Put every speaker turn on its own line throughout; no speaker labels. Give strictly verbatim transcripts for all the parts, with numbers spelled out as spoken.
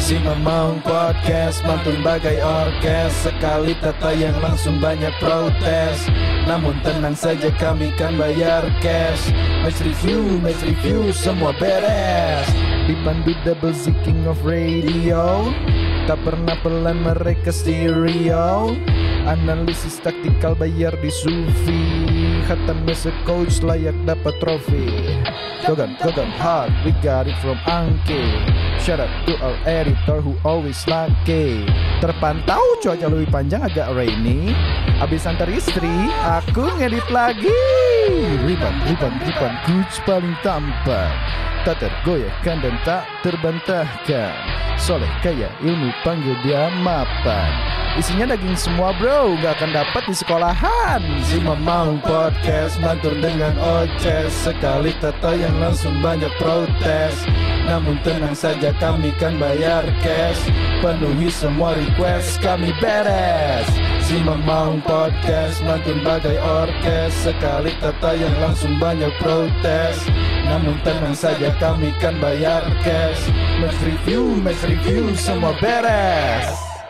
Si Mamaung Podcast mantun bagai orkes. Sekali tak tayang langsung banyak protes. Namun tenang saja kami kan bayar cash. Match review, match review semua beres. Dipandu double Z King of Radio. Tak pernah pelan mereka stereo. Analisis taktikal bayar di Sufi. Khatamnya se-coach layak dapat trofi. Gogan, Gogan hard, we got it from Angke. Shout out to our editor who always lucky. Terpantau cuaca lebih panjang agak rainy. Abis antar istri, aku ngedit lagi. Riban, riban, riban, coach paling tampan. Tak tergoyahkan dan tak terbantahkan. Soleh kaya ilmu panggil dia mapan. Isinya daging semua bro, gak akan dapat di sekolahan. Si Mamaung Podcast mantur dengan oces. Sekali tata yang langsung banyak protes. Namun tenang saja kami kan bayar cash. Penuhi semua request kami beres. Si Mamaung Podcast mantun bagai orkes. Sekali tata yang langsung banyak protes. Namun tenang saja kami kan bayar cash. Match review, match review semua beres.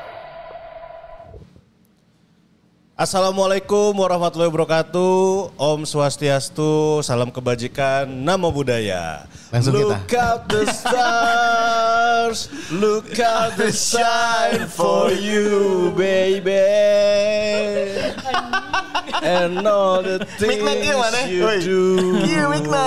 Assalamualaikum warahmatullahi wabarakatuh. Om Swastiastu, salam kebajikan, namo buddhaya.
Langsung
look
kita.
out the stars, look out the shine for you baby. And all the things you do.
Iya Mikna.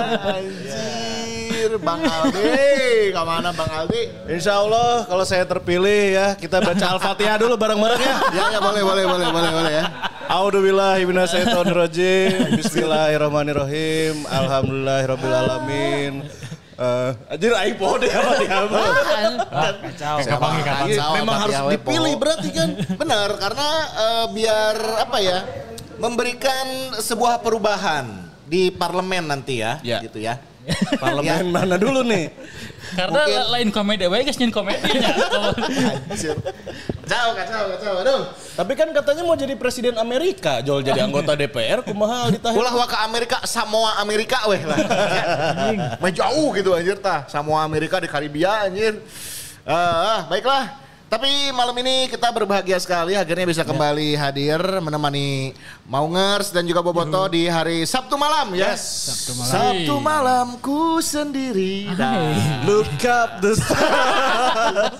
Anjir, Bang Aldi. Kemana Bang Aldi?
Insya Allah kalau saya terpilih ya, kita baca Al-Fatihah dulu bareng-bareng ya.
Ya, ya boleh, boleh, boleh, boleh, boleh ya.
A'udzubillahi minasyaitonirrajim. Bismillahirrahmanirrahim. Alhamdulillahirabbil-alamin. Uh, anjir aing poho deh apa di apa.
Kacau. Memang harus dipilih berarti kan. Benar, karena uh, biar apa ya? Memberikan sebuah perubahan di parlemen nanti ya,
ya.
gitu ya.
Parlemen mana dulu nih?
Karena mungkin lain komedi, baik nyen komedinya.
Kacau, kacau, kacau. Aduh.
Tapi kan katanya mau jadi presiden Amerika, Jol jadi anggota D P R, kumaha Aldi Tahir.
Ulah wa ke Amerika, Samoa Amerika weh lah. Mah jauh gitu anjir tah. Samoa Amerika di Karibia anjir. Uh, baiklah. Tapi malam ini kita berbahagia sekali akhirnya bisa kembali hadir menemani Maungers dan juga Boboto di hari Sabtu malam ya.
Yes.
Sabtu malam. Sabtu malamku sendiri. Dan
look up the stars.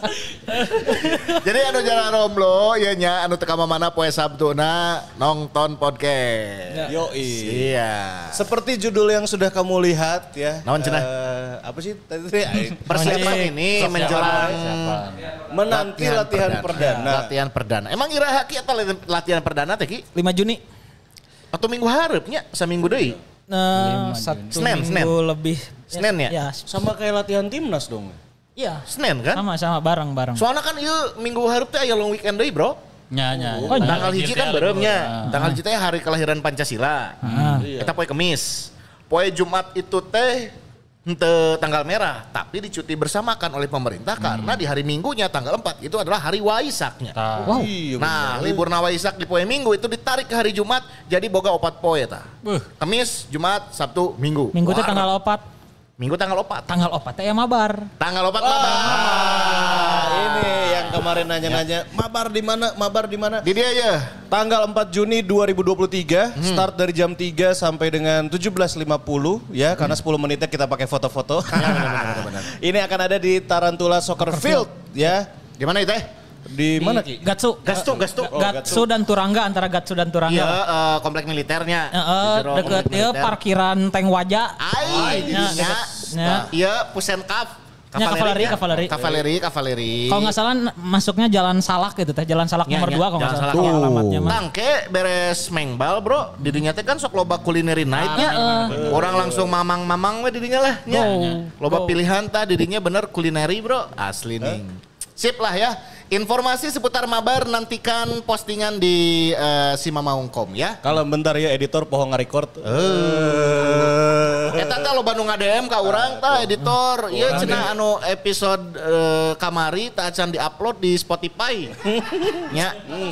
Jadi anu jalan romblo ya nya anu teka mana poe Sabtuna nonton podcast.
Yoi.
Iya.
Seperti judul yang sudah kamu lihat ya.
Naon cenah?
Uh, apa sih tadi?
Persiapan ini menjelang
menanti latihan, latihan perdana.
Latihan perdana. Emang iraha ki eta latihan perdana teh ki?
lima Juni.
Atau minggu hareupnya saminggu deui?
Nah, satu
Senin,
minggu
Senin.
lebih.
Senin ya?
Ya,
Sama kayak latihan timnas dong.
iya.
Senin kan?
Sama-sama bareng-bareng.
Soalnya kan ieu minggu hareup teh aya long weekend deui, Bro.
Nya nya.
Oh, tanggal hiji kan bereumnya. Tanggal hiji teh hari kelahiran Pancasila.
Ah.
Eta poe Kemis. Poe Jumat itu teh henteu tanggal merah, tapi dicuti bersamakan oleh pemerintah hmm. karena di hari Minggunya tanggal empat itu adalah hari Waisaknya.
Wow.
Nah, libur na Waisak di poe Minggu itu ditarik ke hari Jumat, jadi boga opat poe tah. Kamis, Jumat, Sabtu, Minggu.
Minggu teh tanggal opat.
Minggu tanggal opat.
Tanggal opat teh ya mabar.
Tanggal opat mabar.
Ah, ini yang kemarin nanya-nanya, mabar di mana? Mabar di mana?
Di dia ya.
Tanggal empat Juni dua ribu dua puluh tiga, hmm. start dari jam tiga sampai dengan tujuh belas lima puluh ya, hmm. karena sepuluh menitnya kita pakai foto-foto. Ini akan ada di Tarantula Soccer Field ya.
Di mana itu?
Di mana Ki?
Gatsu.
Gastu, Gastu.
Oh,
Gatsu dan Turangga, antara Gatsu dan Turangga.
Iya, uh, komplek militernya.
Heeh,
Di
deket
komplek
ieu
militer.
parkiran Tank Waja.
Ai,
Nya,
didinya.
nya.
Iya, Pusenkaf.
Nya, kavaleri, kavaleri.
Kavaleri, kavaleri.
Kalau nggak salah masuknya Jalan Salak gitu teh, Jalan Salak
Ya,
nomor
ya,
dua kalau nggak
Jalan
salah.
Salak.
Tuh, alamatnya mah.
Tangke beres mengbal bro, didinya teh kan sok loba culinary night-nya.
Ah,
Orang langsung mamang-mamang we didinya lah. nya.
Go.
Loba
Go.
pilihan tah didinya bener culinary bro, asli nih. Sip lah ya. Informasi seputar mabar nantikan postingan di uh, si Mamaung dot com ya.
Kalau bentar ya editor pohon nge-record. Uh.
Eta teh lo Bandung A D M ka urang tah editor. Ieu cenah anu episode eh, kamari tah acan di-upload di Spotify. Nya.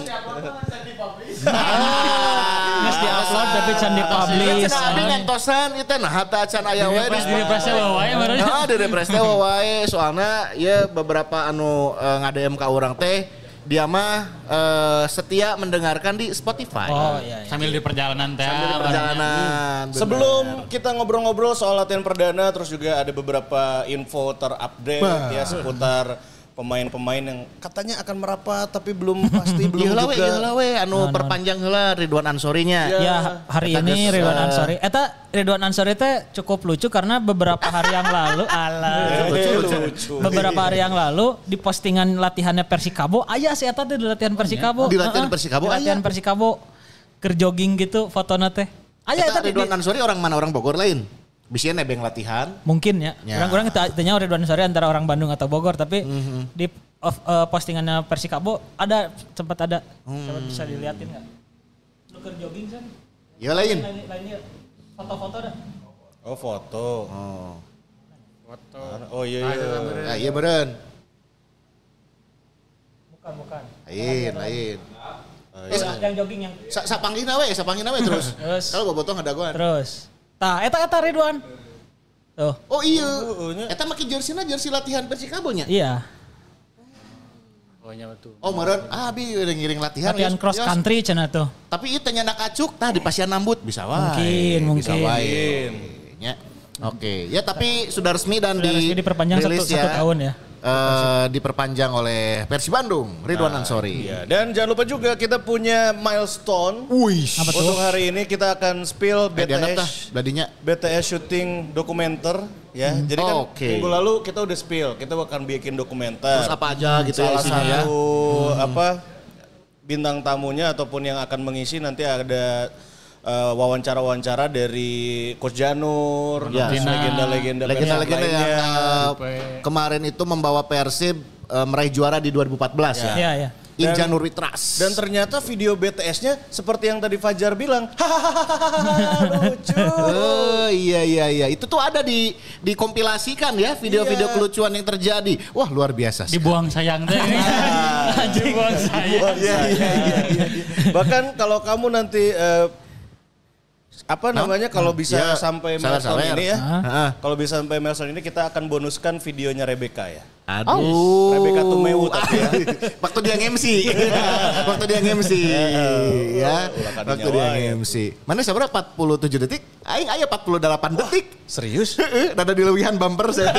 Geus di-upload tapi can di-publish.
Cenah abi ngantosan ieu teh nah tah acan aya wae di
Di repress wae meureun.
Nah, di repress teh wae soalna ieu beberapa anu uh, nga D M ka urang teh dia mah uh, setia mendengarkan di Spotify.
Oh iya. iya.
Sambil di perjalanan teh.
Sambil di perjalanan. bener.
Sebelum kita ngobrol-ngobrol soal latihan perdana, terus juga ada beberapa info terupdate
Bah.
ya seputar pemain-pemain yang katanya akan merapat tapi belum pasti belum
Ieu heula we,
juga.
ieu heula we anu perpanjang heula Ridwan Ansori-nya.
Ya hari
Eta
ini
geus,
Ridwan
eh,
Ansori. Eta Ridwan Ansori teh cukup lucu karena beberapa hari yang lalu ala
Lucu, lucu.
beberapa hari yang lalu di postingan latihannya Persikabo aya si eta teh di latihan Persikabo.
Di latihan
Heeh,
Persikabo
Di latihan
aya.
Persikabo keur jogging gitu fotona teh. Aya
Eta
eta di,
Ridwan
di-
Ansori orang mana orang Bogor lain. Bisa nebeng latihan.
mungkin ya.
Ya.
Orang-orang kita tanya Ridwan Ansori antara orang Bandung atau Bogor tapi di of, eh, postingannya Persikabo ada sempat ada. Coba bisa diliatin enggak? Lu keur jogging kan?
Ieu lain.
Lain lainnya foto-foto ada.
Oh foto.
Oh.
Foto.
Oh iya iya.
Nah, iya beren.
Bukan, bukan.
Lain, lain.
Eh, yang jogging yang
Sa sapanggihna we, sapanggihna we terus.
Terus.
Kalau bobotong ada gua.
terus. Tah, eta eta Ridwan. Tuh.
Oh iya.
nya.
Eta make jersey-na jersey latihan Persikabo nya.
Iya.
Oh nya betul.
Oh meureun, ah bi udah ngiring latihan.
Latihan
ya.
cross
Ya.
country cenah tuh.
Tapi itu nyana kacuk, tah di Pasian Nambut bisa wae.
Mungkin,
Bisa
mungkin.
wae. Ya. Oke, ya tapi sudah resmi dan
Sudah
di
resmi diperpanjang satu,
rilis
satu tahun ya.
Eh, diperpanjang oleh Persib Bandung, Ridwan Ansori.
Iya, dan jangan lupa juga kita punya milestone.
Wih.
Apa tuh?
Untuk hari ini kita akan spill
Eh, dianap tah,
B T S
bladinya.
B T S syuting dokumenter ya. Jadi kan
Oke.
minggu lalu kita udah spill, kita akan bikin dokumenter.
Terus apa aja gitu ya
Salah
isinya ya.
satu apa bintang tamunya ataupun yang akan mengisi nanti ada eh, wawancara-wawancara dari Coach Janur,
Ya.
terus legenda-legenda
Legenda-legenda
Persib
yang
lainnya.
eh, kemarin itu membawa Persib eh, meraih juara di dua ribu empat belas ya.
Iya, iya.
Inja Nuri Trust.
Dan ternyata video B T S-nya seperti yang tadi Fajar bilang, hahaha lucu.
Oh iya iya iya, itu tuh ada di dikompilasikan ya video-video
Iya.
kelucuan yang terjadi. Wah luar biasa. sekali.
Dibuang sayang teh. Dibuang sayang.
Iya, iya, iya, iya. Bahkan kalau kamu nanti eh, apa namanya kalau bisa
Ya,
sampai
sawer-sawer.
milestone ini ya,
Heeh.
kalau bisa sampai milestone ini kita akan bonuskan videonya Rebecca ya.
Aduh.
Rebecca Tumewu tapi ya.
Waktu dia nge-M C. Waktu dia nge-M C. ya.
ulah kadinya
Waktu dia
wae.
nge-M C. Mana seberapa empat puluh tujuh detik? Aing aya empat puluh delapan detik.
Serius?
Nada dilewihan bumper saya.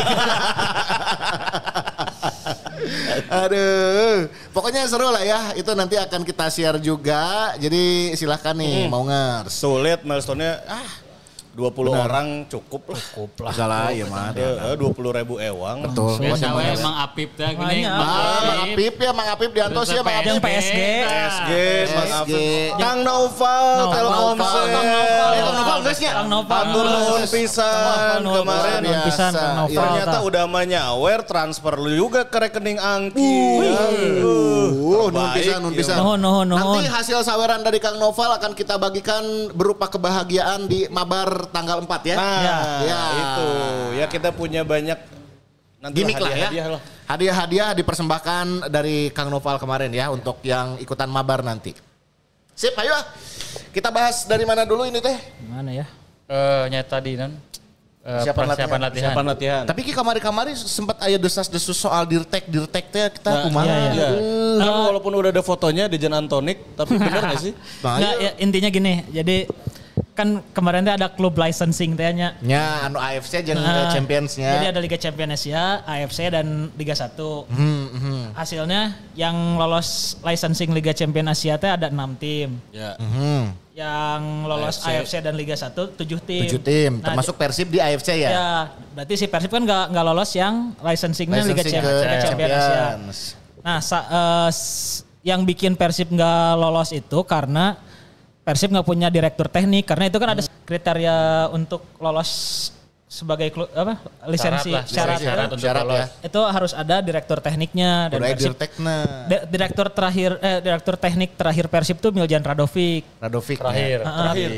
Aduh. Pokoknya seru lah ya. Itu nanti akan kita share juga. Jadi silahkan nih mau ngers.
Sulit milestone-nya ah dua puluh
Benar.
orang cukup lah.
Cukup lah. Salah ya mah.
Eh, dua puluh ribu ewang.
Betul.
Biasa
Pokoknya
we
mah-
Mang Apip teh gini.
Banyak.
Ah, Mang Apip ya, Mang Apip diantos ya, Mang
Yang
Apip.
P S G.
P S G, Mang
P S G.
Afif. Kang Naufal,
Naufal,
Telkomsel.
Kang Naufal. Eh, Kang Naufal geus nya.
Kang Naufal.
Atur nuhun pisan
Nuhun
kemarin.
nuhun pisan
biasa.
Kang Naufal.
Ternyata
tah.
udah mah nyawer transfer lu juga ke rekening Angki.
Uh, nuhun pisan, nuhun pisan.
Nuhun, nuhun, nuhun.
Nanti hasil saweran dari Kang Noval akan kita bagikan berupa kebahagiaan di Mabar tanggal empat ya.
Nah,
Ya.
Ya.
itu. Ya kita punya banyak nanti
Gimik lah ya.
hadiah-hadiah lah.
Hadiah-hadiah dipersembahkan dari Kang Noval kemarin ya untuk yang ikutan Mabar nanti. Sip, ayo ah. Kita bahas dari mana dulu ini teh?
Mana ya?
Eh nyata di non. Eh,
Siapan
persiapan latihan.
Siapa latihan?
Tapi ki kamari-kamari sempat aya desas-desus soal dirtek, dirtek teh kita kumaha.
iya, iya.
Aduh.
Kan walaupun udah ada fotonya di Jan Antonik, tapi bener gak sih?
Nah,
Nggak,
iya.
ya, intinya gini. Jadi kan kemarin teh ada klub licensing teh nya.
Nya anu A F C jeung
Nah,
Champions-nya.
Jadi ada Liga Champions Asia, A F C dan Liga satu.
Hmm, hmm.
Hasilnya yang lolos licensing Liga Champions Asia teh ada enam tim.
Ya.
Hmm.
Yang lolos
A F C.
A F C dan Liga satu tujuh tim.
Tujuh tim,
Nah,
termasuk Persib di A F C ya.
Ya, berarti si Persib kan nggak nggak lolos yang licensingnya Liga
Licensing
Champions,
ke
Liga Champions Asia.
Champions.
Nah, sa- eh, s- yang bikin Persib nggak lolos itu karena Persib nggak punya direktur teknik, karena itu kan ada kriteria untuk lolos sebagai klub apa lisensi
Syarat lah,
syarat,
syarat
ya.
untuk
Syarat
lolos.
ya.
Itu harus ada direktur tekniknya dan
Udah
Persib
dirtekna.
di- direktur terakhir eh direktur teknik terakhir Persib tuh Miljan Radovic.
Radovic
Terakhir.
ya. Terakhir.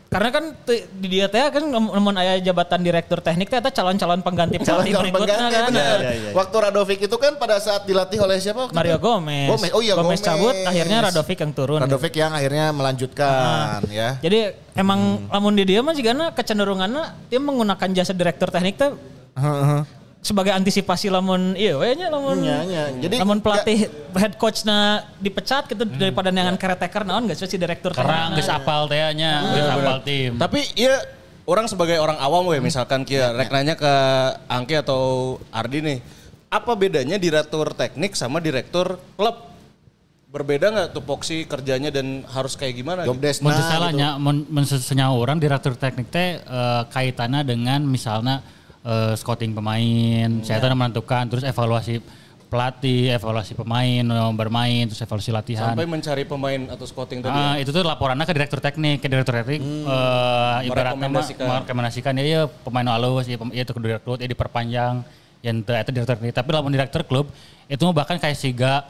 Karena kan t- di dia teh kan namun aya jabatan direktur teknik teh eta calon-calon pengganti pelatih
Calon-calon
berikutnya
pengganti,
kan.
benar.
Iya, iya, iya.
Waktu Radovic itu kan pada saat dilatih oleh siapa? waktu
Mario
itu?
Gomez.
Gomez. Oh iya, Gomez.
cabut, akhirnya Radovic yang turun.
Radovic yang akhirnya melanjutkan ya.
Jadi emang lamun di dia mah jigana kecenderungannya dia menggunakan jasa direktur teknik teh sebagai antisipasi lamun iya we nya lamun
Iya, iya. Jadi
lamun pelatih head coachna dipecat gitu daripada neangan caretaker naon geus si direktur
Karena geus apal teh nya, geus apal tim.
Tapi ya orang sebagai orang awam we misalkan kia rek nanya ke Angki atau Ardi nih. Apa bedanya direktur teknik sama direktur klub? Berbeda nggak tupoksi kerjanya dan harus kayak gimana?
job
Gitu?
desk
Mun
nah,
salahnya mun mun senyawa orang direktur teknik teh eh, kaitannya dengan misalnya eh, scouting pemain, saya tahu menentukan terus evaluasi pelatih, evaluasi pemain, eh, bermain, terus evaluasi latihan.
Sampai mencari pemain atau scouting tadi.
Ah, itu tuh laporannya ke direktur teknik, ke direktur teknik eh, ibaratnya mah
Merekomendasikan.
merekomendasikan ya, ya pemain alus, ya, pem- ya itu ke direktur, ya diperpanjang, yang itu itu direktur teknik. Tapi lamun direktur klub itu mah bahkan kayak siga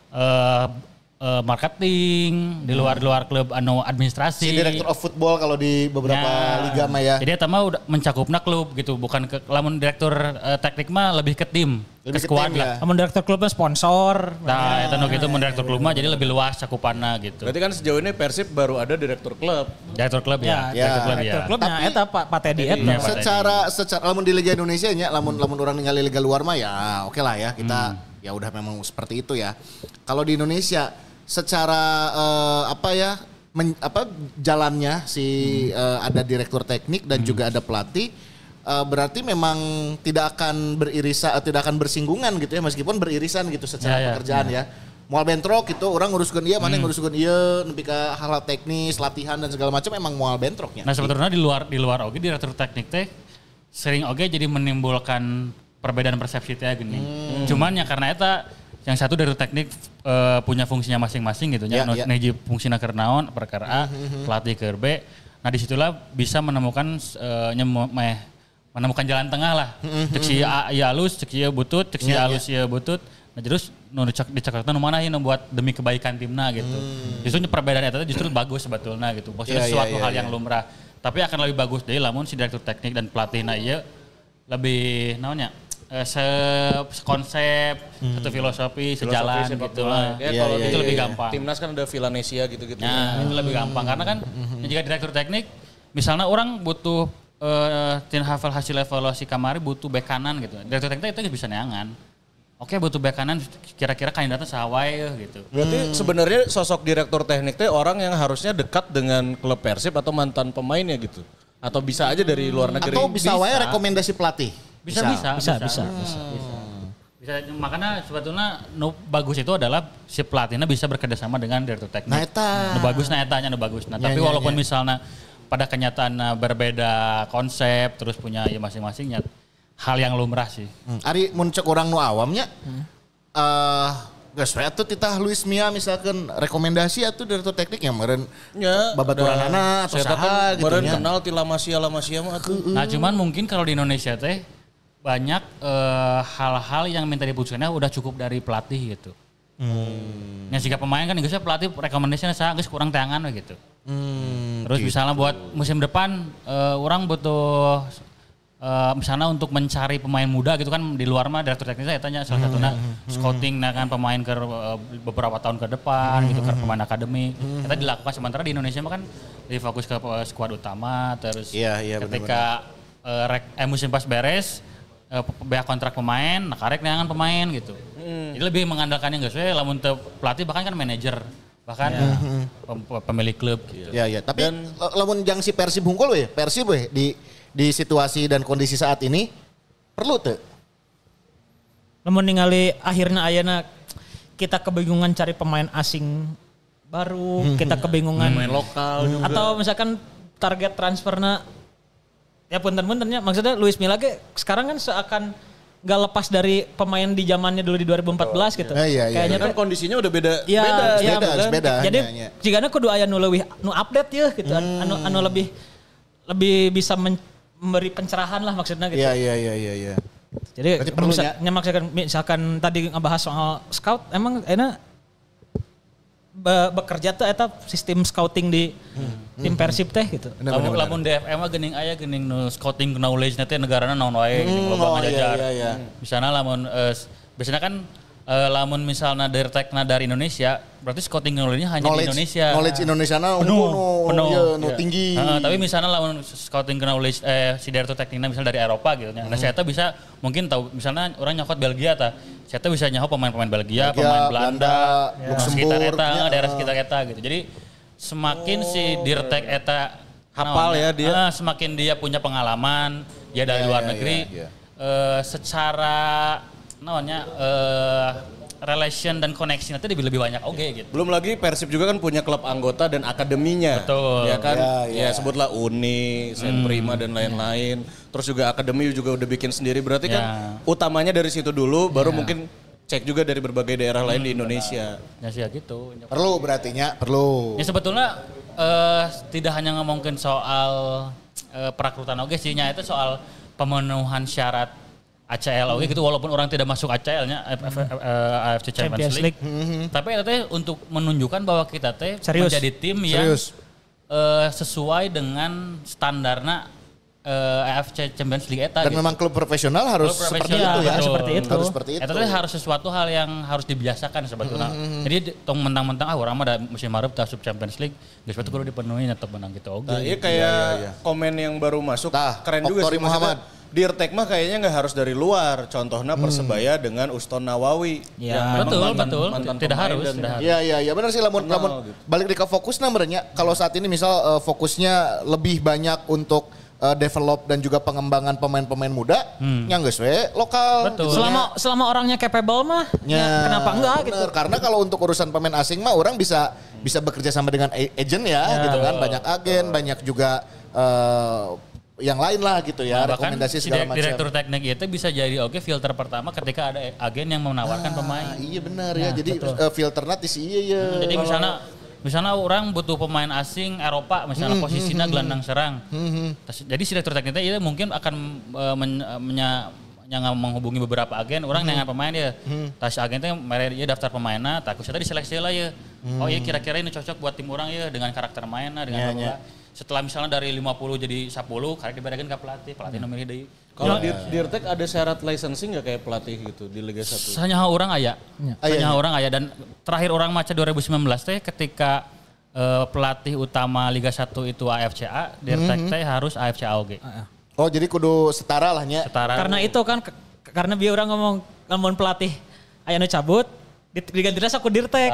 eh, eh, marketing di luar luar klub anu administrasi.
si director of football kalau di beberapa
Ya.
liga mah ya.
Jadi eta mah udah mencakupna klub gitu, bukan ke lamun direktur eh, teknik mah lebih ke tim,
Lebih
ke
ke
squad
tim,
lah.
ya.
Lamun direktur klubnya sponsor.
Nah, eta nu gitu mun direktur klub mah jadi lebih luas cakupanna gitu.
Berarti kan sejauh ini Persib baru ada direktur klub.
Direktur klub ya,
Ya,
direktur klub ya.
direktur klubnya
Tapi-
eta Pak Pak Teddy eta.
Iya, Pak
secara secara lamun di Liga Indonesia nya lamun lamun orang ningali liga luar mah ya oke lah ya kita ya udah memang seperti itu ya. Kalau di Indonesia secara eh, apa ya men- apa jalannya si eh, ada direktur teknik dan juga ada pelatih eh, berarti memang tidak akan beririsan tidak akan bersinggungan gitu ya meskipun beririsan gitu secara
Ya, ya,
pekerjaan ya. Mual bentrok gitu orang nguruskeun ieu mana nguruskeun ieu nepi ka hal-hal teknis, latihan dan segala macam emang mual bentroknya.
Nah sebetulnya di luar di luar oge direktur teknik teh sering oge jadi menimbulkan perbedaan persepsi teh gini. Cuman ya karena eta yang satu dari teknik eh, punya fungsinya masing-masing gitu
Ya,
nya.
ya.
Neji fungsina keur naon, perkara A, pelatih keur B. Nah disitulah bisa menemukan eh, nyemu- meh, menemukan jalan tengah lah. Cek si A ieu alus, cek si ieu butut, cek si
Ya,
alus ieu butut. Nah terus nu dicek dicekertna nu mana nu buat demi kebaikan timna gitu. Justru perbedaan eta teh justru bagus sebetulnya gitu. Maksudnya
Ya, ya,
sesuatu
ya,
hal
ya.
yang lumrah. Tapi akan lebih bagus deh lamun si direktur teknik dan pelatihna ieu lebih naonnya eh, se- sekonsep, satu filosofi, sejalan
sepak
gitu
bola.
lah.
Ya,
Iya,
kalau
iya,
itu
iya,
lebih
iya.
gampang.
Timnas kan ada Villanesia gitu-gitu.
Nah, itu lebih gampang karena kan jika direktur teknik misalnya orang butuh eh tin hafal hasil evaluasi kamari butuh bek kanan gitu. Direktur teknik itu bisa neangan. Oke, butuh bek kanan kira-kira kandidatnya sawae gitu.
Berarti sebenarnya sosok direktur teknik teh orang yang harusnya dekat dengan klub Persib atau mantan pemainnya gitu. Atau bisa aja dari luar negeri.
Atau bisa wae rekomendasi pelatih.
Bisa bisa
Bisa,
bisa.
bisa,
bisa. Bisa, makanya sebetulnya nu bagus itu adalah si pelatihnya bisa bekerja sama dengan direktur teknik.
Nah, eta.
Nu bagus nah etanya nu bagus. Nah,
Ya,
tapi
ya,
walaupun
ya.
misalnya pada kenyataannya berbeda konsep terus punya ya masing-masingnya hal yang lumrah sih.
Hmm. Ari mun cek orang nu awamnya eh geus we atuh titah Luis Mia misalkan rekomendasi atuh direktur teknik yang meureun
Ya,
babaturanana atau
saya tahu
saha gitu
kemarin
nya.
kenal ti Lamasia Lamasia mah atuh.
Nah, cuman mungkin kalau di Indonesia teh banyak eh, hal-hal yang minta diputuskannya udah cukup dari pelatih gitu. Hmm. Yang jika pemain kan geus pelatih rekomendasinya saya geus kurang tangan we gitu.
Hmm,
Terus misalnya buat musim depan eh, orang butuh eh, misalnya untuk mencari pemain muda gitu kan di luar mah direktur teknik saya tanya salah satunya scouting nah kan pemain ke eh, beberapa tahun ke depan gitu kan pemain akademi. Kita dilakukan sementara di Indonesia mah kan lebih fokus ke eh, skuad utama terus
Iya, iya,
ketika eh, rek, eh, musim pas beres eh, bea kontrak pemain nah karek neangan pemain gitu. Jadi lebih mengandalkannya enggak sesuai lamun teu pelatih bahkan kan manajer bahkan pem- pemilik klub gitu.
Ya ya, tapi l- lamun jang si Persib hungkul we, Persib we di di situasi dan kondisi saat ini perlu tuh.
Namun ningali akhirnya ayana kita kebingungan cari pemain asing baru, kita kebingungan
Pemain lokal juga.
atau misalkan target transfernya ya punten-puntennya maksudnya Luis Milla ge sekarang kan seakan gak lepas dari pemain di zamannya dulu di dua ribu empat belas gitu.
Eh, iya, iya,
Kayaknya
Kan
teh
kondisinya udah beda.
ya,
beda.
ya,
beda,
bener.
beda,
Jadi
iya, iya.
jigana kudu aya nu leuwih nu update ya gitu. Anu anu lebih lebih bisa men- memberi pencerahan lah maksudnya gitu.
Iya iya iya iya iya.
Jadi
Berarti perlu
bisa,
ya?
nya misalkan, misalkan tadi ngebahas soal scout, emang enak be- bekerja tuh eta sistem scouting di tim Persib teh gitu.
Lamun lamun D F M mah geuning aya geuning nu scouting knowledge nanti negarana naon wae geuning
Hmm,
loba
oh,
ngajajar.
iya, iya, iya.
Misalnya lamun eh, biasanya kan eh, lamun misalnya dari tekna dari Indonesia, berarti scouting knowledge-nya hanya di Indonesia.
Knowledge Indonesia na
penuh,
nu
penuh,
iya, nu
Iya.
tinggi.
Heeh, tapi misalnya lawan scouting knowledge eh si direktur tekniknya misalnya dari Eropa gitu nya. Nah, saya tuh bisa mungkin tahu misalnya orang nyokot Belgia tah. Saya tuh bisa nyokot pemain-pemain Belgia,
Belgia,
pemain Belanda,
Belanda,
ya. sekitar
Luxembourg,
eta,
ya.
daerah sekitar eta gitu. Jadi semakin si Dirtek eta
Hafal ya dia.
eh, semakin dia punya pengalaman, dia dari
Ya,
luar
ya,
negeri
ya, ya.
eh, secara namanya eh, relation dan koneksi nanti lebih lebih banyak oke gitu.
Belum lagi Persib juga kan punya klub anggota dan akademinya.
Betul.
Ya kan?
Ya,
Ya,
ya.
sebutlah Uni, Saint Prima dan lain-lain. Terus juga akademi juga udah bikin sendiri. Berarti kan
Ya.
utamanya dari situ dulu baru mungkin cek juga dari berbagai daerah lain di Indonesia.
Ya sih ya gitu.
Perlu berarti nya, perlu.
Ya sebetulnya eh, tidak hanya ngomongin soal eh, perekrutan oke sih, nya itu soal pemenuhan syarat A C L oke gitu walaupun orang tidak masuk A C L-nya A F C Champions,
Champions
League. Tapi itu teh untuk menunjukkan bahwa kita teh
Serius.
menjadi tim yang
Serius.
eh, sesuai dengan standarnya eh, A F C Champions League eta
Dan
gitu.
memang klub profesional harus
Klub
seperti
profesional,
itu ya.
harus seperti itu.
Harus seperti itu.
Itu teh harus sesuatu hal yang harus dibiasakan sebetulnya. Jadi tong mentang-mentang ah orang mah ada musim hareup tah sub Champions League, geus betul kudu dipenuhi atau menang gitu oke.
Nah, iya kayak komen yang baru masuk
Tah,
keren juga
Oktori
sih maksudnya.
Muhammad.
Dirtek mah kayaknya nggak harus dari luar. Contohnya Persebaya dengan Uston Nawawi.
Ya,
yang memang
betul,
mantan-
betul.
mantan
Tidak
pemain
harus,
dan-
tidak harus.
Iya iya iya benar sih lamun
Kenal
lamun
gitu.
balik di ke fokus namanya kalau saat ini misal eh, fokusnya lebih banyak untuk eh, develop dan juga pengembangan pemain-pemain muda yang geus we lokal.
Betul.
gitu.
Selama selama orangnya capable mah,
Ya,
ya, kenapa enggak
bener.
gitu.
Karena kalau untuk urusan pemain asing mah orang bisa bisa bekerja sama dengan a- agent ya, gitu kan. Banyak agen, banyak juga eh, yang lain lah gitu ya,
Nah, bahkan
rekomendasi
si
segala
direk-
macam.
direktur teknik itu bisa jadi oke filter pertama ketika ada agen yang menawarkan
Ah,
pemain.
iya benar ya. Jadi eh, filternya di iya ya.
Jadi misalnya misalnya orang butuh pemain asing Eropa misalnya posisinya gelandang serang. Tas- Jadi si direktur tekniknya itu mungkin akan eh, men, eh, menya- yang menghubungi beberapa agen, orang dengan pemain ya. Tas agennya mere dia daftar pemainnya, tak usah diseleksi lah ya. Oh iya kira-kira ini cocok buat tim orang ya dengan karakter mainnya dengan
Ya,
bla bla.
ya.
Setelah misalnya dari lima puluh jadi sepuluh, karek diberikan ke pelatih, pelatih nomor deui.
Kalau di Dirtek ada syarat licensing nggak kayak pelatih gitu di Liga satu?
Hanya orang aya.
Ah, iya,
Hanya
iya.
orang aya dan terakhir orang maca dua ribu sembilan belas teh ketika eh, pelatih utama Liga satu itu A F C A, Dirtek teh harus A F C A oge.
Oh jadi kudu setara lah nya.
Setara.
Karena itu kan ke- karena biar orang ngomong ngomong pelatih aya nu cabut di- digantinya saku Dirtek.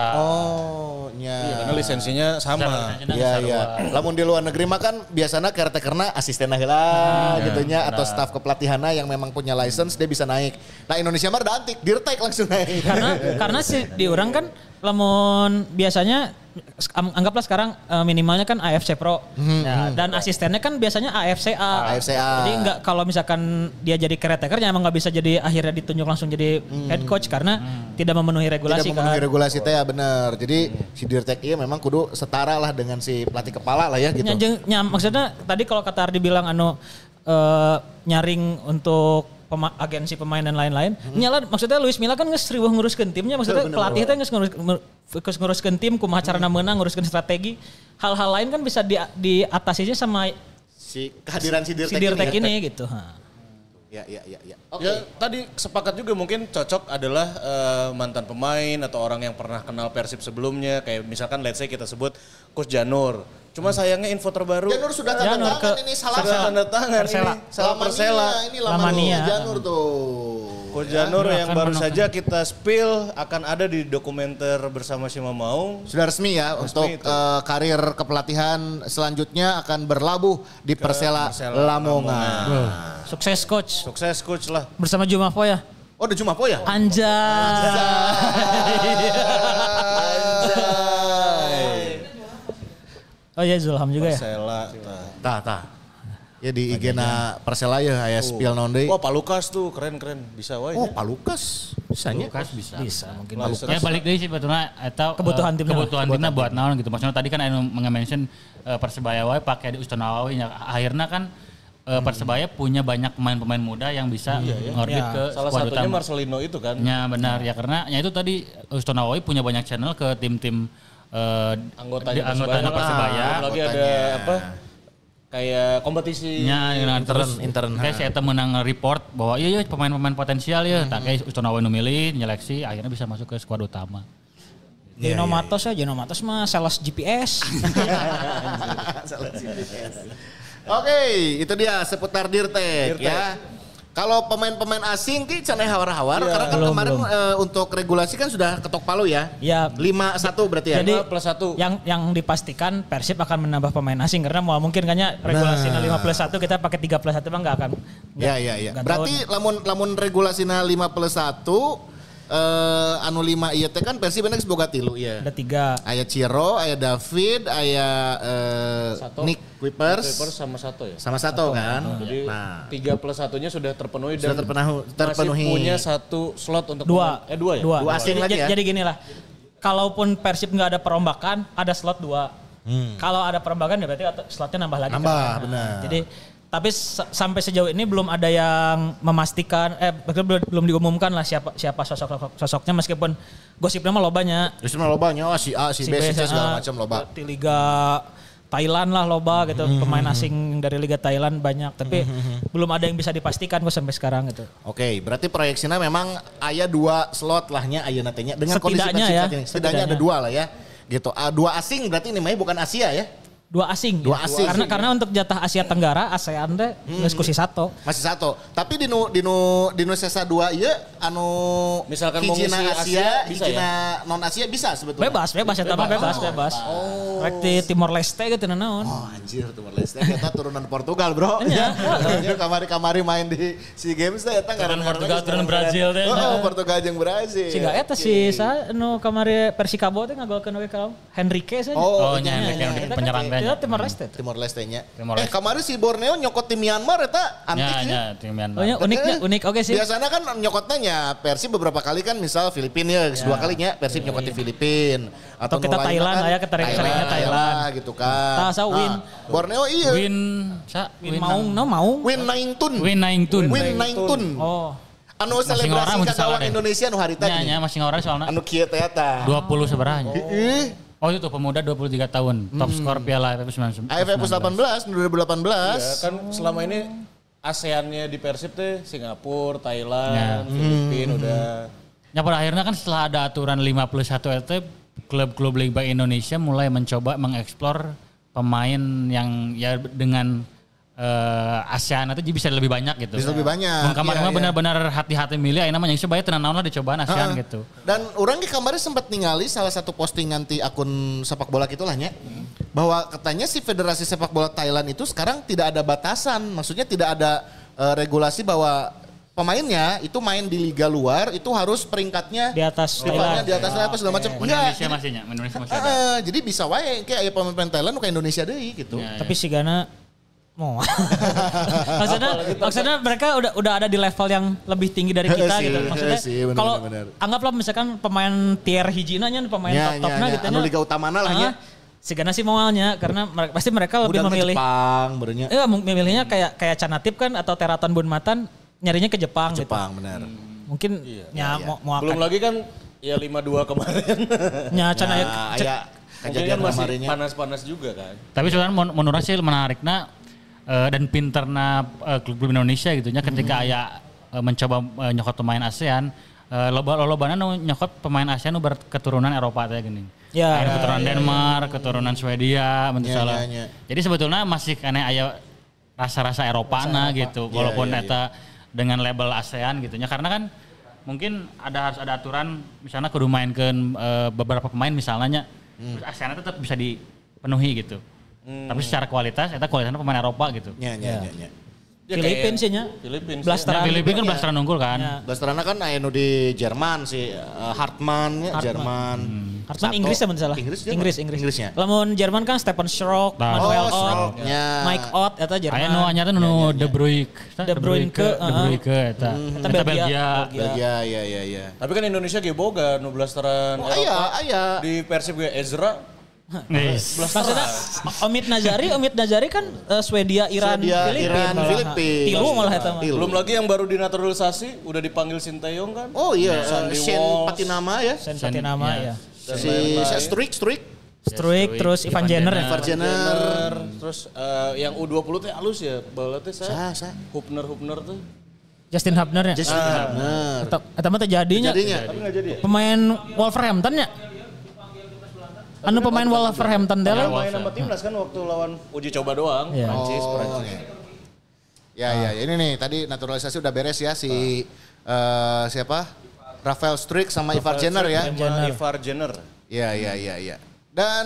Oh nya.
Iya, karena lisensinya sama.
Iya iya. Lamun di luar negeri mah kan biasanya caretakerna asisten heula gitu nya atau staf kepelatihanna yang memang punya license dia bisa naik. Nah Indonesia mah udah antik, Dirtek langsung naik.
Karena karena si di orang kan lamun biasanya am- anggaplah sekarang eh, minimalnya kan A F C Pro. Ya, dan asistennya kan biasanya A F C A.
A F C A.
Jadi enggak kalau misalkan dia jadi caretakernya emang nggak bisa jadi akhirnya ditunjuk langsung jadi head coach karena tidak memenuhi regulasi
Tidak memenuhi
kan.
regulasi teh ya bener. Jadi si Dirtek iya memang kudu setara lah dengan si pelatih kepala lah ya gitu.
Nya, jeung- nya, maksudnya tadi kalau kata Ardi bilang anu eh, nyaring untuk pema- agensi pemain dan lain-lain. Nyala maksudnya Luis Milla kan geus riweuh nguruskeun timnya, maksudnya pelatih teh geus ngurus geus nguruskeun tim kumaha carana meunang, nguruskeun strategi. Hal-hal lain kan bisa di diatasinya sama
Si kehadiran si Dirtek,
si Dirtek
ini.
ini gitu. Ha.
Ya ya ya ya.
Ya tadi sepakat juga mungkin cocok adalah eh, mantan pemain atau orang yang pernah kenal Persib sebelumnya. Kayak misalkan let's say kita sebut Coach Janur. Cuma sayangnya info terbaru.
Janur sudah tanda
Janur
tangan
ke-
ini salah
Sudah tanda tangan
Persela.
ini. Salah Persela.
Ini
Lamania.
Lamania Janur tuh.
Coach Janur
Ya,
yang
akan
baru
menang.
saja kita spill akan ada di dokumenter bersama Sima Maung.
Sudah resmi ya untuk
itu.
eh, karir kepelatihan selanjutnya akan berlabuh di Persela,
Persela
Lamongan.
Sukses coach
Sukses coach lah.
bersama Jumapo ya.
Oh udah cuma apa ya?
Anjay. Oh iya Zulham juga ya.
Persela.
Tah tah. Ya di I G-na Persela ya aya spill naon deui.
Wah Pak Lukas tuh keren-keren. Bisa wae.
Oh,
nya.
Pak Lukas. Bisanya.
Lukas bisa.
Bisa mungkin.
License.
Ya balik deui sih betulnya atau
Kebutuhan
eh,
timnya.
kebutuhan timnya buat naon gitu. Maksudnya tadi kan anu mention eh, Persebaya wae pakai di Uston Nawawi nya. Akhirnya kan eh, Persebaya punya banyak pemain-pemain muda yang bisa ngorbit
Ya.
ke
Salah
skuad
satunya
utama.
Marcelino itu kan.
Ya benar ya karena ya itu tadi Uston Nawawi punya banyak channel ke tim-tim uh,
Anggotanya
di- anggotanya
Persebaya.
Persebaya.
Belum lagi ada apa? Kayak kompetisi.
Nya
Intern,
terus
intern,
kayak
ha.
saya teh menang report bahwa iya iya pemain-pemain potensial ya, tak kayak Ustonawa nu milih nyeleksi akhirnya bisa masuk ke skuad utama.
Dino Matos ya, Dino Matos mah sales G P S.
Oke, itu dia seputar Dirtek ya. Kalau pemain-pemain asing ki cenah hawar-hawar karena kan
Belum,
kemarin
belum.
eh, untuk regulasi kan sudah ketok palu ya.
Ya.
lima satu berarti ya.
Jadi
Lima plus satu.
Yang yang dipastikan Persib akan menambah pemain asing karena mau mungkin kayaknya regulasinya lima plus satu kita pakai tiga plus satu mah nggak akan.
Ya ya ya.
nggak
Berarti
tahu.
lamun lamun regulasina lima plus satu eh anu lima ieu teh kan Persib bener boga tilu ya.
Ada tiga.
Aya Ciro, aya David, aya eh,
Satu.
Nick Kuipers
Kuipers sama satu ya.
sama satu kan.
Jadi
Nah,
tiga plus satunya sudah terpenuhi
sudah
dan
terpenuhi terpenuhi.
masih punya satu slot untuk
Dua.
pemain- eh dua ya.
Dua.
Dua asing
jadi,
lagi ya?
Jadi gini lah. Kalaupun Persib nggak ada perombakan, ada slot dua. Kalau ada perombakan ya berarti atau slotnya nambah lagi.
Hmm. Nambah,
kan?
benar.
Jadi tapi sa- sampai sejauh ini belum ada yang memastikan, eh belum, belum diumumkan lah siapa siapa sosok sosoknya meskipun gosipnya mah lobanya.
Terus mah lobanya oh, si A, si B, si C segala macam loba.
Di Liga Thailand lah loba gitu, pemain asing dari Liga Thailand banyak, tapi belum ada yang bisa dipastikan kok sampai sekarang gitu.
Oke, berarti proyeksinya memang aya dua slot lahnya ayeuna teh nya dengan kondisi
Setidaknya
Persib
ya,
saat ini. Setidaknya ada
setidaknya.
dua lah ya. Gitu. Ah, dua asing berarti ini mah bukan Asia ya.
Dua asing.
Dua
ya.
asing.
Karena karena untuk jatah Asia Tenggara, ASEAN teh geus ku si satu.
Masih satu. Tapi di nu di nu di nu sesa dua ieu anu
Misalkan mau
hijina
ngisi
Asia,
Asia, bisa
hijina non Asia bisa sebetulnya.
Bebas, bebas ya mah bebas, bebas.
Oh.
Rek di Timor Leste gitu naon.
Oh anjir Timor Leste kita turunan Portugal bro. Iya. Kamari-kamari main di SEA Games teh eta
Turunan Portugal, turunan Brazil teh.
Oh, Portugal jeung Brazil.
Siga eta si sa nu kamari Persikabo teh ngagolkeun we ka Henrique saja.
Oh,
Oh, nya
iya,
Henrique
iya,
yang
iya.
di penyerang teh.
Itu Timor Leste. tuh.
Timor Leste-nya.
Timor
Eh
Leste.
kemarin si Borneo nyokot tim Myanmar eta antik
Nya
ya.
nya tim Myanmar.
Oh ya uniknya unik oke sih.
Biasanya kan nyokotnya nya Persib beberapa kali kan misal Filipina ya, dua kalinya Persib nyokot di Filipina
Atau kita
nu lainnya
Thailand
kan
lah ya, ketarik-tariknya Thailand.
lah, gitu kan.
Tah, sa win.
Borneo iya.
Win sa
Win Maung no Maung.
Win Naingtun.
Win Naingtun.
Win Naingtun.
Oh.
Anu
Masing
selebrasi
orang mesti salah
kagawang
deh.
Indonesia nu harita
Nya nya masih ngorang soalnya
anu kieu teh eta.
dua puluh sabaraha nya.
Ih,
Oh itu pemuda dua puluh tiga tahun, top skor Piala A F F sembilan belas.
A F F U delapan belas dua ribu delapan belas.
Ya, kan selama ini ASEAN-nya di Persib teh Singapura,
Ya.
Thailand, Filipina udah.
Ya pada akhirnya kan setelah ada aturan lima plus satu R T, klub-klub Liga Indonesia mulai mencoba mengeksplor pemain yang ya dengan eh, ASEAN itu bisa lebih banyak gitu.
Bisa lebih banyak.
Mun kemarin
Iya,
mah
iya.
benar-benar hati-hati milih, ayeuna mah yang sebaya tenan naon lah dicobaan ASEAN
Heeh.
gitu.
Dan orang di kamarnya sempat ningali salah satu postingan di akun sepak bola gitulah nya. Bahwa katanya si Federasi Sepak Bola Thailand itu sekarang tidak ada batasan. Maksudnya tidak ada eh, regulasi bahwa pemainnya itu main di liga luar itu harus peringkatnya
Di atas
levelnya
Thailand.
di atas apa segala macam.
Mun
Enggak.
Indonesia
jadi-
masih nya, Indonesia masih ada.
Heeh, jadi bisa wae kayak aya pemain Thailand nu ka Indonesia deui gitu.
Ya,
Tapi si Gana mau. maksudnya maksudnya mereka udah udah ada di level yang lebih tinggi dari kita
Sih,
gitu. Maksudnya
sih, bener,
kalau
bener, bener.
anggaplah misalkan pemain tier hijina nya pemain
Ya,
top-topna
ya, ya.
gitu
Anu
nya.
liga utamana lah nya.
Ah, si Gana sih moalnya karena mereka, pasti mereka lebih
Udah
memilih
Jepang berenya.
eh memilihnya kayak kayak Canatip kan atau Teraton Bunmatan nyarinya ke Jepang,
Jepang benar.
gitu. Mungkin ya mau mau
Belum
akan
lagi kan ya lima dua kemarin.
nya can aya
Ya,
cek-
aya
Mungkin
kejadian
kan masih
kemarinnya.
panas-panas juga kan.
Tapi sebenarnya mun- menurut saya menariknya eh, dan pinterna eh, klub-klub Indonesia gitu nya ketika aya eh, mencoba eh, nyokot pemain ASEAN, eh, loba lobana nu nyokot pemain ASEAN nu berketurunan Eropa teh gini.
Ya.
Aya keturunan Denmark, keturunan Swedia, bentuk
Ya,
salah.
ya, ya.
Jadi sebetulnya masih kena aya rasa-rasa Eropana gitu,
Ya,
walaupun
ya, ya.
eta dengan label ASEAN gitu nya karena kan mungkin ada harus ada aturan misalnya kudu mainkeun eh, beberapa pemain misalnya terus ASEAN tetap bisa dipenuhi gitu. Tapi secara kualitas eta kualitasnya pemain Eropa gitu.
Ya, ya, ya, ya.
Ya,
Filipina
kayak
sih nya.
Filipina.
Ya,
Blasteran.
Filipina kan blasteran unggul kan.
Ya.
Blasterana kan aya nu di Jerman si uh, Hartmann ya,
Hartmann.
Jerman.
Hartman
Sato.
Inggris ya bener salah.
Inggris Jerman?
Inggris Inggris.
Inggrisnya.
Lamun Jerman kan Stefan Schrock,
Nah.
Manuel
Oh,
Ott,
Schrock-nya.
Mike Ott eta Jerman.
Aya nu anyar nu De Bruyne.
De Bruyne ke,
De Bruyne ke eta.
Eta
Eta
Belgia.
Belgia.
Belgia ya ya ya.
Tapi kan Indonesia ge boga nu blasteran
Oh, aya, aya.
di Persib ge Ezra.
Yes.
Maksudnya Omid Nazari, Omid Nazari kan eh, Swedia, Iran,
Swedia,
Filipina.
Iran,
malah.
Filipina.
Tilu malah eta mah.
Tilu.
Belum lagi yang baru dinaturalisasi udah dipanggil Sinteyong kan.
Oh iya,
Sandy
Shen
Walsh.
Patinama ya.
Sen Patinama ya.
Dan
Si
lain-lain.
si Struik, Struik.
Struik, terus Ivan Jenner ya.
Ivan Jenner.
Terus eh, yang U dua puluh teh halus ya, bola teh saya.
Sa, sa.
Hubner Hubner tuh.
Justin Hubner ya.
Justin Hubner.
Eta mah terjadinya.
Jadinya.
Tapi enggak jadi ya?
Pemain Wolverhampton ya. Anu pemain Wolverhampton teh
Dia
lah.
main sama timnas kan waktu lawan uji coba doang.
Iya.
Prancis,
Oh,
Prancis.
oke. Ya, ya, ya, ini nih tadi naturalisasi udah beres ya si eh, siapa? Rafael Struik sama Ivar Jenner ya.
Sama Ivar Jenner.
Iya, iya, iya, iya. Dan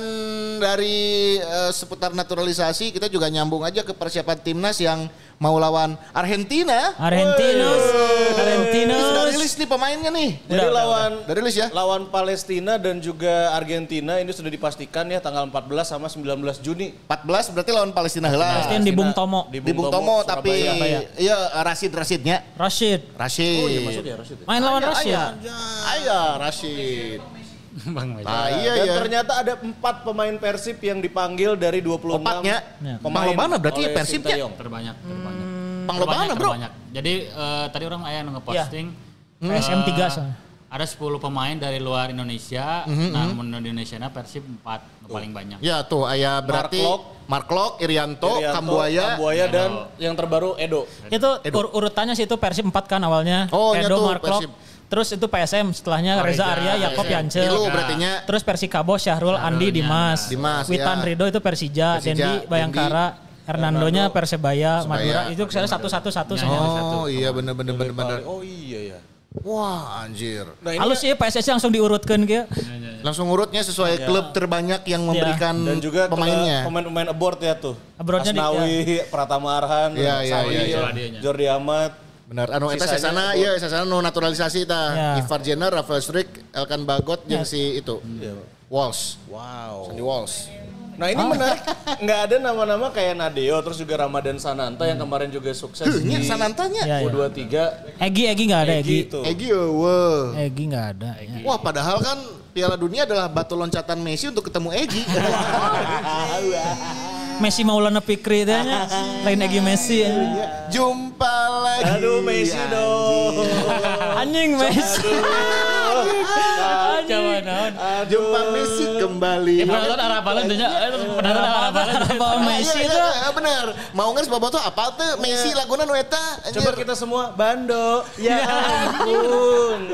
dari eh, seputar naturalisasi kita juga nyambung aja ke persiapan timnas yang mau lawan Argentina.
Argentinos. Argentinos.
Ini sudah rilis nih pemainnya nih.
Jadi lawan
Udah rilis ya?
lawan Palestina dan juga Argentina ini sudah dipastikan ya tanggal empat belas sama sembilan belas Juni.
empat belas berarti lawan Palestina heula.
Palestina di Bung Tomo.
Di Bung Tomo tapi
Surabaya.
iya Rashid Rashidnya.
Rashid.
Rashid.
Oh iya maksudnya Rashid.
Main lawan
Aya,
Rashid.
aya. Aya Rashid.
Bang Meja.
Ah iya
Dan
iya.
ternyata ada empat pemain Persib yang dipanggil dari dua puluh enam
Empatnya?
Ya.
pemain
Panglobana berarti ya
oleh
Persib ya?
Sintayong.
Terbanyak, terbanyak.
Panglobana,
Terbanyak,
bro.
terbanyak. Jadi eh, tadi orang ayah nge-posting.
P S M tiga
eh,
soalnya.
Ada sepuluh pemain dari luar Indonesia. Nah, menurut Indonesia Persib empat paling banyak.
Ya tuh aya berarti
Mark Lok.
Mark Lok, Irianto,
Irianto,
Kambuaya.
Kambuaya dan yang terbaru Edo.
Itu ur- urutannya sih itu Persib empat kan awalnya.
Oh, iya
Edo,
tuh,
Marklok.
Persib.
Terus itu P S M setelahnya
Oh,
Reza
Reza,
Arya, Yakob
P S M.
Yance.
Ilu berartinya.
Terus Persikabo, Syahrul, Andi, Dimas.
Dimas,
Witan
ya.
Rido itu Persija,
Persija,
Dendi Bayangkara, Hernandonya Persebaya, Madura. Itu saya satu-satu-satu semua.
Oh iya bener bener bener bener.
Oh iya ya.
Wah anjir.
Nah ini
Halus sih P S S langsung diurutkan gitu.
Langsung urutnya sesuai klub terbanyak yang memberikan
dan juga
pemainnya.
ke- pemain-pemain abroad ya tuh.
Abroadnya di-
Asnawi, Pratama Arhan,
Iya, iya,
Salil,
iya,
iya.
Jordi Amat.
Benar, anu eta
Sisanya
sesana
itu-
iya sesana nu naturalisasi ta.
Ya.
Ivar Jenner, Rafael Struik, Elkan Bagot jeung si itu. Walsh.
Wow.
Sandy Walsh.
Nah ini menarik, nggak ada nama-nama kayak Nadeo, terus juga Ramadan Sananta yang kemarin juga sukses
Nya
di
sanantanya.
Ya,
U
ya.
dua puluh tiga.
Egi, Egi nggak ada Egi.
Gitu.
Egi eueuh.
Egi nggak ada. Ya.
Wah padahal kan Piala Dunia adalah batu loncatan Messi untuk ketemu Egi.
Messi Maulana Fikri itu nya. Lain Egi Messi. Ya.
Jumpa lagi.
Aduh Messi dong.
Anjing Messi.
Coba naon.
Jumpa Messi kembali.
Eh, penonton arah balen tuh nya. Eh, penonton arah balen.
Apa Messi
Iya,
itu?
iya, iya, benar. Mau nggak sebab tuh apa tuh Messi laguna nu eta?
Coba kita semua Bando. Ya ampun.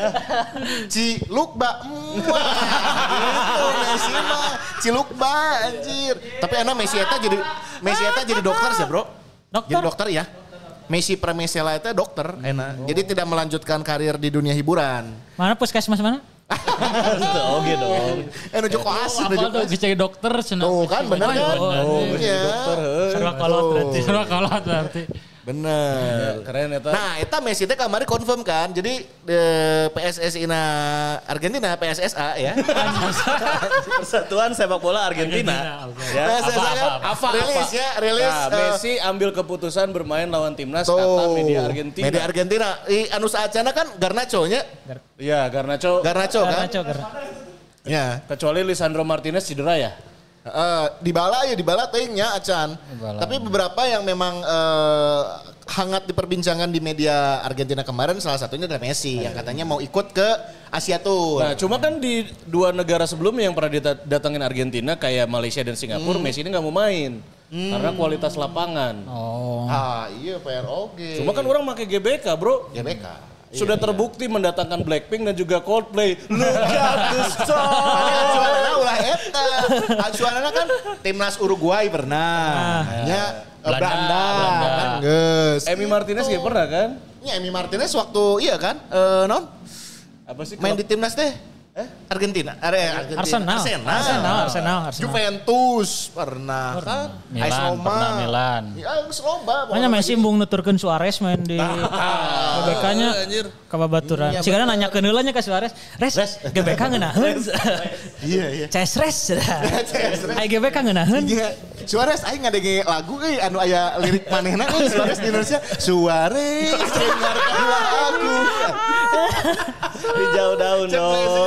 Cilukba. Muah. Gitu Messi mah. Cilukba anjir. Tapi enak Messi eta jadi Messi eta jadi dokter sih, Bro.
Dokter?
Jadi dokter ya. Messi Pramesela itu dokter, enak. Jadi tidak melanjutkan karir di dunia hiburan.
Mana puskesmas mana?
Oke dong.
Eh nuju koas,
Apa
nuju
tuh
koas.
bisa jadi dokter cenah.
Tuh kan bener kan?
Oh,
Iya.
Sarwa kolot berarti.
Sarwa kolot berarti.
Bener.
Keren eta.
Nah, eta Messi teh kemarin confirm kan. Jadi de P S S I na Argentina, P S S A ya.
Persatuan Sepak Bola Argentina. Ya.
P S S A kan
apa,
rilis ya, rilis
Nah,
eh,
Messi ambil keputusan bermain lawan timnas
tuh,
kata media Argentina.
Media Argentina. I anu saacana kan Garnacho nya.
Iya, Garnacho.
Garnacho kan?
Garnacho, Garnacho.
Ya.
Kecuali Lisandro Martinez cedera ya.
Eh, dibala ya dibala teuingnya acan. Tapi beberapa yang memang eh, hangat diperbincangkan di media Argentina kemarin salah satunya adalah Messi yang katanya mau ikut ke Asia Tour.
Nah, cuma kan di dua negara sebelumnya yang pernah didatengin Argentina kayak Malaysia dan Singapura, Messi ini nggak mau main karena kualitas lapangan.
Oh.
Ah, iya P R O G.
Cuma kan orang pakai G B K, bro.
G B K.
Sudah terbukti mendatangkan Blackpink dan juga Coldplay. Look at the star.
Acuanana ulah eta. Acuanana kan timnas Uruguay pernah. Ya,
Belanda,
Belanda,
Belanda.
kan geus.
Emi Martinez juga pernah kan?
Ya Emi Martinez waktu iya kan? Eh non
Apa sih?
main di timnas teh? Eh? Argentina. Are Argentina.
Arsenal.
Arsenal.
Arsenal, Arsenal, Arsenal.
Juventus pernah kan?
Milan,
A S Roma.
pernah Milan.
Ya, geus loba.
Makanya Messi mbung nuturkeun Suarez main di G B K-nya ka babaturan. Sigana nanyakeun heula nya ka Suarez. Res, G B K ngeunaheun.
Iya, iya.
Ces res. Ai G B K ngeunaheun.
Iya. Suarez aing ngadenge lagu euy anu aya lirik manehna euy Suarez di Indonesia. Suarez dengarkan lagu.
Di jauh daun dong.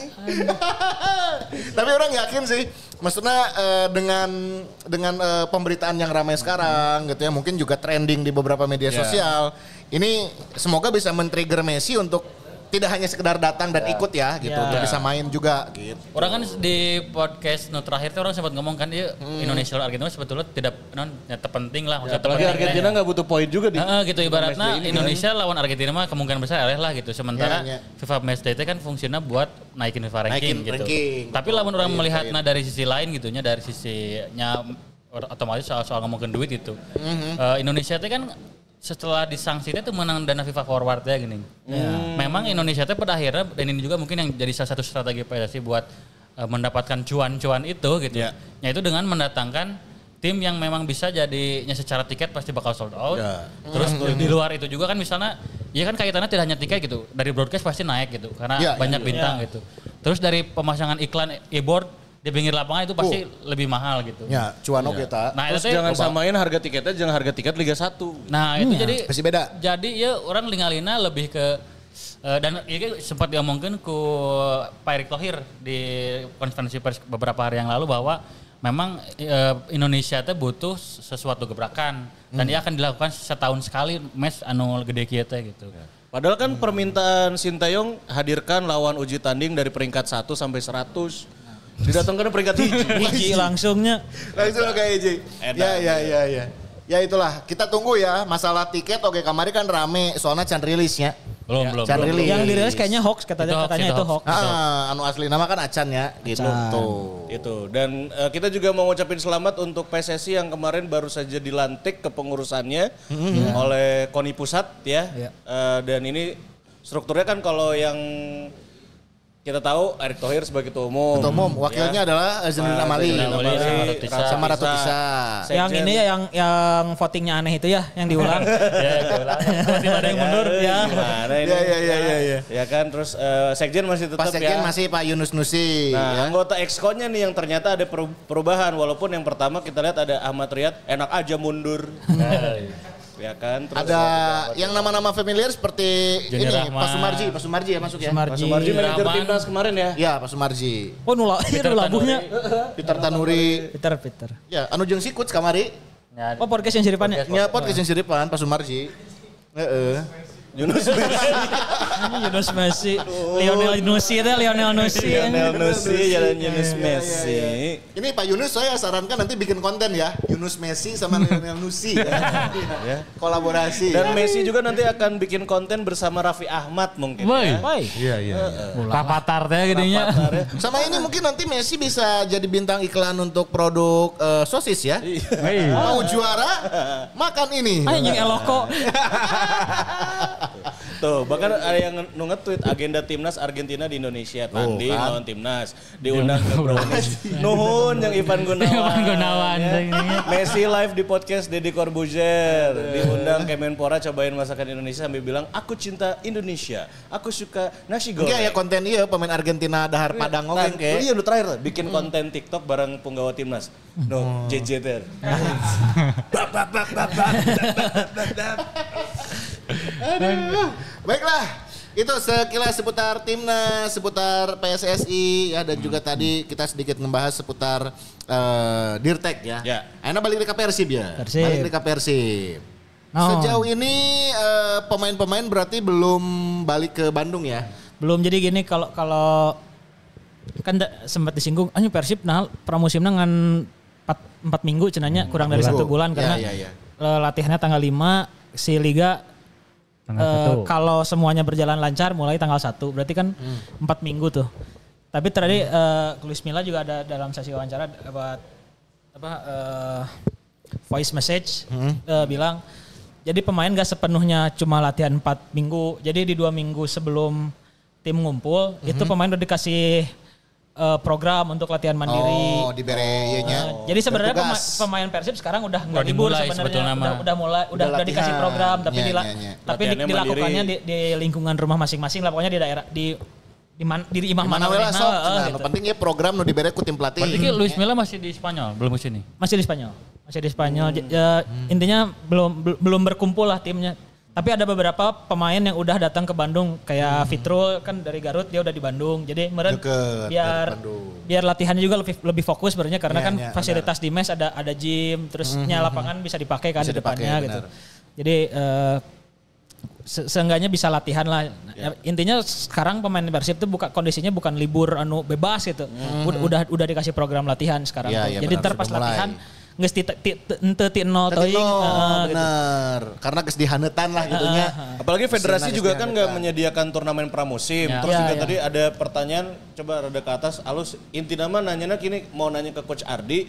Tapi orang yakin sih, maksudnya eh, dengan dengan eh, pemberitaan yang ramai sekarang gitu ya, mungkin juga trending di beberapa media
Ya.
sosial. Ini semoga bisa men-trigger Messi untuk tidak hanya sekedar datang dan ikut ya gitu,
Ya.
bisa main juga gitu.
Orang kan di podcast no terakhir tuh orang sempat ngomong kan dia Indonesia lawan Argentina sebetulnya tidak non ya, terpenting lah.
Ya,
maksudnya
apalagi
terpenting
Argentina
lah.
nggak butuh poin juga di.
Heeh, gitu ibaratnya
matchday ini kan.
Indonesia lawan Argentina mah kemungkinan besar eleh lah gitu. Sementara
Ya, ya.
FIFA Matchday itu kan fungsinya buat naikin FIFA ranking
Naikin
gitu.
ranking,
Tapi
betul.
lamun orang
Poin,
melihatnya
poin.
dari sisi lain gitu nya dari sisinya otomatis soal-soal ngomongin duit itu.
Mhm.
Eh, Indonesia itu kan setelah disanksi itu menang dana FIFA forward ya gini. Memang Indonesia itu pada akhirnya dan ini juga mungkin yang jadi salah satu strategi P S S I buat eh, mendapatkan cuan-cuan itu gitu.
Ya.
Yaitu dengan mendatangkan tim yang memang bisa jadinya secara tiket pasti bakal sold out.
Ya.
Terus di luar itu juga kan misalnya ya kan kaitannya tidak hanya tiket gitu. Dari broadcast pasti naik gitu karena
Ya,
banyak
ya,
bintang gitu. Terus dari pemasangan iklan e-board di pinggir lapangan itu pasti lebih mahal gitu.
Ya, cuan oke ta.
Nah,
Terus
itu
jangan
coba.
samain harga tiketnya, jangan harga tiket Liga satu.
Nah, itu jadi
Pasti beda.
jadi ya orang lingalina lebih ke eh, dan ini sempat diomongkan ku Pak Erick Thohir di konferensi pers beberapa hari yang lalu bahwa memang eh, Indonesia itu butuh sesuatu gebrakan dan dia akan dilakukan setahun sekali match anu gede kieu teh gitu.
Padahal kan permintaan Sintayong hadirkan lawan uji tanding dari peringkat satu sampai seratus. Didatangkan ke peringkat hiji.
Hiji langsungnya.
Langsung kayak J. Ya ya ya ya. Ya itulah, kita tunggu ya masalah tiket. Oke, kemarin kan rame soalnya can rilisnya.
Belum, belum.
Can
belum.
rilis.
Yang dirilis kayaknya hoax katanya
Itu hoax,
katanya
itu
itu
hoax.
hoax.
Ah, anu asli nama kan Acan ya, gitu.
Acan.
Tuh.
Itu dan eh, kita juga mau ngucapin selamat untuk P S S I yang kemarin baru saja dilantik kepengurusannya oleh KONI Pusat ya.
Iya.
Eh, dan ini strukturnya kan kalau yang kita tahu Erick Thohir sebagai ketua umum.
Ketua umum, wakilnya adalah Zainuddin
Pak
Amali.
Zainuddin
Amali sama Ratu Tisa.
Sama Ratu Tisa.
Sekjen.
Yang ini ya yang yang votingnya aneh itu ya, yang diulang.
Ya, diulang. Tiba-tiba ada yang mundur ya.
Gimana ini?
Ya, ya, ya, ya, ya.
Ya kan terus eh, Sekjen masih tetap
Pas Sekjen
ya.
masih Pak Yunus Nusi.
Nah,
ya.
anggota Exco-nya nih yang ternyata ada peru- perubahan walaupun yang pertama kita lihat ada Ahmad Riyad enak aja mundur. Ya kan terus
Ada yang nama-nama familiar seperti
Joni
ini
Rahman.
Pak Sumarji, Pak Sumarji ya masuk ya.
Sumarji.
Pak Sumarji manajer
Rahman.
timnas kemarin ya.
Ya, Pak Sumarji.
Oh nula, itu lagunya.
Peter Tanuri.
Peter Peter.
Ya, anu jeung sikut kamari.
Ya,
Oh podcast yang siripannya.
Nya podcast yang siripan Pak Sumarji. Heeh.
Yunus Messi.
Ini Yunus Messi, Lionel Nusi itu Lionel Nusi.
Lionel Messi jalan Yunus Messi.
Ini Pak Yunus saya sarankan nanti bikin konten ya. Yunus Messi sama Lionel Nusi. ya. Kolaborasi.
Dan Messi juga nanti akan bikin konten bersama Raffi Ahmad mungkin.
Woi.
Ya.
Woi.
Iya, iya.
Rapatar teh gedinya.
Sama ini mungkin nanti Messi bisa jadi bintang iklan untuk produk eh, sosis ya. Mau juara, makan ini.
Anjing eloko.
Tuh, bahkan ada yang nu nge-tweet agenda timnas Argentina di Indonesia. Tanding
kan.
lawan timnas. Diundang ke Brownies. Nuhun yang Ivan Gunawan.
Ivan Gunawan,
Ya.
ini.
Messi live di podcast Deddy Corbuzier. Diundang Kemenpora cobain masakan Indonesia sambil bilang, aku cinta Indonesia. Aku suka nasi goreng.
Enggak ya konten iya pemain Argentina dahar padang
Nah,
oke kayak.
iya nu terakhir bikin konten TikTok bareng penggawa timnas. No, J J ter.
Aduh. Baiklah, itu sekilas seputar timnas, seputar P S S I ya dan juga tadi kita sedikit membahas seputar eh, Dirtek ya.
Ya.
Akhirnya balik ke Persib ya.
Persib.
Balik ke Persib.
No.
Sejauh ini eh, pemain-pemain berarti belum balik ke Bandung ya.
Belum jadi gini kalau kalau kan da- sempat disinggung, anjing Persib nah pramusimna ngan empat minggu cenanya kurang dari satu bulan karena
Ya, ya, ya.
eh, latihannya tanggal lima, si liga eh, kalau semuanya berjalan lancar mulai tanggal satu, berarti kan empat minggu tuh. Tapi tadi eh, Luis Milla juga ada dalam sesi wawancara dapat apa eh, voice message eh, bilang jadi pemain gak sepenuhnya cuma latihan empat minggu. Jadi di dua minggu sebelum tim ngumpul itu pemain udah dikasih eh, program untuk latihan mandiri.
Oh, dibere ieu nya.
Uh, jadi sebenarnya pema-
Bertugas.
pemain Persib sekarang udah nggak
Udah
libur
dimulai
sebenarnya,
sebetulnya
udah,
mah.
udah mulai, udah,
Udah
udah dikasih
latihan.
program, tapi
Iya,
dila-
iya, iya.
tapi di-
Latihannya
dilakukannya di,
mandiri.
di lingkungan rumah masing-masing lah, pokoknya di daerah di di man, di imah mana,
Mana we lah
mana,
sok.
eh,
Nah,
gitu.
nu penting ya program nu dibere ku tim pelatih.
Berarti ki Luis Milla masih di Spanyol, belum ke sini.
Masih di Spanyol, masih di Spanyol. J- ya, intinya belum bel- belum berkumpul lah timnya. Tapi ada beberapa pemain yang udah datang ke Bandung kayak Fitrul kan dari Garut, dia udah di Bandung. Jadi meren
Deket,
biar
dari Bandung.
biar latihannya juga lebih lebih fokus sebenarnya karena
Iya,
kan
iya,
fasilitas di mes ada ada gym, terusnya lapangan bisa dipakai kan
Bisa
di depannya
dipakai,
gitu.
benar.
Jadi eh, se- seenggaknya bisa latihan lah.
Ya.
Intinya sekarang pemain Persib itu buka kondisinya bukan libur anu bebas gitu.
Hmm.
Udah, udah udah dikasih program latihan sekarang.
Ya,
tuh.
ya,
Jadi
benar,
ntar pas
sudah mulai.
latihan geus ti ti ente ti nol
Tadi
teuing
no,
heeh, gitu.
bener. Karena geus dihanetan lah gitunya.
Apalagi federasi
Sina
juga
geus
kan nggak
dihanetan.
menyediakan turnamen pramusim.
Ya.
Terus
Ya,
juga
ya.
tadi ada pertanyaan, coba rada ke atas, alus inti nama nanyanya kini mau nanya ke Coach Ardi.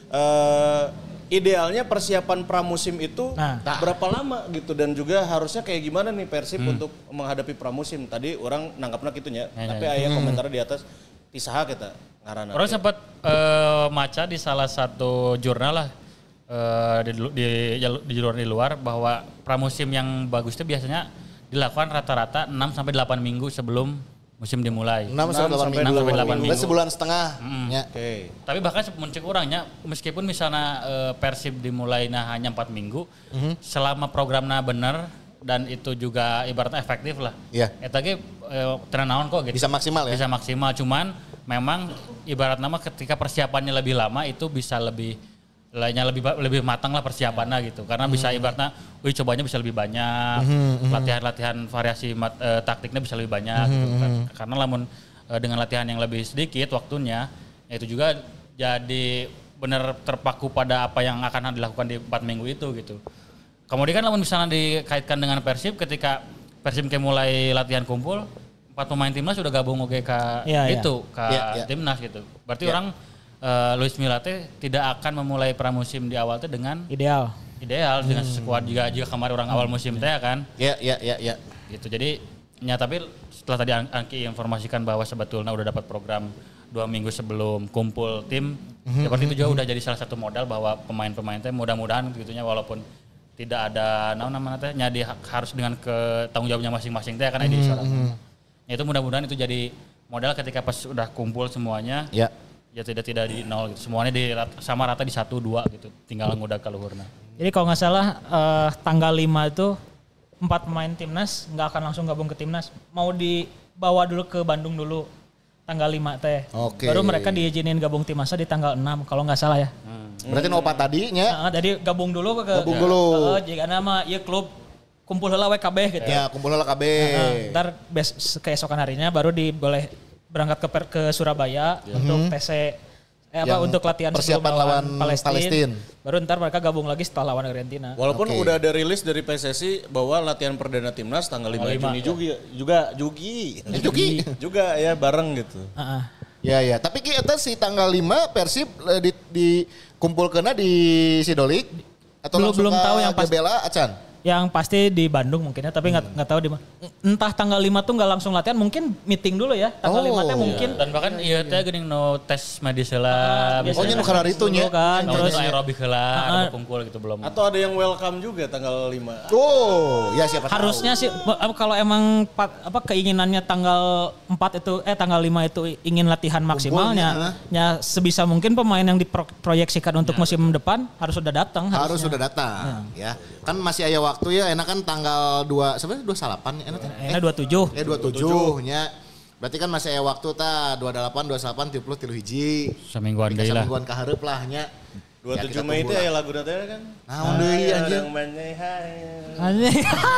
eh, idealnya persiapan pramusim itu
Nah.
berapa lama gitu dan juga harusnya kayak gimana nih Persib
Hmm.
untuk menghadapi pramusim. Tadi orang nanggapnya gitunya,
Ya,
tapi
ya,
aya komentar di atas tisaha kita ngarana.
Orang sempat eh, maca di salah satu jurnal lah eh, di, di, di luar di luar bahwa pramusim yang bagus itu biasanya dilakukan rata-rata enam sampai delapan minggu sebelum musim dimulai.
enam sampai delapan
sampai
minggu.
delapan
Berarti
minggu.
sebulan setengah. Ya.
Oke.
Tapi bahkan mencek orangnya meskipun misalnya eh, Persib dimulai nah hanya empat minggu, selama programnya benar dan itu juga ibaratnya efektif lah.
Iya.
Eta ge eh, tenan naon kok gitu.
Bisa maksimal ya?
Bisa maksimal, cuman memang ibarat nama ketika persiapannya lebih lama itu bisa lebih lainnya lebih lebih matang lah persiapannya gitu. Karena bisa ibaratnya, wih cobanya bisa lebih banyak, latihan-latihan variasi mat, eh, taktiknya bisa lebih banyak gitu kan. Karena lamun eh, dengan latihan yang lebih sedikit waktunya, ya itu juga jadi benar terpaku pada apa yang akan dilakukan di empat minggu itu gitu. Kemudian kan lamun misalnya dikaitkan dengan Persib ketika Persib kayak mulai latihan kumpul, empat pemain timnas sudah gabung oke ke
Iya, iya.
itu ke
Iya, iya.
timnas gitu. Berarti
Iya.
orang eh, Luis Milla teh tidak akan memulai pramusim di awal teh dengan
Ideal.
ideal
Hmm.
dengan skuad juga jika kemarin orang awal musim teh kan.
Ya, ya, ya, ya.
Gitu. Jadi ya tapi setelah tadi Ang- Angki informasikan bahwa sebetulnya udah dapat program dua minggu sebelum kumpul tim, ya berarti itu juga udah jadi salah satu modal bahwa pemain-pemain teh mudah-mudahan gitunya walaupun tidak ada naon namanya teh nyadi harus dengan ke tanggung jawabnya masing-masing teh kan ada di seorang. Ya itu mudah-mudahan itu jadi modal ketika pas udah kumpul semuanya.
Ya.
Ya tidak tidak di nol gitu. Semuanya di rat- sama rata di satu dua gitu. Tinggal ngudak ke luhurna.
Jadi kalau nggak salah eh, tanggal lima itu empat pemain timnas nggak akan langsung gabung ke timnas. Mau dibawa dulu ke Bandung dulu tanggal lima teh.
Oke.
Baru mereka diizinin gabung timnasnya di tanggal enam kalau nggak salah ya.
Berarti nopat tadinya.
Nah, jadi gabung dulu ke
Gabung dulu.
Heeh, jika nama ya klub kumpul heula we kabeh gitu.
Ya, kumpul lah K B.
Heeh, ntar bes, keesokan harinya baru diboleh berangkat ke per- ke Surabaya untuk T C eh, apa
Yang
untuk latihan sebelum
persiapan lawan
Palestina.
Palestina.
Baru ntar mereka gabung lagi setelah lawan Argentina.
Walaupun
Oke.
udah ada rilis dari P S S I bahwa latihan perdana timnas tanggal lima
lima,
Juni
ya.
juga juga Jugi.
Jugi.
juga ya bareng gitu.
Heeh.
Ya, ya. Tapi kita si tanggal lima Persib eh, di, di kumpul kena di Sidolik atau
Belum-
langsung
belum
ke
tahu yang pas-
Gebela Acan.
Yang pasti di Bandung mungkin ya, tapi nggak nggak tahu di mana. Entah tanggal lima tuh nggak langsung latihan, mungkin meeting dulu ya. Tanggal
Oh.
lima teh mungkin.
Dan bahkan iya teh geuning no tes medis heula.
biasanya
Oh, nya nu
tes
kana
medis
ritunya.
dulu kan,
terus
terus
aerobik heula,
Ah,
ada kumpul gitu belum.
Atau ada yang welcome juga tanggal lima.
Oh, ya siapa tahu.
harusnya sih ba- kalau emang pat- apa keinginannya tanggal empat itu eh tanggal lima itu ingin latihan maksimalnya, ya sebisa mungkin pemain yang diproyeksikan untuk musim depan harus sudah datang.
harus
harusnya.
sudah datang ya. Kan masih ada waktu ya, enak kan tanggal dua sebenarnya dua delapan ya enak. teh?
Enak dua puluh tujuh.
Eh dua puluh tujuh nya. Berarti kan masih ada waktu ta dua puluh delapan, dua puluh delapan, tiga puluh, tiga hiji.
Semingguan deui lah.
Semingguan kaharep lah nya.
dua puluh tujuh
Ya, kita
Mei
tunggu
itu
lah.
ya lagu nanti kan.
Naon deui anjing.
Orang mana hai.
Anjing.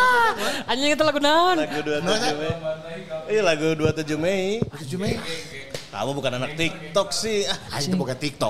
Anjing itu lagu naon?
Lagu dua puluh tujuh Mei. Iya lagu dua puluh tujuh Mei.
tujuh Mei.
Kamu bukan anak TikTok sih.
Ah, itu bukan TikTok.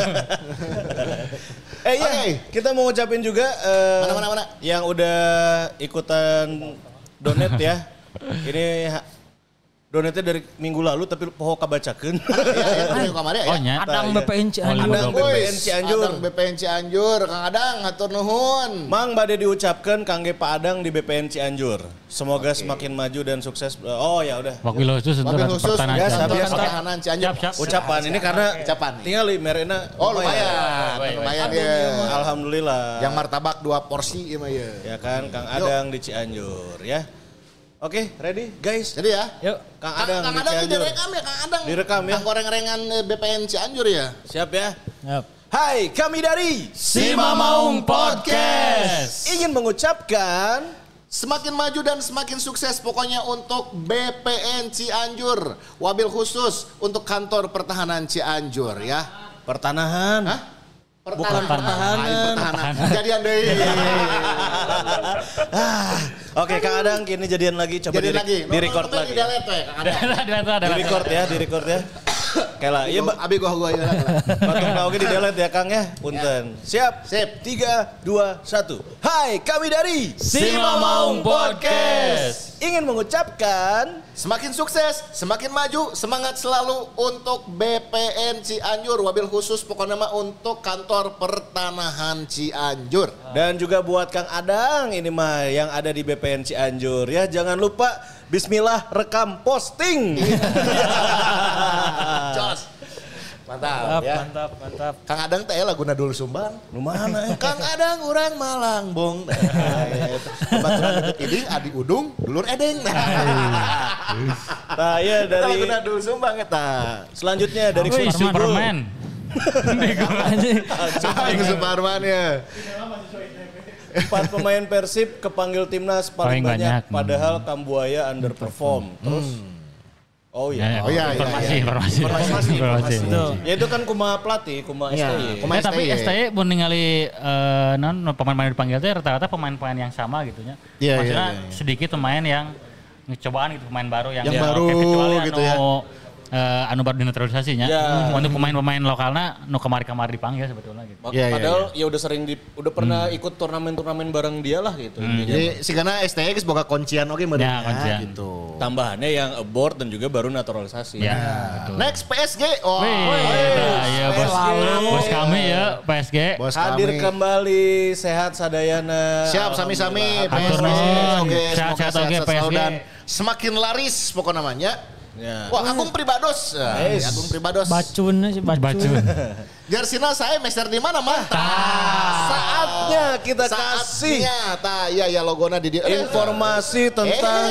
Eh iya,
Oke.
kita mau ngucapin juga eh,
Mana, mana, mana?
yang udah ikutan donate ya. Ini ha- donate dari minggu lalu tapi poho kabacakeun.
Ya, ya, ya, kemarin ya.
Oh nya.
Adang B P N Cianjur.
Adang B P N
Boys,
Cianjur.
Adang B P N Cianjur, Kang Adang, hatur nuhun.
Mang bade diucapkan kangge Pak Adang di B P N Cianjur. Semoga semakin maju dan sukses. Oh ya udah.
Wakil khusus untuk
Wabil khusus
pertahanan.
ya,
untuk
sabi-
pertahanan Cianjur.
Siap, siap.
Ucapan ini karena
Ucapan.
tinggal li merena.
Oh lumayan,
Baik, baik.
lumayan ya.
Alhamdulillah.
Yang martabak dua porsi ya mah ya.
Ya kan Kang Adang di Cianjur ya. Oke, ready guys?
Jadi ya.
Yuk.
Kang
Kang
Adang
Kang
di
Adang ini
Cianjur.
direkam ya Kang Adang.
Direkam ya.
Kang goreng-gorengan eh, B P N Cianjur ya.
Siap ya?
Yuk.
Hai, kami dari
Sima Maung Podcast.
ingin mengucapkan
Semakin maju dan semakin sukses pokoknya untuk B P N Cianjur. Wabil khusus untuk kantor pertahanan Cianjur ya.
pertanahan.
Hah?
Bukan pertahanan.
Ay, pertahanan. Jadian deui.
Ah, Oke, Kang Adang kini jadian lagi, coba
Jadi
di,
lagi.
di record lagi.
Di delete we, Kang Adang.
Di record ya, di record ya. Kela, iya
Gua- Abi gua gua ya.
batuk kau di delete ya Kang ya, punten. Siap?
Sip.
Tiga, dua, satu. Hai, kami dari
Sima Maung Podcast.
ingin mengucapkan
Semakin sukses, semakin maju, semangat selalu untuk B P N Cianjur, wabil khusus pokoknya mah untuk kantor pertanahan Cianjur.
dan juga buat Kang Adang ini mah yang ada di B P N Cianjur ya. Jangan lupa bismillah rekam posting.
Jos. Mantap,
Mantap,
ya.
mantap, mantap.
Kang Adang teh laguna dulu Sumbang.
Lu mana ya?
Kang Adang urang Malang, Bong. Baturan deket iding, adi udung, dulur edeng.
Nah, ya
Dari
dari
laguna dulu Sumbang eta.
selanjutnya dari
Wih,
Superman.
Superman.
Aing Suparman ya.
Empat pemain Persib kepanggil timnas paling,
Paling
banyak,
banyak.
padahal Kambuaya underperform. Terus oh iya.
Oh iya, iya,
informasi,
iya.
informasi,
Informasi, informasi.
Itu.
Ya itu kan kuma pelatih, kuma
Iya,
S T Y.
kuma-
Eh, tapi
S T Y.
S T Y pun ningali eh, non pemain-pemain dipanggil teh rata-rata pemain-pemain yang sama gitu nya.
Iya,
Maksudnya
iya, iya.
sedikit pemain yang ngecobaan gitu, pemain baru yang,
Yang
ya,
baru
oke, kecuali
gitu
anu,
ya.
eh, anu baru dinaturalisasinya.
Ya.
Untuk pemain-pemain lokalnya nu kemari-kemari dipanggil sebetulnya gitu.
Mak-
Iya, iya,
Padahal ya udah sering di, udah pernah ikut turnamen-turnamen bareng dia lah gitu. intinya.
Jadi si karena S T Y boga kuncian oke meureun
Ya, kuncian.
gitu.
Tambahannya yang abort dan juga baru naturalisasi.
Ya, betul.
Next P S G. Oh.
Wih, nah, ya bos,
P S G.
bos kami ya P S G.
Bos
Hadir
kami.
kembali sehat sadayana.
Siap sami-sami P S G.
Hatur nuhun.
Oke,
Sehat-sehat
semoga
oge
sehat
P S G.
selalu dan semakin laris pokoknya namanya.
Ya.
Wah, Agung Pribados. Ah,
Yes.
Agung Pribados.
Bacun sih, bacun.
Bacun.
Jersina saya meser di mana, Mantap.
Saatnya kita kasih
Saatnya, tah, iya ya logona di dia.
informasi tentang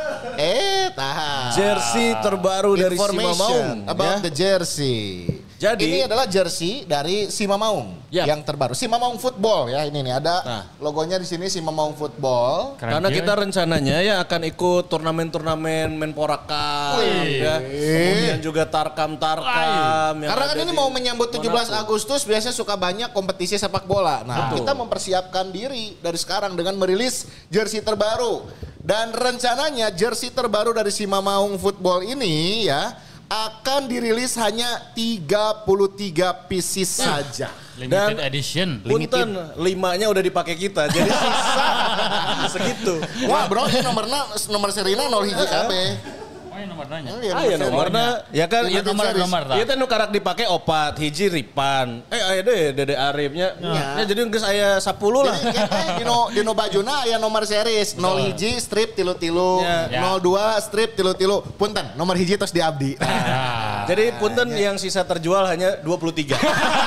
Eh, eh tah.
jersey terbaru dari
Information
Simamaung.
about
ya.
the jersey.
Jadi-
ini adalah jersey dari Simamaung
Ya.
yang terbaru. Simamaung Football ya ini nih ada
Nah.
logonya di sini Simamaung Football.
Keren
Karena
juga.
kita rencananya ya akan ikut turnamen-turnamen Menpora Cup ya. Kemudian juga Tarkam-Tarkam. yang
Karena
ada
kan ini
di
mau menyambut tujuh belas
Monaco.
Agustus biasanya suka banyak kompetisi sepak bola. Nah, kita mempersiapkan diri dari sekarang dengan merilis jersey terbaru. Dan rencananya jersey terbaru dari Simamaung Football ini ya akan dirilis hanya tiga puluh tiga pieces saja.
Limited
Dan-
edition.
Punten, limanya udah dipakai kita, jadi sisa segitu.
Wah bro, ini nomornya nomor serina nol hiji kabeh.
Oh, ini nomor nanya.
Ah ya nomornya, ya kan
Iya,
itu
nomor nomor
Iya teh nu karak dipake opat, hiji ripan. Eh aya deh Dede Arifnya. Ya, jadi geus aya sepuluh lah.
Jadi kita dino dino bajuna aya nomor series nol hiji strip tilu-tilu,
Ya.
nol dua strip tilu-tilu. Punten, nomor hiji terus diabdi.
Jadi punten yang sisa terjual hanya dua puluh tiga.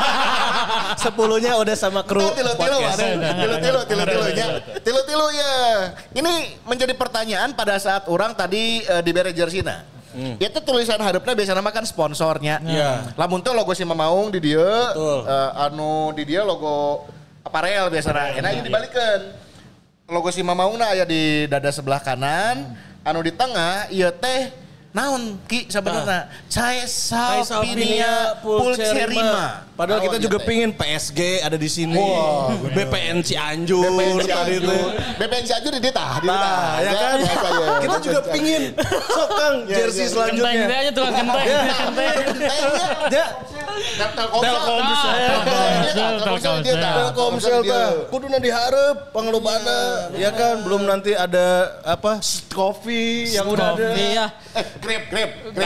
Sepuluhnya udah sama kru
Tilu-tilu,
podcast.
tilu-tilu, tilu-tilunya. Tilu-tilu ya. Ini menjadi pertanyaan pada saat orang tadi uh, dibere jersey-na. Itu tulisan harapnya biasanya mah kan sponsornya.
Iya.
Lamun teh logo si Mamaung di dia,
Betul.
uh, anu di dia logo aparel biasanya. Enak aja dibalikeun. Logo si Mamaung na aya di dada sebelah kanan, anu di tengah ieu teh naon ki sebenarnya? Cae Salvinia Pulcherima.
Padahal
Oh,
kita
iya
juga
teh.
pingin P S G ada di sini.
Wah,
B P N Cianjur
B P N
tadi itu.
Cianjur. B P N Cianjur di dia tah, di dia tah.
Nah, ya kan?
biasa, ya.
Kita juga pingin. Sok Kang,
Ya,
jersey
ya.
Kenteng
selanjutnya.
teh aja tukang kenteng. Kenteng.
Ya,
Telkomsel.
Telkomsel.
Telkomsel,
Telkomsel.
dia tah.
Telkomsel
dia.
tah. Kuduna diharap panglobana. Ya kan, belum nanti ada apa? Coffee yang udah ada.
Kopi ya.
Eh, grab, grab, grab.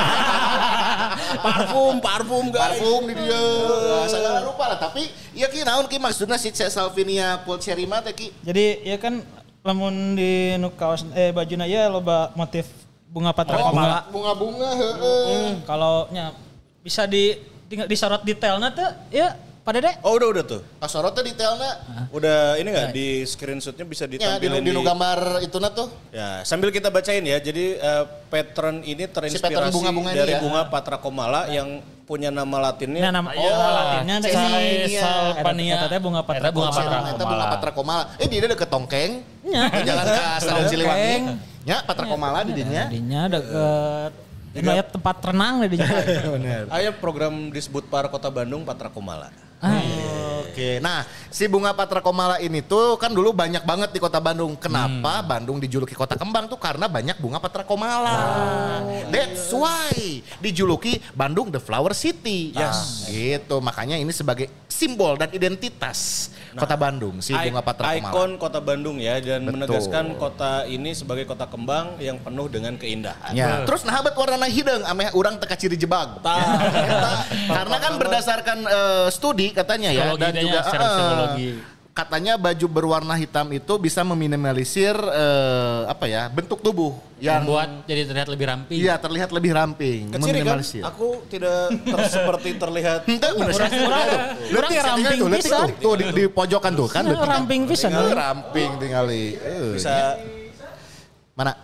Parfum, parfum guys.
Parfum di dia. Nah, segala rupa lah. Tapi, ya ki naon ki maksudnya si Salvinia Pulcherima teh ki.
Jadi ya kan lamun di nu kaos eh bajuna ya loba motif bunga patra
Oh,
komala.
bunga-bunga, heeh.
Kalau nya bisa di tinggal disorot detailnya tuh ya pada deh.
Oh udah udah tuh.
Kasorotnya detailnya.
Udah ini nggak di screenshotnya bisa
Ya, di,
ditampilin
di, nu gambar itu na tuh.
Ya, sambil kita bacain ya. Jadi eh, pattern ini terinspirasi
pattern bunga-bunga ini
dari
ya.
bunga Patra Komala yang punya nama latinnya.
Nah, nama
Oh,
oh, latinnya teh
Salvinia.
Salvania.
Eta teh bunga patra
Eta bunga
komala.
patra
Eta bunga Patra Komala. Eh, di dia deket Tongkeng.
Nya.
Jalan ke Stadion Siliwangi.
Tongkeng.
Ya, Patra Komala di dinya.
Dinya deket ini aya tempat renang deh dinya.
Benar.
Aya program disebut Par Kota Bandung Patra Komala.
Ah,
Oke, nah si Bunga Patra Komala ini tuh kan dulu banyak banget di kota Bandung. Kenapa hmm. Bandung dijuluki kota kembang tuh karena banyak bunga Patra Komala. Oh. That's why dijuluki Bandung the Flower City.
Yes.
Gitu, makanya ini sebagai simbol dan identitas nah, kota Bandung si Bunga Patra Komala.
Ikon kota Bandung ya dan
Betul.
menegaskan kota ini sebagai kota kembang yang penuh dengan keindahan.
Ya. Terus nah bet warna hideung ame urang teka ciri jebag. Karena kan berdasarkan uh, studi katanya ya dan juga uh, katanya baju berwarna hitam itu bisa meminimalisir uh, apa ya bentuk tubuh yang
membuat jadi terlihat lebih ramping.
Iya terlihat lebih ramping.
Kecil kan? Aku tidak ter seperti terlihat.
Entah bener sih.
Kurang ramping pisan.
Tuh di, di pojokan tuh kan.
Ramping pisan.
Ramping tingali.
Bisa
mana?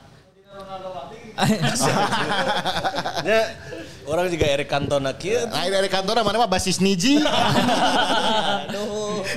Ya, orang juga Eric Cantona kieu.
Lain Eric Cantona mana mah basis Niji.
Aduh.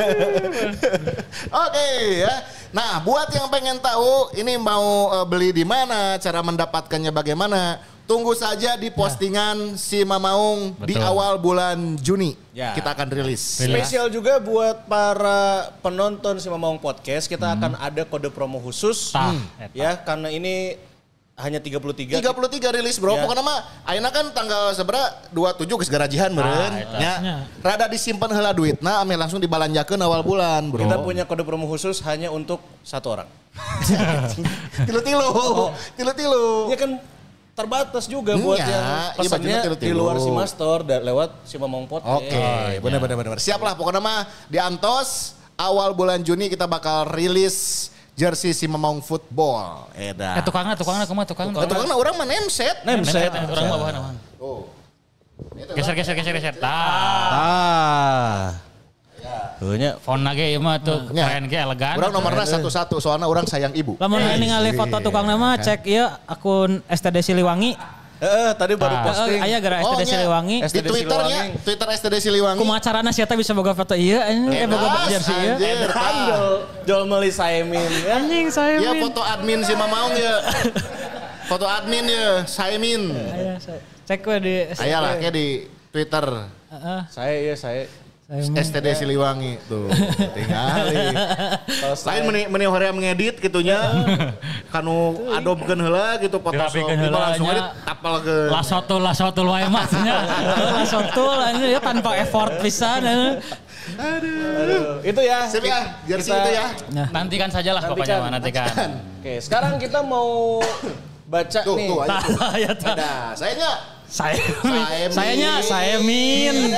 Oke ya. Nah, buat yang pengen tahu ini mau uh, beli di mana, cara mendapatkannya bagaimana, tunggu saja di postingan ya. si Mamaung Betul. di awal bulan Juni. Ya. Kita akan rilis.
Spesial juga buat para penonton si Mamaung Podcast, kita hmm. akan ada kode promo khusus. Hmm. Ya, karena ini hanya tiga puluh tiga.
tiga puluh tiga rilis bro. Ya. Pokoknya mah ayeuna kan tanggal seberapa dua puluh tujuh geus garajihan meureun. Ah, ya. Rada disimpan heula duitna ame langsung dibalanjakeun awal bulan bro.
Kita punya kode promo khusus hanya untuk satu orang.
Tilu-tilu. Oh. Tilu-tilu.
Ya kan terbatas juga buat ya, yang pesannya ya, di luar si Master dan lewat si Mamong Podcast.
Oke, okay. benar benar benar. Siap lah pokoknya mah di Antos awal bulan Juni kita bakal rilis jersey si Mamaung Football.
Eda. Eh tukangna tukangna kumaha tukangna?
Tukangna, tukangna urang mah nemset.
Nemset. Urang mah bahan naon? Oh. Geser geser geser geser. Tah.
Tah. Tuh nya
fonna ge ieu mah tuh keren ge elegan.
Urang nomorna satu satu soalnya urang sayang ibu.
Lamun ningali foto tukangna mah cek ieu akun S T D Siliwangi.
Heeh, tadi baru posting.
Aya gara S T D Siliwangi
di Twitternya, Twitter S T D Siliwangi.
Kumaha carana sia teh bisa boga foto ieu anjing, eh boga jersey ieu.
Handle jual beli Saemin.
Anjing Saemin.
Iya foto admin si Mamaung ya. Foto admin ya Saemin.
Aya cek we di
aya lah kayak di Twitter.
Heeh. Saya ya saya
S T D Siliwangi tuh tinggali. Lain meni meni hoream ngedit gitunya. Kanu adobkeun heula gitu Photoshop langsung edit tapalkeun.
Lasotul lasotul wae mah nya.
Lasotul ya tanpa effort pisan.
Aduh. Itu ya.
Sip ya, jersey itu ya.
Nah. Nantikan sajalah pokoknya mah nantikan.
Oke, sekarang kita mau baca
tuh,
nih.
Tuh, ayo tuh. Nah, sayanya
Saya sayanya saya min.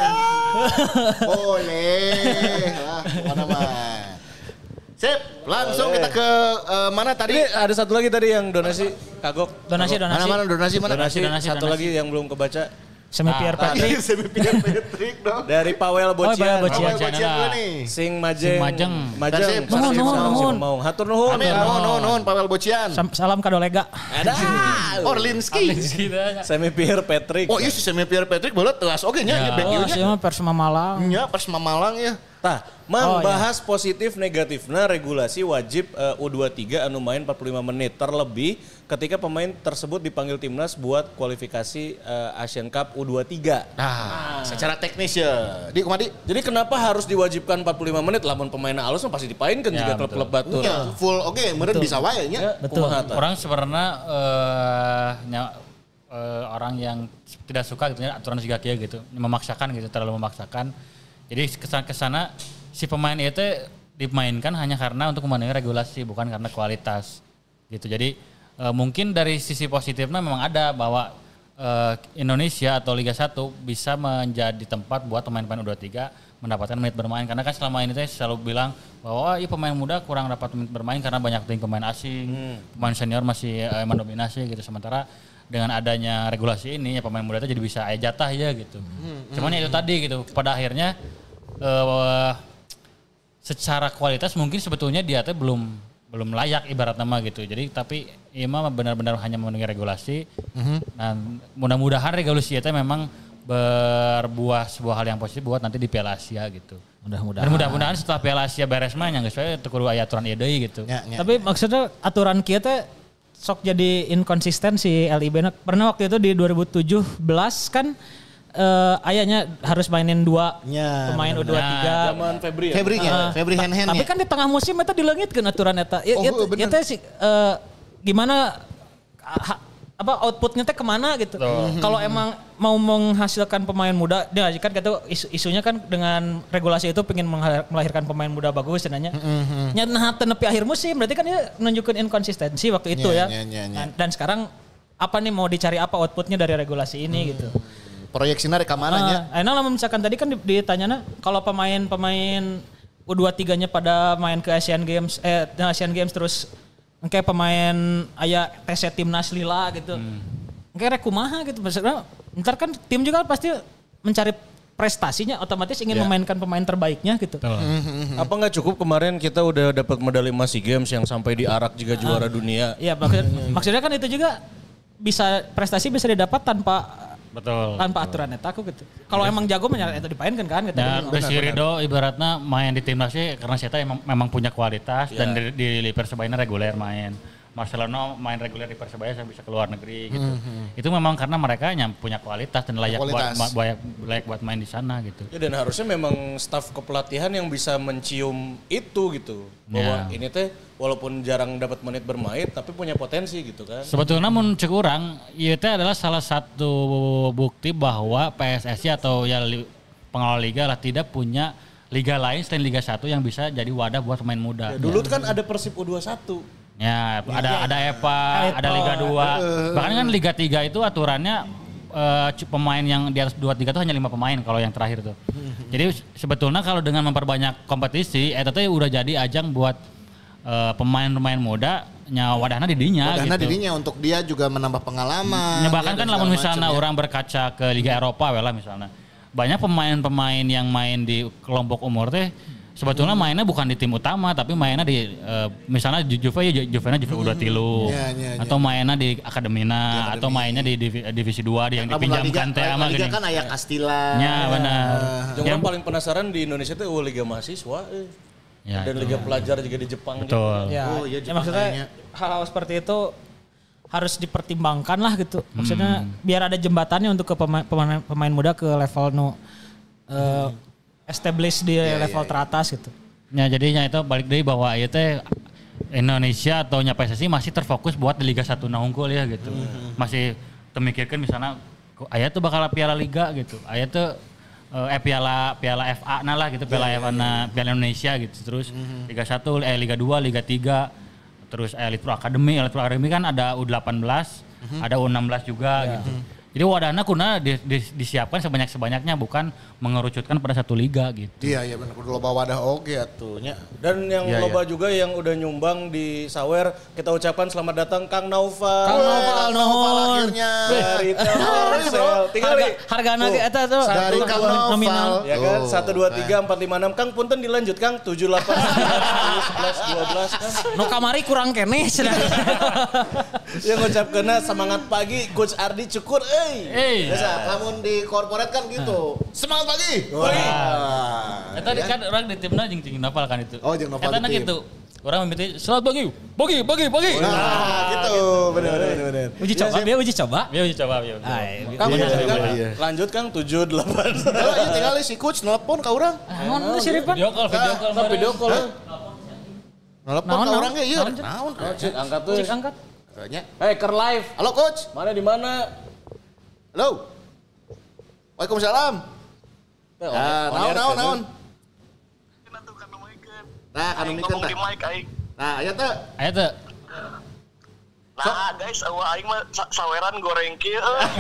Boleh. Lah, mana mah. Sip, langsung Boleh. kita ke uh, mana tadi?
Ini ada satu lagi tadi yang donasi kagok.
Donasi donasi.
Mana mana donasi mana?
Donasi, donasi satu donasi. lagi yang belum kebaca.
Semi Pierre Patrick.
Semi Pierre Patrick dong.
Dari Pawel Bocian.
Oh, Bocian.
Sing Majeng.
Sing Majeng.
Majeng.
Nuhun nuhun
nuhun. Hatur nuhun.
Amin. Nuhun nuhun nuhun Pawel Bocian.
Salam kadolega.
Ada.
Orlinski.
Semi Pierre Patrick.
Oh iya si Semi Pierre Patrick boleh telas oke nya.
Oh sih mah Persema Malang.
Nya Persema Malang ya.
Tah, membahas oh, iya. positif negatifnya regulasi wajib uh, U dua puluh tiga anu main empat puluh lima menit terlebih ketika pemain tersebut dipanggil timnas buat kualifikasi uh, Asian Cup U dua puluh tiga.
Nah, nah, secara teknis ya. Di Kumadi.
Jadi kenapa harus diwajibkan empat puluh lima menit lamun pemainna alus pasti dipainkan ya, jika klub-klub batur.
Ya, full oke, okay, meureun bisa wae nya.
Betul.
Orang sebenarnya uh, nya, uh, orang yang tidak suka gitu ya aturan siga kieu gitu, memaksakan gitu, terlalu memaksakan. Jadi kesana si pemain itu dimainkan hanya karena untuk memenuhi regulasi bukan karena kualitas gitu. Jadi e, mungkin dari sisi positifnya memang ada bahwa e, Indonesia atau Liga satu bisa menjadi tempat buat pemain-pemain U dua puluh tiga mendapatkan menit bermain karena kan selama ini saya selalu bilang bahwa iya pemain muda kurang dapat menit bermain karena banyak tim pemain asing, hmm. pemain senior masih e, mendominasi gitu sementara dengan adanya regulasi ini ya pemain muda itu jadi bisa aya jatah ya gitu. Hmm, Cuman hmm, ya itu hmm. tadi gitu. Pada akhirnya uh, secara kualitas mungkin sebetulnya dia tuh belum belum layak ibarat nama gitu. Jadi tapi ya mah benar-benar hanya memenuhi regulasi. Hmm. Dan mudah-mudahan regulasi itu memang berbuah sebuah hal yang positif buat nanti di Piala Asia gitu.
Mudah-mudahan.
Dan mudah-mudahan setelah Piala Asia beres mah nya geus we teu kudu aya aturan ieu deui gitu.
Ya, ya. Tapi maksudnya aturan kieu teh sok jadi inkonsisten si L I B. Pernah waktu itu di dua ribu tujuh belas kan uh, ayahnya harus mainin dua
Ya,
pemain U dua puluh tiga.
Zaman Febri ya.
Febri nya,
Uh,
Febri hand hand
Tapi kan di tengah musim eta dileungitkeun aturan eta. Ya,
Oh,
ya,
bener.
ya teh sih uh, gimana ha, apa outputnya teh kemana gitu. Kalau emang mau menghasilkan pemain muda, dia kan kata isu, isunya kan dengan regulasi itu pengen melahirkan pemain muda bagus sebenarnya. Mm-hmm. Nah, tenepi akhir musim berarti kan dia menunjukkan inkonsistensi waktu itu
Ya,
ya.
ya, ya, ya.
Dan, dan sekarang apa nih mau dicari apa outputnya dari regulasi ini
Hmm.
gitu.
Proyeksinya rek mana nya?
Uh, enak lah misalkan tadi kan ditanyana kalau pemain-pemain U dua puluh tiga-nya pada main ke Asian Games eh Asian Games terus kayak pemain aya T C timnas lila gitu. Hmm. Kayak rek kumaha gitu maksudnya ntar kan tim juga pasti mencari prestasinya otomatis ingin
Ya.
memainkan pemain terbaiknya gitu.
Apa nggak cukup kemarin kita udah dapat medali emas SEA Games yang sampai diarak juga juara dunia.
Iya maksud, maksudnya kan itu juga bisa prestasi bisa didapat tanpa
Betul.
tanpa aturan eta aku gitu. Kalau emang jago menyala itu dipainkan kan gitu.
Dan si Rido ibaratnya main di timnasnya karena Seta emang memang punya kualitas dan di, di, di Persebaya reguler main. Marcelino main reguler di Persebaya sampai bisa keluar negeri gitu. Mm-hmm. Itu memang karena mereka yang punya kualitas dan layak
Kualitas.
buat layak, layak buat main di sana gitu.
Ya dan harusnya memang staf kepelatihan yang bisa mencium itu gitu. Bahwa
Ya.
ini teh walaupun jarang dapat menit bermain tapi punya potensi gitu kan.
Sebetulnya mun cek urang, ieu teh adalah salah satu bukti bahwa P S S I atau ya li, pengelola liga lah tidak punya liga lain selain Liga satu yang bisa jadi wadah buat pemain muda.
Ya, dulu kan ada Persib U dua puluh satu.
Ya, ada ada E P A, ada Liga dua. Bahkan kan Liga tiga itu aturannya eh, c- pemain yang di atas dua puluh tiga itu hanya lima pemain kalau yang terakhir tuh. Jadi sebetulnya kalau dengan memperbanyak kompetisi, eta teh udah jadi ajang buat eh, pemain-pemain muda nya wadahna di dinya
Wadahna
gitu.
di dinya untuk dia juga menambah pengalaman.
Ya, bahkan
ya,
kan
dan
lamun
segala
misalnya
macam, ya.
orang berkaca ke Liga Eropa we lah misalnya. Banyak pemain-pemain yang main di kelompok umur teh sebetulnya mainnya bukan di tim utama tapi mainnya di uh, misalnya di Juve ya Juve-nya Juve U dua puluh
Ya, ya, ya.
atau mainnya di Akademina atau mainnya di divi- divisi dua di yang
Lamun La Liga-
dipinjamkan teh
La
sama
Liga
gini.
kan aya Castilla.
Ya benar.
Yang
Ya,
orang paling penasaran di Indonesia tuh oh, Liga Mahasiswa eh.
ya,
dan
itu.
Liga Pelajar juga di Jepang.
Betul.
Ya,
Oh, iya,
ya
Jepang
maksudnya
kayaknya.
hal-hal seperti itu harus dipertimbangkan lah gitu. Maksudnya biar ada jembatannya untuk ke pemain, pemain, pemain muda ke level no uh, established di level teratas gitu.
Ya jadinya itu balik dari bahwa ieu teh Indonesia atau nya P S S I masih terfokus buat di Liga satu nah unggul ya gitu. Masih temikirkan misalnya kok aya tuh bakal Piala Liga gitu. Aya tuh eh Piala Piala F A nah lah gitu, Piala F A na Piala Indonesia gitu. Terus Liga satu, eh Liga dua, Liga tiga, terus Elite Pro Academy, Elite Pro Academy kan ada U delapan belas, ada U enam belas juga gitu. Jadi wadahna kuna di, di, disiapkan sebanyak-sebanyaknya bukan mengerucutkan pada satu liga gitu.
Iya, iya benar. Kudu loba wadah oge atuh nya.
Dan yang
Iya,
loba juga yang udah nyumbang di Sawer, kita ucapkan selamat datang Kang Naufal.
Kang Naufal,
Naufal
nuhun.
akhirnya.
Dari Telkomsel. Tinggal
Harga,
di
harga nage eta tuh
Dari
satu
Kang
nominal.
Naufal.
ya kan
Oh,
satu dua tiga empat lima enam Kang punten dilanjut Kang tujuh delapan sembilan sepuluh sebelas dua belas Kang.
No kamari kurang keneh cenah.
Yang ngucapkeuna semangat pagi Coach Ardi Cukur euy.
Eh,
Biasa, lamun di corporate kan gitu. Semangat pagi. Wah.
eta kan orang di timna jeung jeung Noval kan itu.
Oh, jeung Noval
Eta
di tim.
gitu. Orang meminta selamat pagi. Pagi, pagi, pagi.
Nah, gitu. Benar benar benar.
Uji coba, dia uji coba.
Ya uji coba, ya.
Ay,
Kang
Iya,
lanjut,
iya,
Kang.
iya.
Lanjut Kang tujuh delapan.
Kalau ieu tinggal si coach nelpon ka urang.
Naon lu siripan?
Video call, video call.
Nah, video call.
Nelpon
Naon,
ka
naon?
urang ge ieu.
Naon,
Naon?
Cek angkat tuh.
Cik angkat.
Tanya.
Hey, Ker Live.
Halo coach.
Mana di mana?
Halo. Waalaikumsalam.
Eh, on-
Nah,
on
naon
air,
naon
kan?
naon.
Atuh kan ngomongkeun.
Nah, kan
Aing
mikir
ngomong
tah.
di mic aing.
Nah, aya teh.
Aya teh.
Nah, guys, eueuh aing mah sa- saweran goreng kieu.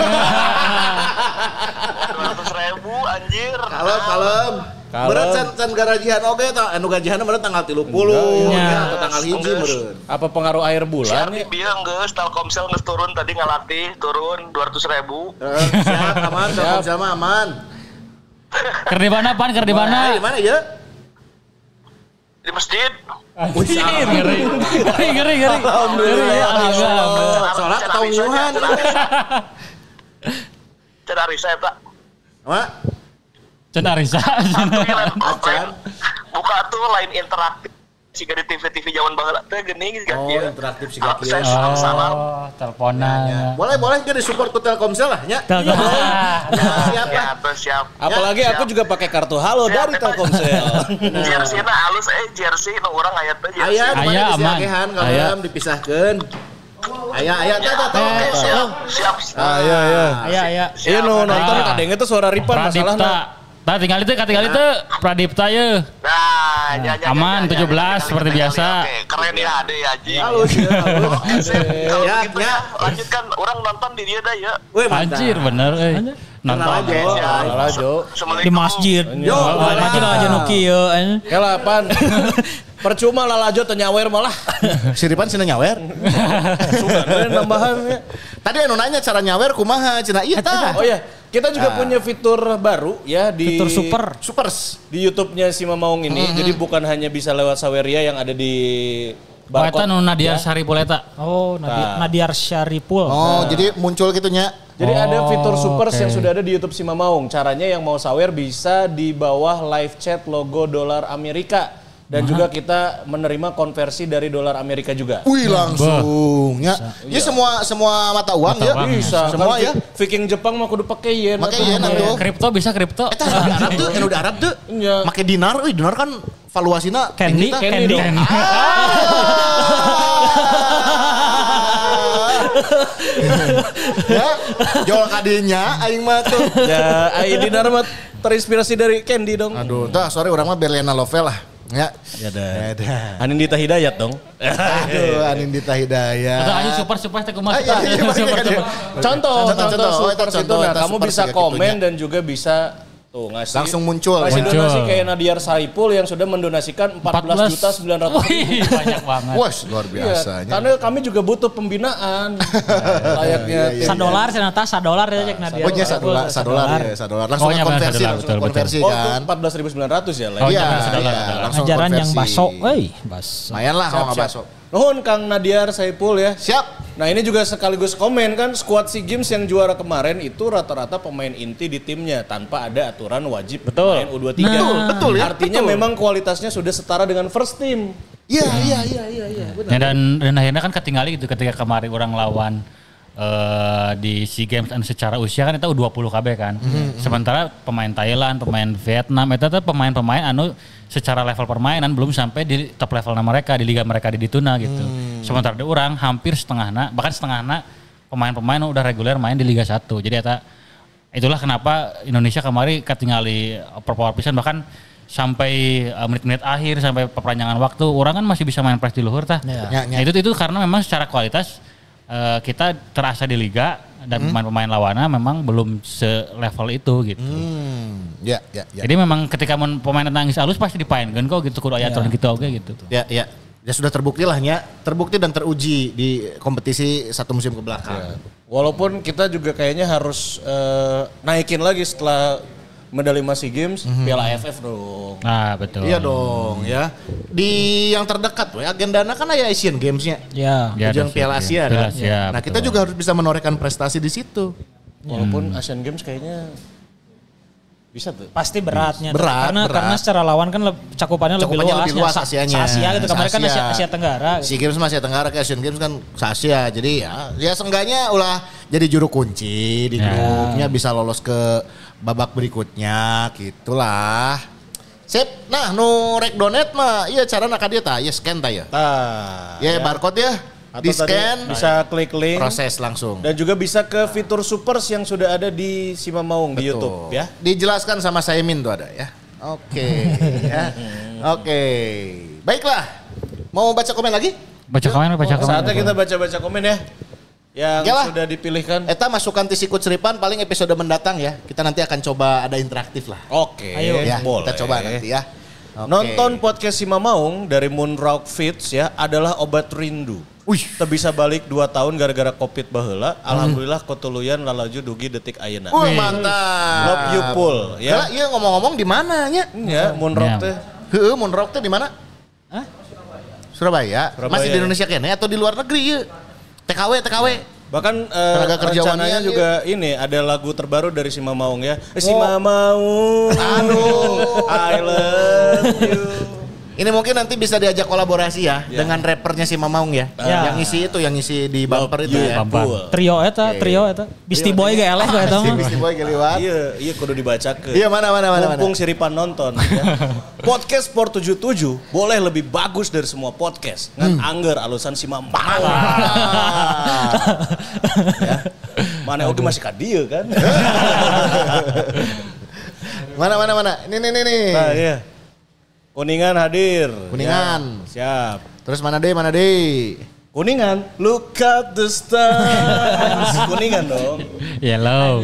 dua ratus ribu anjir.
Kalem, kalem.
Kalem.
Beureut can can garajihan oge tah. Anu gajihanna beureut tanggal tiga puluh
Enggak,
ya,
iya.
atau tanggal hiji beureut.
Apa pengaruh air
Si
bulan
Ardi
ya?
bieu geus Telkomsel geus turun tadi ngalatih turun dua ratus ribu.
Eh, Siap, aman, Telkomsel mah aman.
Keur di mana, Pan? Keur di
Nah,
mana?
di mana ya?
Di masjid.
Anjir, ngeri. Ngeri, ngeri, ngeri.
Alhamdulillah.
Alhamdulillah.
Soalnya ketahuan.
Can Arisa eta.
Apa?
Can Arisa.
Atuh, lain-
Acan.
Buka tuh lain interaktif. siga di T V T V zaman baheula teh geuning siga
Oh,
kieu.
interaktif siga kieu.
Akses salam-salam.
Oh, teleponan.
Boleh boleh jadi support ku Telkomsel lah nya.
Telkom.
Siap lah.
Ya, terus siap.
Apalagi
Ya,
aku
siap.
juga pakai kartu halo
Siap,
dari
Eta.
Telkomsel.
Jersey na halus eh jersey nu urang aya teh jersey.
Aya
Aya,
mana
aman.
disiagehan kalau dipisahkeun. Aya aya teh teh teh.
Oke, siap, siap.
Ah iya iya.
Aya aya.
Iya no nonton
Ah.
kadang itu suara Ripan masalahna.
Pradipta. Tah tinggal itu tinggal itu Pradipta ye.
Nah, ya, ya,
Aman,
ya, ya,
tujuh belas
ya,
seperti
ya, ya,
biasa.
Oke, keren ya Ade ya Ji.
Halus ya, halus.
Oke, sip. Kalau
Ya,
gitu
ya.
ya, lanjutkan orang nonton di dia dah ya.
Weh, mantap.
Anjir bener euy.
Kenal
Nonton.
aja.
Kenal aja.
Assalamualaikum.
Di masjid.
Yo,
Di masjid aja nu kieu.
Kelapan. Percuma lah lajo teu nyawer malah.
Siripan cenah nyawer.
Suka ada nambahan ya.
Tadi anu nanya cara nyawer kumaha cenah ieu tah.
Oh ya, kita juga punya fitur baru ya di
Fitur super.
Supers.
di YouTube-nya si Mamaung ini. Jadi bukan hanya bisa lewat Saweria yang ada di
Oh eta nu Nadia
ya.
Saripul eta.
Oh, Nadia, Nadiar Syaripul.
Oh, jadi muncul gitu nya.
Jadi ada
Oh,
fitur supers
oke.
yang sudah ada di YouTube si Mamaung. Caranya yang mau sawer bisa di bawah live chat logo dolar Amerika. Dan juga kita menerima konversi dari dolar Amerika juga.
Wih langsung ya. Ya semua semua mata uang
Mata
ya.
uang.
Bisa.
Semua
Kan
ya.
Viking Jepang mah kudu pakai yen.
Pakai
atuh.
yen atuh.
Kripto bisa kripto.
Eta anu di Arab tuh, anu di Arab tuh.
Iya.
Make dinar, euy dinar kan valuasina
Candy,
tinggi tah.
Candy
Candy.
dong.
Ya, jual kadinya aing mah tuh.
Ya, ai dinar mah terinspirasi dari Candy dong.
Aduh, dah sorry orang mah Berliana Lovel lah. Ya.
Ya dah.
Ya dah.
Anindita Hidayat dong.
Aduh, Anindita Hidayat.
Atau aja super super teh kumaha.
Ah, iya, iya, iya,
Super,
iya.
super.
Contoh,
Contoh,
contoh,
contoh. Oh, itu
super
contoh,
itu. Nah,
itu
kamu
super
bisa
kayak
komen
gitunya.
dan juga bisa tuh ngasih
Langsung muncul.
Ngasih
Muncul.
donasi kayak Nadiar Saipul yang sudah mendonasikan empat belas juta sembilan ratus
Wih, banyak banget.
Wah, luar
Iya,
biasanya.
karena kami juga butuh pembinaan. Layaknya
Iya, iya,
Sadolar cenah tah sadolar ya cek Nadia.
Oh iya sadolar, sadolar, ya, sadolar. Langsung
Oh, iya, benar,
konversi,
sadolar,
langsung
betul, betul.
konversi
Oh, itu
kan.
empat belas ribu sembilan ratus ya,
Oh,
Lek.
Iya,
jangan sadolar,
iya,
sadolar.
langsung
Ngajaran yang
konversi.
baso, euy, baso.
Lumayan lah kalau
Siap,
nggak
siap.
baso.
Nuhun Kang Nadiar Saipul ya.
Siap.
Nah ini juga sekaligus komen kan squad SEA Games yang juara kemarin itu rata-rata pemain inti di timnya tanpa ada aturan wajib pemain U dua puluh tiga.
Betul, betul ya,
Artinya
betul.
memang kualitasnya sudah setara dengan first team.
Iya, iya, iya, iya, iya.
Ya, dan dan akhirnya kan ketinggalan gitu ketika kemarin orang lawan eh, di SEA Games anu secara usia kan itu U dua puluh K B kan. Sementara pemain Thailand, pemain Vietnam itu tuh pemain-pemain anu secara level permainan belum sampai di top level mereka di liga mereka di Dituna gitu. Sementara ada orang hampir setengahna bahkan setengahna pemain-pemain udah reguler main di Liga satu. Jadi eta itulah kenapa Indonesia kemarin ketinggali overpower pisan bahkan sampai uh, menit-menit akhir sampai perpanjangan waktu orang kan masih bisa main press di luhur tah.
Ya, ya.
Nah, itu itu karena memang secara kualitas uh, kita terasa di liga dan pemain-pemain lawannya memang belum selevel itu gitu.
Hmm, ya, ya, ya.
Jadi memang ketika mun pemain nangis halus pasti dipainkan kok gitu kudu aya aturan gitu oke gitu.
Ya, ya. Ya sudah terbukti lah ya, terbukti dan teruji di kompetisi satu musim ke belakang.
Walaupun kita juga kayaknya harus eh, naikin lagi setelah medali SEA Games Piala A F F dong.
Nah, betul.
Iya dong ya. Di yang terdekat we agendana kan aya Asian Games-nya.
Ya.
Ya,
Ajang
ada
Piala
sih,
Asia
Piala
kan.
Asia,
Nah, kita
betul.
juga harus bisa menorehkan prestasi di situ.
Walaupun Asian Games kayaknya bisa tuh.
Pasti beratnya.
Berat,
karena
berat.
karena secara lawan kan le- cakupannya, lebih
Cakupannya
luas.
lebih luas
Sa-
Asianya.
Asia gitu. Kemarin kan
Asia.
Asia, Asia Tenggara.
SEA Games masih Tenggara ke Asian Games kan se-Asia. Jadi ya, ya seenggaknya ulah jadi juru kunci di
Ya.
grupnya bisa lolos ke babak berikutnya gitulah. Sip. Nah, nu rek donet mah iya cara nak dia tah, ya scan tah ya.
Nah,
Ya, barcode ya.
Atau
Di
tadi
scan
bisa klik link
proses langsung.
dan juga bisa ke fitur supers yang sudah ada di Simamaung di YouTube ya.
Dijelaskan sama saya Min tuh ada ya. Oke ya. Oke. Baiklah. Mau baca komen lagi?
Baca komen, baca komen.
Saatnya kita baca-baca komen ya. Yang
Yalah.
sudah dipilihkan.
Eta masukan tisikut seripan paling episode mendatang ya. Kita nanti akan coba ada interaktif lah.
Oke,
Ayo.
Ya,
boleh.
kita coba nanti ya. Oke.
Nonton podcast Simamaung dari Moonrock Fits ya adalah obat rindu.
Wih.
Kita bisa balik dua tahun gara-gara covid baheula. Alhamdulillah kotuluyan lalaju dugi detik ayeuna.
Wih, mantap.
Love you Pul
Ya,
ya.
iya ngomong-ngomong di mana nya?
Ya, Moonrock
Ya.
teh.
Heeh, Moonrock teh di mana?
Hah?
Surabaya.
Surabaya,
Masih di
ya.
Indonesia kene atau di luar negeri ya? T K W, T K W.
Bahkan eh,
Tenaga kerja
rencananya
wanita,
juga ini ada lagu terbaru dari Simamaung ya. Eh, Simamaung.
Aduh.
I love you.
Ini mungkin nanti bisa diajak kolaborasi ya, ya. dengan rappernya si Mamaung ya.
Ya.
Yang ngisi itu, yang ngisi di bumper itu
yeah,
ya.
bumper.
Trio eta, trio eta. Beastie Boy ge eleh gue eta mah.
Beastie Boy ge liwat.
Iya, iya kudu dibaca ke.
Iya, mana mana mana.
Mumpung siripan nonton. Ya. Podcast Sport tujuh puluh tujuh boleh lebih bagus dari semua podcast. Ngan hmm. angger alusan si Mamaung. Ya. Mana oke masih kadieu kan.
Mana mana mana. Ini nih nih nih.
Nah, iya. Kuningan hadir.
Kuningan.
Ya, siap.
Terus mana deh, mana deh.
Kuningan, look at the stars. Kuningan dong.
Yellow.